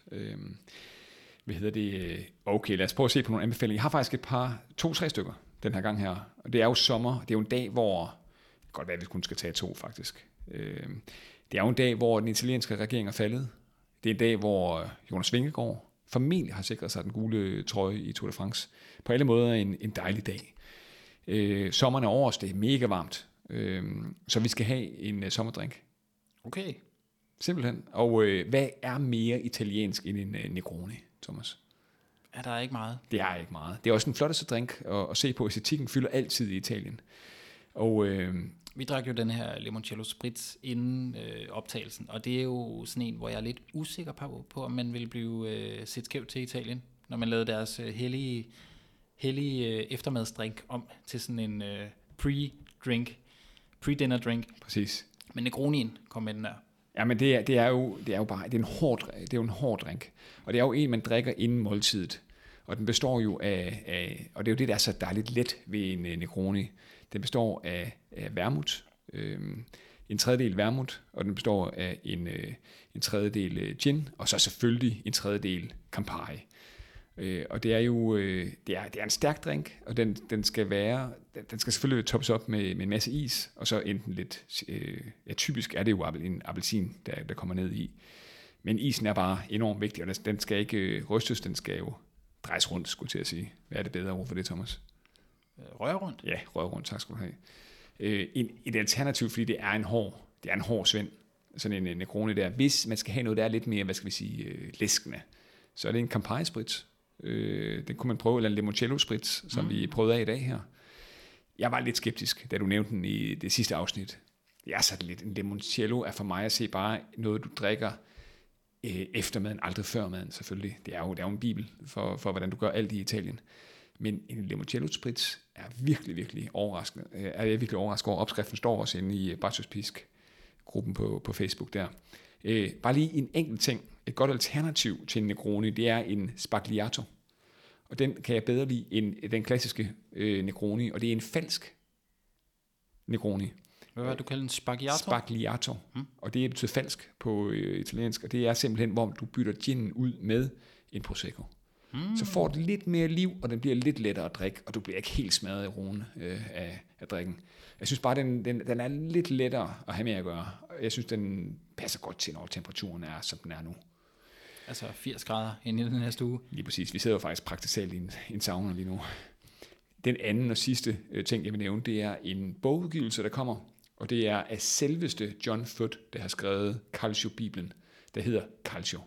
Okay, lad os prøve at se på nogle anbefalinger. Jeg har faktisk et par, 2-3 stykker den her gang her, og det er jo sommer, det er jo en dag, hvor, det kan godt være, at vi kun skal tage 2 faktisk. Det er jo en dag, hvor den italienske regering er faldet. Det er en dag, hvor Jonas Vingegaard formentlig har sikret sig den gule trøje i Tour de France. På alle måder en dejlig dag. Sommeren er over os, det er mega varmt, så vi skal have en sommerdrink. Okay. Simpelthen. Og hvad er mere italiensk end en Negroni, Thomas? Er der ikke meget? Det er ikke meget. Det er også den flotteste drink at se på. Æstetikken fylder altid i Italien. Og vi drak jo den her limoncello spritz inden optagelsen, og det er jo sådan en, hvor jeg er lidt usikker på om man vil blive set skævt til Italien, når man lavede deres hellige eftermadsdrink om til sådan en pre-dinner drink. Præcis. Men Negronien kom med den der. Ja, men det er jo bare en hård drink, og det er jo en man drikker inden måltidet, og den består jo af og det er jo det der er så dejligt let ved en Negroni. Den består af vermut, en tredjedel vermut, og den består af en tredjedel gin, og så selvfølgelig en tredjedel Campari. Og det er jo det er en stærk drink, og den skal selvfølgelig toppes op med en masse is, og så enten lidt typisk er det jo en appelsin der kommer ned i. Men isen er bare enormt vigtig, og den skal ikke rystes, den skal jo drejes rundt, skulle jeg til at sige. Hvad er det bedre ord for det, Thomas? Rør rundt? Ja, rør rundt, tak skal du have. Et alternativ, fordi det er en hård svend, sådan en Negroni der. Hvis man skal have noget, der er lidt mere, læskende, så er det en Campari Spritz. Den kunne man prøve, eller en limoncello spritz, som vi prøvede af i dag her. Jeg var lidt skeptisk, da du nævnte den i det sidste afsnit. Jeg er sådan lidt, en limoncello er for mig at se bare noget, du drikker efter maden, aldrig før maden selvfølgelig. Det er jo en bibel for hvordan du gør alt i Italien. Men en limoncello spritz er virkelig, virkelig overraskende. Er jeg virkelig overrasket over. Opskriften står også inde i Bacchus Pisk-gruppen på Facebook der. Bare lige en enkelt ting. Et godt alternativ til en Negroni, det er en Sbagliato. Og den kan jeg bedre lide end den klassiske Negroni, og det er en falsk Negroni. Hvad var det, du kaldte en Sbagliato? Sbagliato. Og det betyder falsk på italiensk, og det er simpelthen, hvor du bytter ginen ud med en Prosecco. Så får det lidt mere liv, og den bliver lidt lettere at drikke, og du bliver ikke helt smadret i roen af drikken. Jeg synes bare, den er lidt lettere at have med at gøre. Jeg synes, den passer godt til, når temperaturen er, som den er nu. Altså 80 grader inde i den her stue. Lige præcis. Vi sidder jo faktisk praktisk talt i en sauna lige nu. Den anden og sidste ting, jeg vil nævne, det er en bogudgivelse, der kommer, og det er af selveste John Foot, der har skrevet Calcio-bibelen, der hedder Calcio.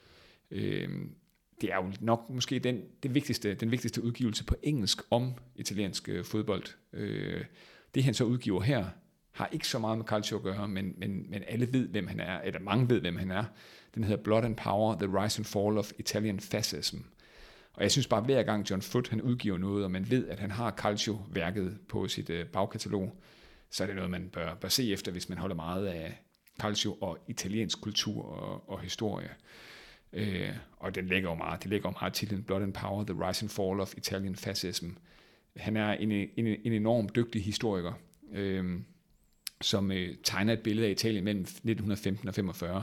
Det er jo nok måske den vigtigste udgivelse på engelsk om italiensk fodbold. Det han så udgiver her, har ikke så meget med Calcio at gøre, men alle ved, hvem han er, eller mange ved, hvem han er. Den hedder Blood and Power, The Rise and Fall of Italian Fascism. Og jeg synes bare, hver gang John Foot han udgiver noget, og man ved, at han har Calcio-værket på sit bagkatalog, så er det noget, man bør se efter, hvis man holder meget af Calcio og italiensk kultur og historie. Og det ligger jo meget titlen Blood and Power, The Rise and Fall of Italian Fascism. Han er en enormt dygtig historiker, som tegner et billede af Italien mellem 1915 og 45,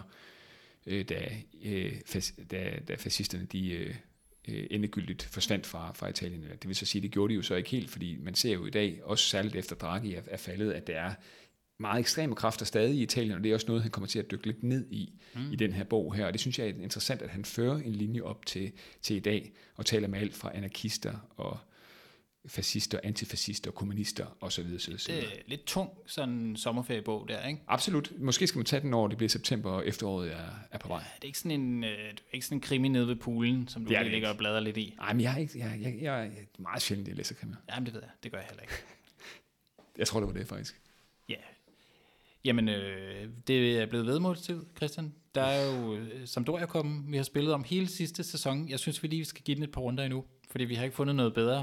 da fascisterne de endegyldigt forsvandt fra Italien. Det vil så sige, det gjorde de jo så ikke helt, fordi man ser jo i dag, også særligt efter Draghi er faldet, at der er meget ekstreme kræfter stadig i Italien, og det er også noget, han kommer til at dykke lidt ned i den her bog her, og det synes jeg er interessant, at han fører en linje op til i dag, og taler med alt fra anarkister og fascister, antifascister, kommunister osv. Det er lidt tung sådan en sommerferiebog der, ikke? Absolut. Måske skal man tage den, når det bliver september, og efteråret er på vej. Det er ikke sådan en krimi nede ved poolen, som du lige ligger og bladrer lidt i. Nej, men jeg er meget sjældent, jeg læser krimi. Jamen, det ved jeg. Det gør jeg heller ikke. Jeg tror, det var det, faktisk. Ja. Jamen, det er blevet vedmålstid, Christian. Der er jo Sampdoria-koppen, vi har spillet om hele sidste sæson. Jeg synes, vi lige skal give den et par runder endnu, fordi vi har ikke fundet noget bedre.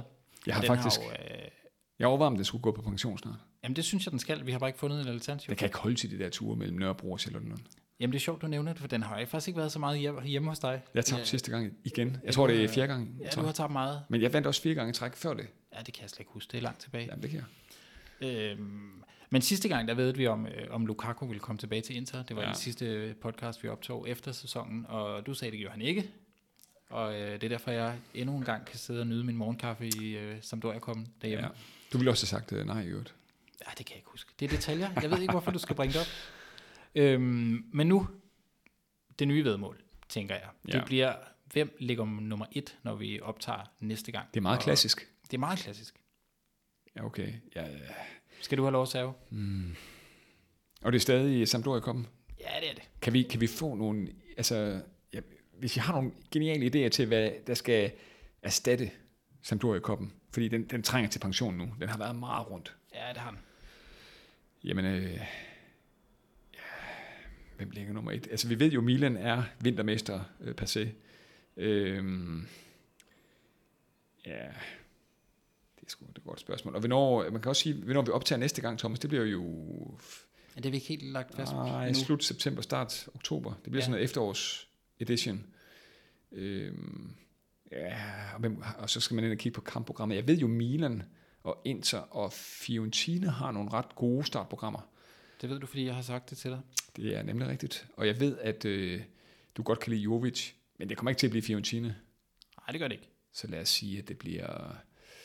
Jeg overvejer, om det skulle gå på pension snart. Jamen, det synes jeg, den skal. Vi har bare ikke fundet et alternativ. Det kan ikke holde til de der ture mellem Nørrebro og Charlottenlund. Jamen, det er sjovt, du nævner det, for den har faktisk ikke været så meget hjemme hos dig. Jeg tabte sidste gang igen. Jeg tror, det er 4 gange. Ja, du har tabt meget. Men jeg vandt også 4 gange i træk før det. Ja, det kan jeg slet ikke huske. Det er langt tilbage. Ja, det kan jeg. Men sidste gang, der ved vi om Lukaku ville komme tilbage til Inter. Det var den sidste podcast, vi optog efter sæsonen, og du sagde, det gjorde han ikke. Og det er derfor, jeg endnu en gang kan sidde og nyde min morgenkaffe i Sampdoria-koppen derhjemme. Ja. Du ville også have sagt nej i øvrigt. Ja, det kan jeg ikke huske. Det er detaljer. Jeg ved ikke, hvorfor du skal bringe det op. Men nu, det nye vedmål, tænker jeg. Det bliver, hvem ligger nummer 1, når vi optager næste gang? Det er meget klassisk. Det er meget klassisk. Ja, okay. Ja. Skal du have lov at save? Og det er stadig Sampdoria-koppen? Ja, det er det. Kan vi få nogle... Altså, hvis jeg har nogle geniale idéer til, hvad der skal erstatte Sampdoria-koppen, fordi den trænger til pension nu. Den har været meget rundt. Ja, det har den. Jamen, hvem ligger nummer 1? Altså, vi ved jo, Milan er vintermester per se. Ja, det er sgu et godt spørgsmål. Og man kan også sige, hvornår vi optager næste gang, Thomas, det bliver jo... Ja, det er vi ikke helt lagt fast. Nej, slut september, start oktober. Det bliver sådan noget efterårs edition. Og så skal man ind og kigge på kampprogrammet. Jeg ved jo, Milan og Inter og Fiorentina har nogle ret gode startprogrammer. Det ved du, fordi jeg har sagt det til dig. Det er nemlig rigtigt. Og jeg ved, at du godt kan lide Jovic, men det kommer ikke til at blive Fiorentina. Nej, det gør det ikke. Så lad os sige, at det bliver...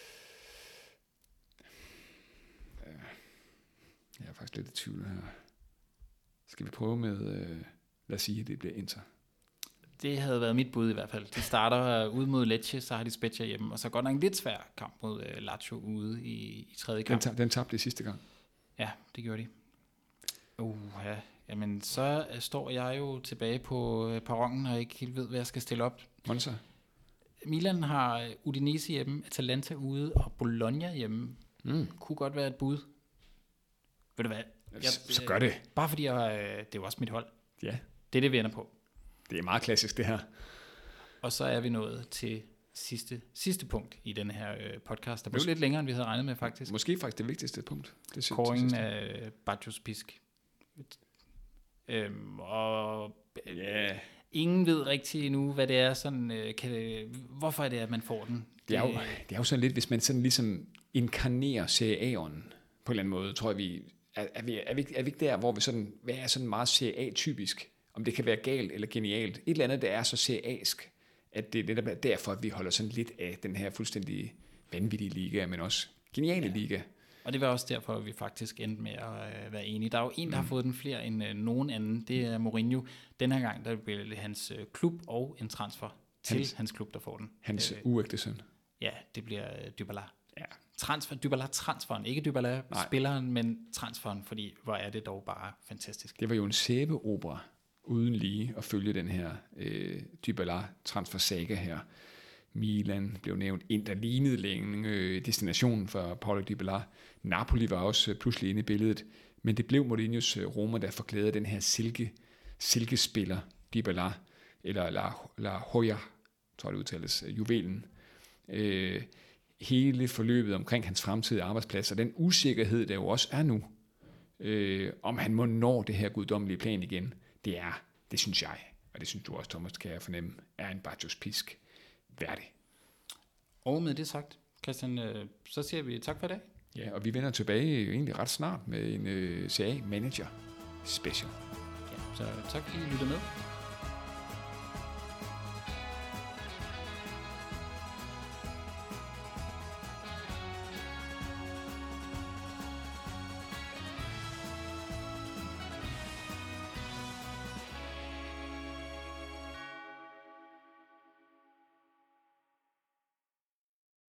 Jeg er faktisk lidt i tvivl her. Skal vi prøve med... lad os sige, at det bliver Inter. Det havde været mit bud i hvert fald. De starter ude mod Lecce, så har de Spezia hjemme, og så går der en lidt svær kamp mod Lazio ude i tredje kamp. Den tabte de sidste gang. Ja, det gjorde de. Ja. Jamen, så står jeg jo tilbage på perronen og ikke helt ved, hvad jeg skal stille op. Monza? Milan har Udinese hjemme, Atalanta ude og Bologna hjemme. Kunne godt være et bud. Ved du hvad? Så gør det. Bare fordi det er jo også mit hold. Ja. Det er det, vi ender på. Det er meget klassisk, det her. Og så er vi nået til sidste punkt i den her podcast. Der blev lidt længere, end vi havde regnet med, faktisk. Måske faktisk det vigtigste punkt. Kåringen af Bacchus Pisk. Ingen ved rigtig endnu, hvad det er. Sådan, hvorfor er det, at man får den? Det er jo sådan lidt, hvis man sådan ligesom inkarnerer Serie A'eren på en eller anden måde, tror jeg, vi er vi ikke der, hvor vi sådan, hvad er sådan meget Serie A-typisk? Om det kan være galt eller genialt. Et eller andet, der er så seriask, at det er netop derfor, at vi holder sådan lidt af den her fuldstændig vanvittige liga, men også geniale liga. Og det var også derfor, at vi faktisk endte med at være enige. Der er jo en, der har fået den flere end nogen anden. Det er Mourinho. Den her gang, der bliver det hans klub og en transfer til hans klub, der får den. Hans uægte søn. Ja, det bliver Dybala. Ja. Dybala-transferen. Ikke Dybala-spilleren, men transferen, fordi hvor er det dog bare fantastisk. Det var jo en sæbeopera uden lige at følge den her Dybala-transfer-saga her. Milan blev nævnt, Inter lignede længe destinationen for Paulo Dybala. Napoli var også pludselig inde i billedet, men det blev Mourinhos Roma, der forklædede den her silkespiller Dybala, eller La Joya, tror jeg det udtales, juvelen. Hele forløbet omkring hans fremtidige arbejdsplads, og den usikkerhed, der jo også er nu, om han må nå det her guddommelige plan igen, det synes jeg, og det synes du også, Thomas, kan jeg fornemme, er en Bacchus Pisk værdig. Og med det sagt, Christian, så siger vi tak for i dag. Ja, og vi vender tilbage egentlig ret snart med en CA Manager Special. Ja, så tak fordi I lyttede med.